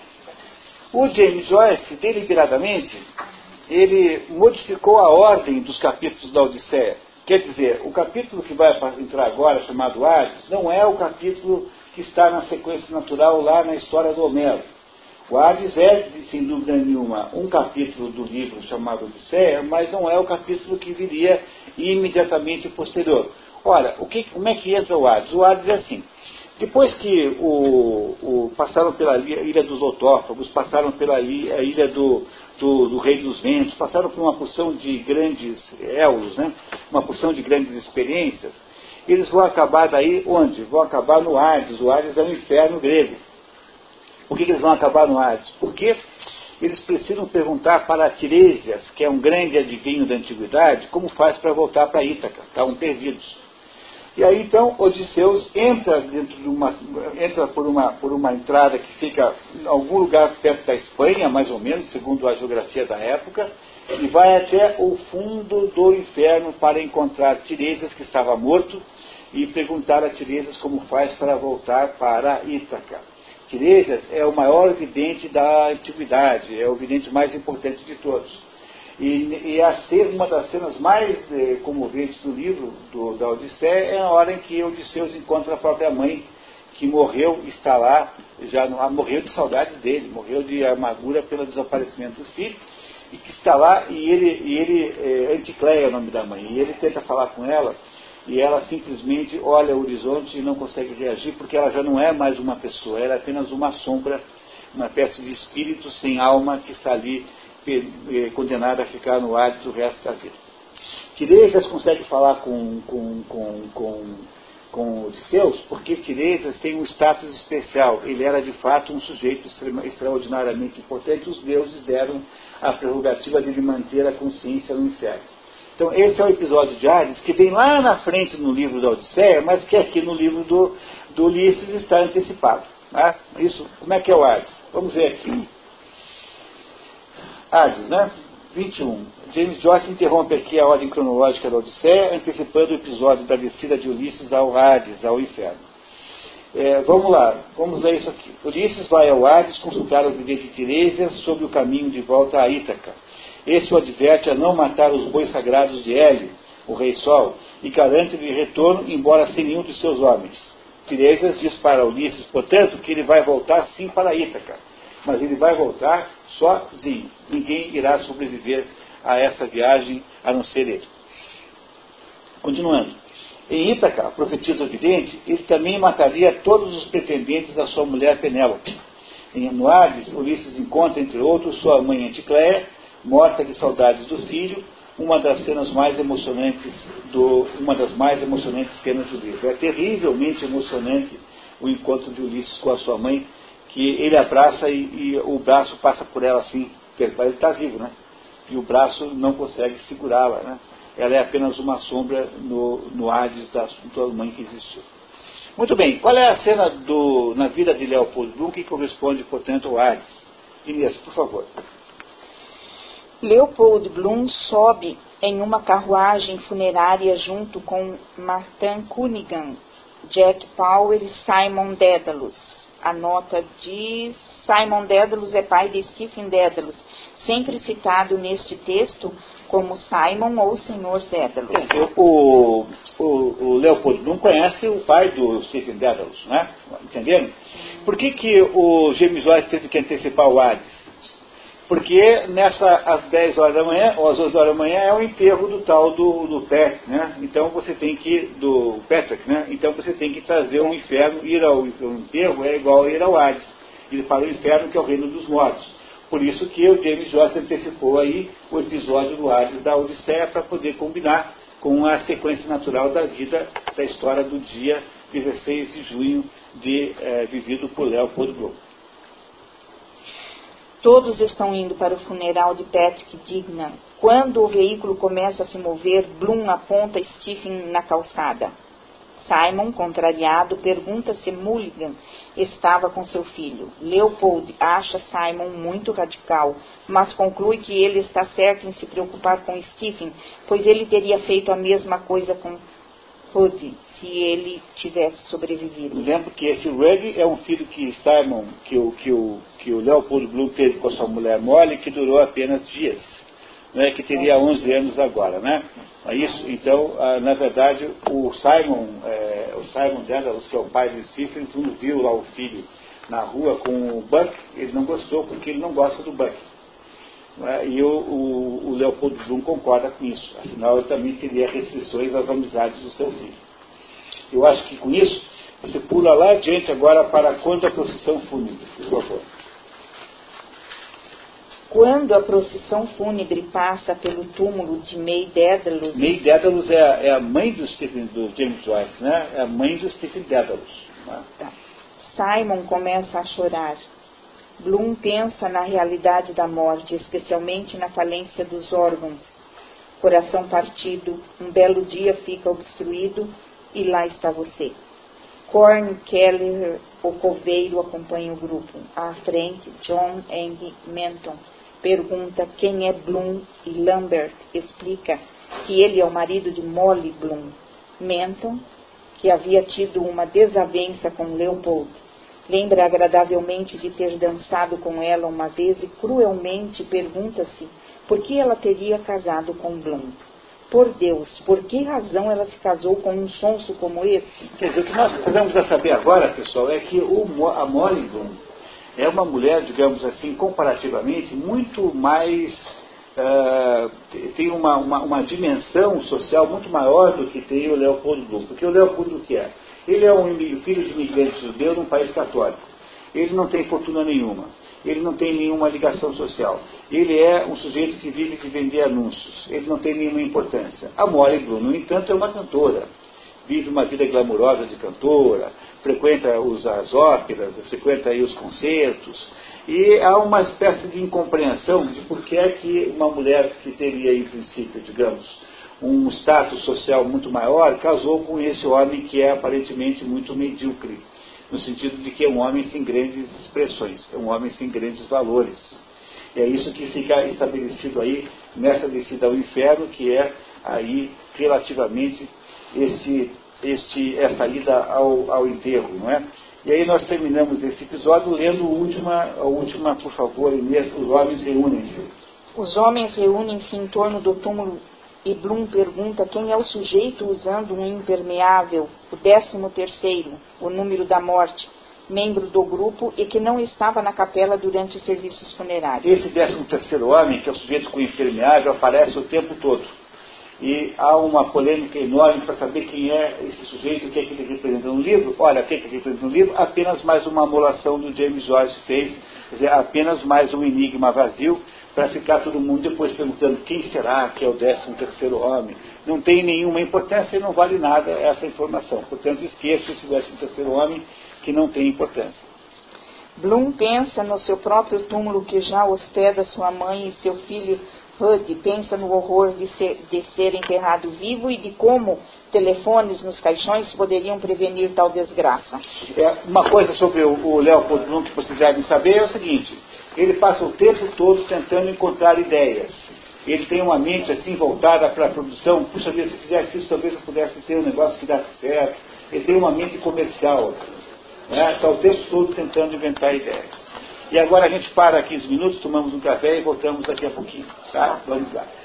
[SPEAKER 1] O James Joyce, deliberadamente, ele modificou a ordem dos capítulos da Odisseia. Quer dizer, o capítulo que vai entrar agora, chamado Hades, não é o capítulo que está na sequência natural lá na história do Homero. O Hades é, sem dúvida nenhuma, um capítulo do livro chamado Odisseia, mas não é o capítulo que viria imediatamente posterior. Ora, o que, como é que entra o Hades? O Hades é assim. Depois que o, o, passaram pela ilha dos Lotófagos, passaram pela ilha, a ilha do, do, do Rei dos Ventos, passaram por uma porção de grandes éulos, né? Uma porção de grandes experiências, eles vão acabar daí onde? Vão acabar no Hades. O Hades é um inferno grego. Por que, que eles vão acabar no Hades? Porque eles precisam perguntar para Tiresias, que é um grande adivinho da antiguidade, como faz para voltar para Ítaca. Estavam perdidos. E aí então Odisseus entra dentro de uma, entra por uma, por uma entrada que fica em algum lugar perto da Espanha, mais ou menos, segundo a geografia da época, e vai até o fundo do inferno para encontrar Tiresias, que estava morto, e perguntar a Tiresias como faz para voltar para Ítaca. Tiresias é o maior vidente da antiguidade, é o vidente mais importante de todos. E, e a ser uma das cenas mais eh, comoventes do livro do, da Odisseia é a hora em que Odisseus encontra a própria mãe, que morreu, está lá, já morreu de saudades dele, morreu de amargura pelo desaparecimento do filho, e que está lá, e ele, e ele é, Anticleia é o nome da mãe, e ele tenta falar com ela, e ela simplesmente olha o horizonte e não consegue reagir, porque ela já não é mais uma pessoa, ela é apenas uma sombra, uma espécie de espírito sem alma que está ali eh, condenada a ficar no Hades o resto da vida. Tiresias consegue falar com, com, com, com, com Odisseus, porque Tiresias tem um status especial. Ele era de fato um sujeito extrema, extraordinariamente importante. Os deuses deram a prerrogativa de lhe manter a consciência no inferno. Então esse é o episódio de Hades, que vem lá na frente no livro da Odisseia, mas que aqui no livro do, do Ulisses está antecipado. Né? Isso, como é que é o Hades? Vamos ver aqui. Hades, né? vinte e um. James Joyce interrompe aqui a ordem cronológica da Odisseia, antecipando o episódio da descida de Ulisses ao Hades, ao inferno. É, vamos lá, vamos ler isso aqui. Ulisses vai ao Hades consultar o vidente Tiresias sobre o caminho de volta a Ítaca. Este o adverte a não matar os bois sagrados de Hélio, o rei Sol, e garante-lhe retorno, embora sem nenhum de seus homens. Tiresias diz para Ulisses, portanto, que ele vai voltar sim para Ítaca, mas ele vai voltar sozinho. Ninguém irá sobreviver a essa viagem, a não ser ele. Continuando. Em Ítaca, profetiza o vidente, ele também mataria todos os pretendentes da sua mulher Penélope. No Hades, Ulisses encontra, entre outros, sua mãe Anticleia, morta de saudades do filho, uma das cenas mais emocionantes, do, uma das mais emocionantes cenas do livro. É terrivelmente emocionante o encontro de Ulisses com a sua mãe, que ele abraça e, e o braço passa por ela assim, ele está vivo, né? E o braço não consegue segurá-la, né? Ela é apenas uma sombra no, no Hades da sua mãe que existiu. Muito bem, qual é a cena do, na vida de Leopold Bloom que corresponde, portanto, ao Hades? Inês, por favor.
[SPEAKER 3] Leopold Bloom sobe em uma carruagem funerária junto com Martin Cunningham, Jack Power e Simon Dedalus. A nota diz: Simon Dedalus é pai de Stephen Dedalus, sempre citado neste texto como Simon ou Senhor Dedalus.
[SPEAKER 1] O, o, o Leopold Bloom conhece o pai do Stephen Dedalus, né? Entenderam? Por que, que o James Joyce teve que antecipar o Hades? Porque nessa, às dez horas da manhã, ou às onze horas da manhã, é o enterro do tal do, do Patrick, né? Então você tem que, do Patrick, né? Então você tem que trazer o inferno, ir ao, ao enterro é igual a ir ao Hades, ir para o inferno, que é o reino dos mortos. Por isso que o James Joyce antecipou aí o episódio do Hades da Odisseia para poder combinar com a sequência natural da vida, da história do dia dezesseis de junho, de, eh, vivido por Leopold Bloom.
[SPEAKER 3] Todos estão indo para o funeral de Patrick Dignan. Quando o veículo começa a se mover, Bloom aponta Stephen na calçada. Simon, contrariado, pergunta se Mulligan estava com seu filho. Leopold acha Simon muito radical, mas conclui que ele está certo em se preocupar com Stephen, pois ele teria feito a mesma coisa com Rudy, se ele tivesse sobrevivido.
[SPEAKER 1] Lembro que esse Rudy é um filho que Simon, que o, que o, que o Leopold Bloom teve com a sua mulher Molly, que durou apenas dias, né, que teria onze anos agora, né? Isso, então, na verdade, o Simon, é, o Simon Dedalus, que é o pai do Stephen, quando viu lá o filho na rua com o Buck, ele não gostou porque ele não gosta do Buck. Né? E o, o, o Leopold Bloom concorda com isso, afinal ele também teria restrições às amizades do seu filho. Eu acho que com isso, você pula lá adiante agora para quando a procissão fúnebre, por favor.
[SPEAKER 3] Quando a procissão fúnebre passa pelo túmulo de May Dedalus...
[SPEAKER 1] May Dedalus é a, é a mãe do, Stephen, do James Joyce, né? É a mãe do Stephen Dedalus. Né?
[SPEAKER 3] Tá. Simon começa a chorar. Bloom pensa na realidade da morte, especialmente na falência dos órgãos. Coração partido, um belo dia fica obstruído e lá está você. Corn Keller, o coveiro, acompanha o grupo. À frente, John Eng Menton pergunta quem é Bloom e Lambert explica que ele é o marido de Molly Bloom. Menton, que havia tido uma desavença com Leopold, lembra agradavelmente de ter dançado com ela uma vez e cruelmente pergunta-se por que ela teria casado com Bloom. Por Deus, por que razão ela se casou com um sonso como esse?
[SPEAKER 1] Quer dizer, o que nós precisamos a saber agora, pessoal, é que o, a Molly Bloom é uma mulher, digamos assim, comparativamente, muito mais uh, tem uma, uma, uma dimensão social muito maior do que tem o Leopoldo Bloom. Porque o Leopoldo o que é? Ele é um filho de imigrante judeu num país católico. Ele não tem fortuna nenhuma. Ele não tem nenhuma ligação social. Ele é um sujeito que vive de vender anúncios. Ele não tem nenhuma importância. A Molly Bloom, no entanto, é uma cantora. Vive uma vida glamurosa de cantora, frequenta os, as óperas, frequenta aí os concertos. E há uma espécie de incompreensão de por que é que uma mulher que teria, em princípio, digamos, um status social muito maior, casou com esse homem que é aparentemente muito medíocre. No sentido de que é um homem sem grandes expressões, é um homem sem grandes valores. E é isso que fica estabelecido aí nessa descida ao inferno, que é aí relativamente esse, este, essa ida ao, ao enterro, não é? E aí nós terminamos esse episódio lendo a última, a última, por favor, Inês, os homens reúnem-se.
[SPEAKER 3] Os homens reúnem-se em torno do túmulo e Bloom pergunta quem é o sujeito usando um impermeável, o décimo terceiro, o número da morte, membro do grupo e que não estava na capela durante os serviços funerários.
[SPEAKER 1] Esse décimo terceiro homem, que é o sujeito com impermeável, aparece o tempo todo. E há uma polêmica enorme para saber quem é esse sujeito, o que é que ele representa no livro. Olha, o que é que ele representa no livro? Apenas mais uma amolação do James Joyce fez, quer dizer, apenas mais um enigma vazio, para ficar todo mundo depois perguntando quem será que é o décimo terceiro homem. Não tem nenhuma importância e não vale nada essa informação. Portanto, esqueça esse décimo terceiro homem que não tem importância.
[SPEAKER 3] Bloom pensa no seu próprio túmulo que já hospeda sua mãe e seu filho Hud, pensa no horror de ser, de ser enterrado vivo e de como telefones nos caixões poderiam prevenir tal desgraça.
[SPEAKER 1] É, uma coisa sobre o, o Leopold Bloom que vocês devem saber é o seguinte: ele passa o tempo todo tentando encontrar ideias. Ele tem uma mente assim voltada para a produção. Puxa vida, se fizesse isso, talvez eu pudesse ter um negócio que desse certo. Ele tem uma mente comercial. Né? Está o tempo todo tentando inventar ideias. E agora a gente para quinze minutos, tomamos um café e voltamos daqui a pouquinho. Tá? Vamos lá.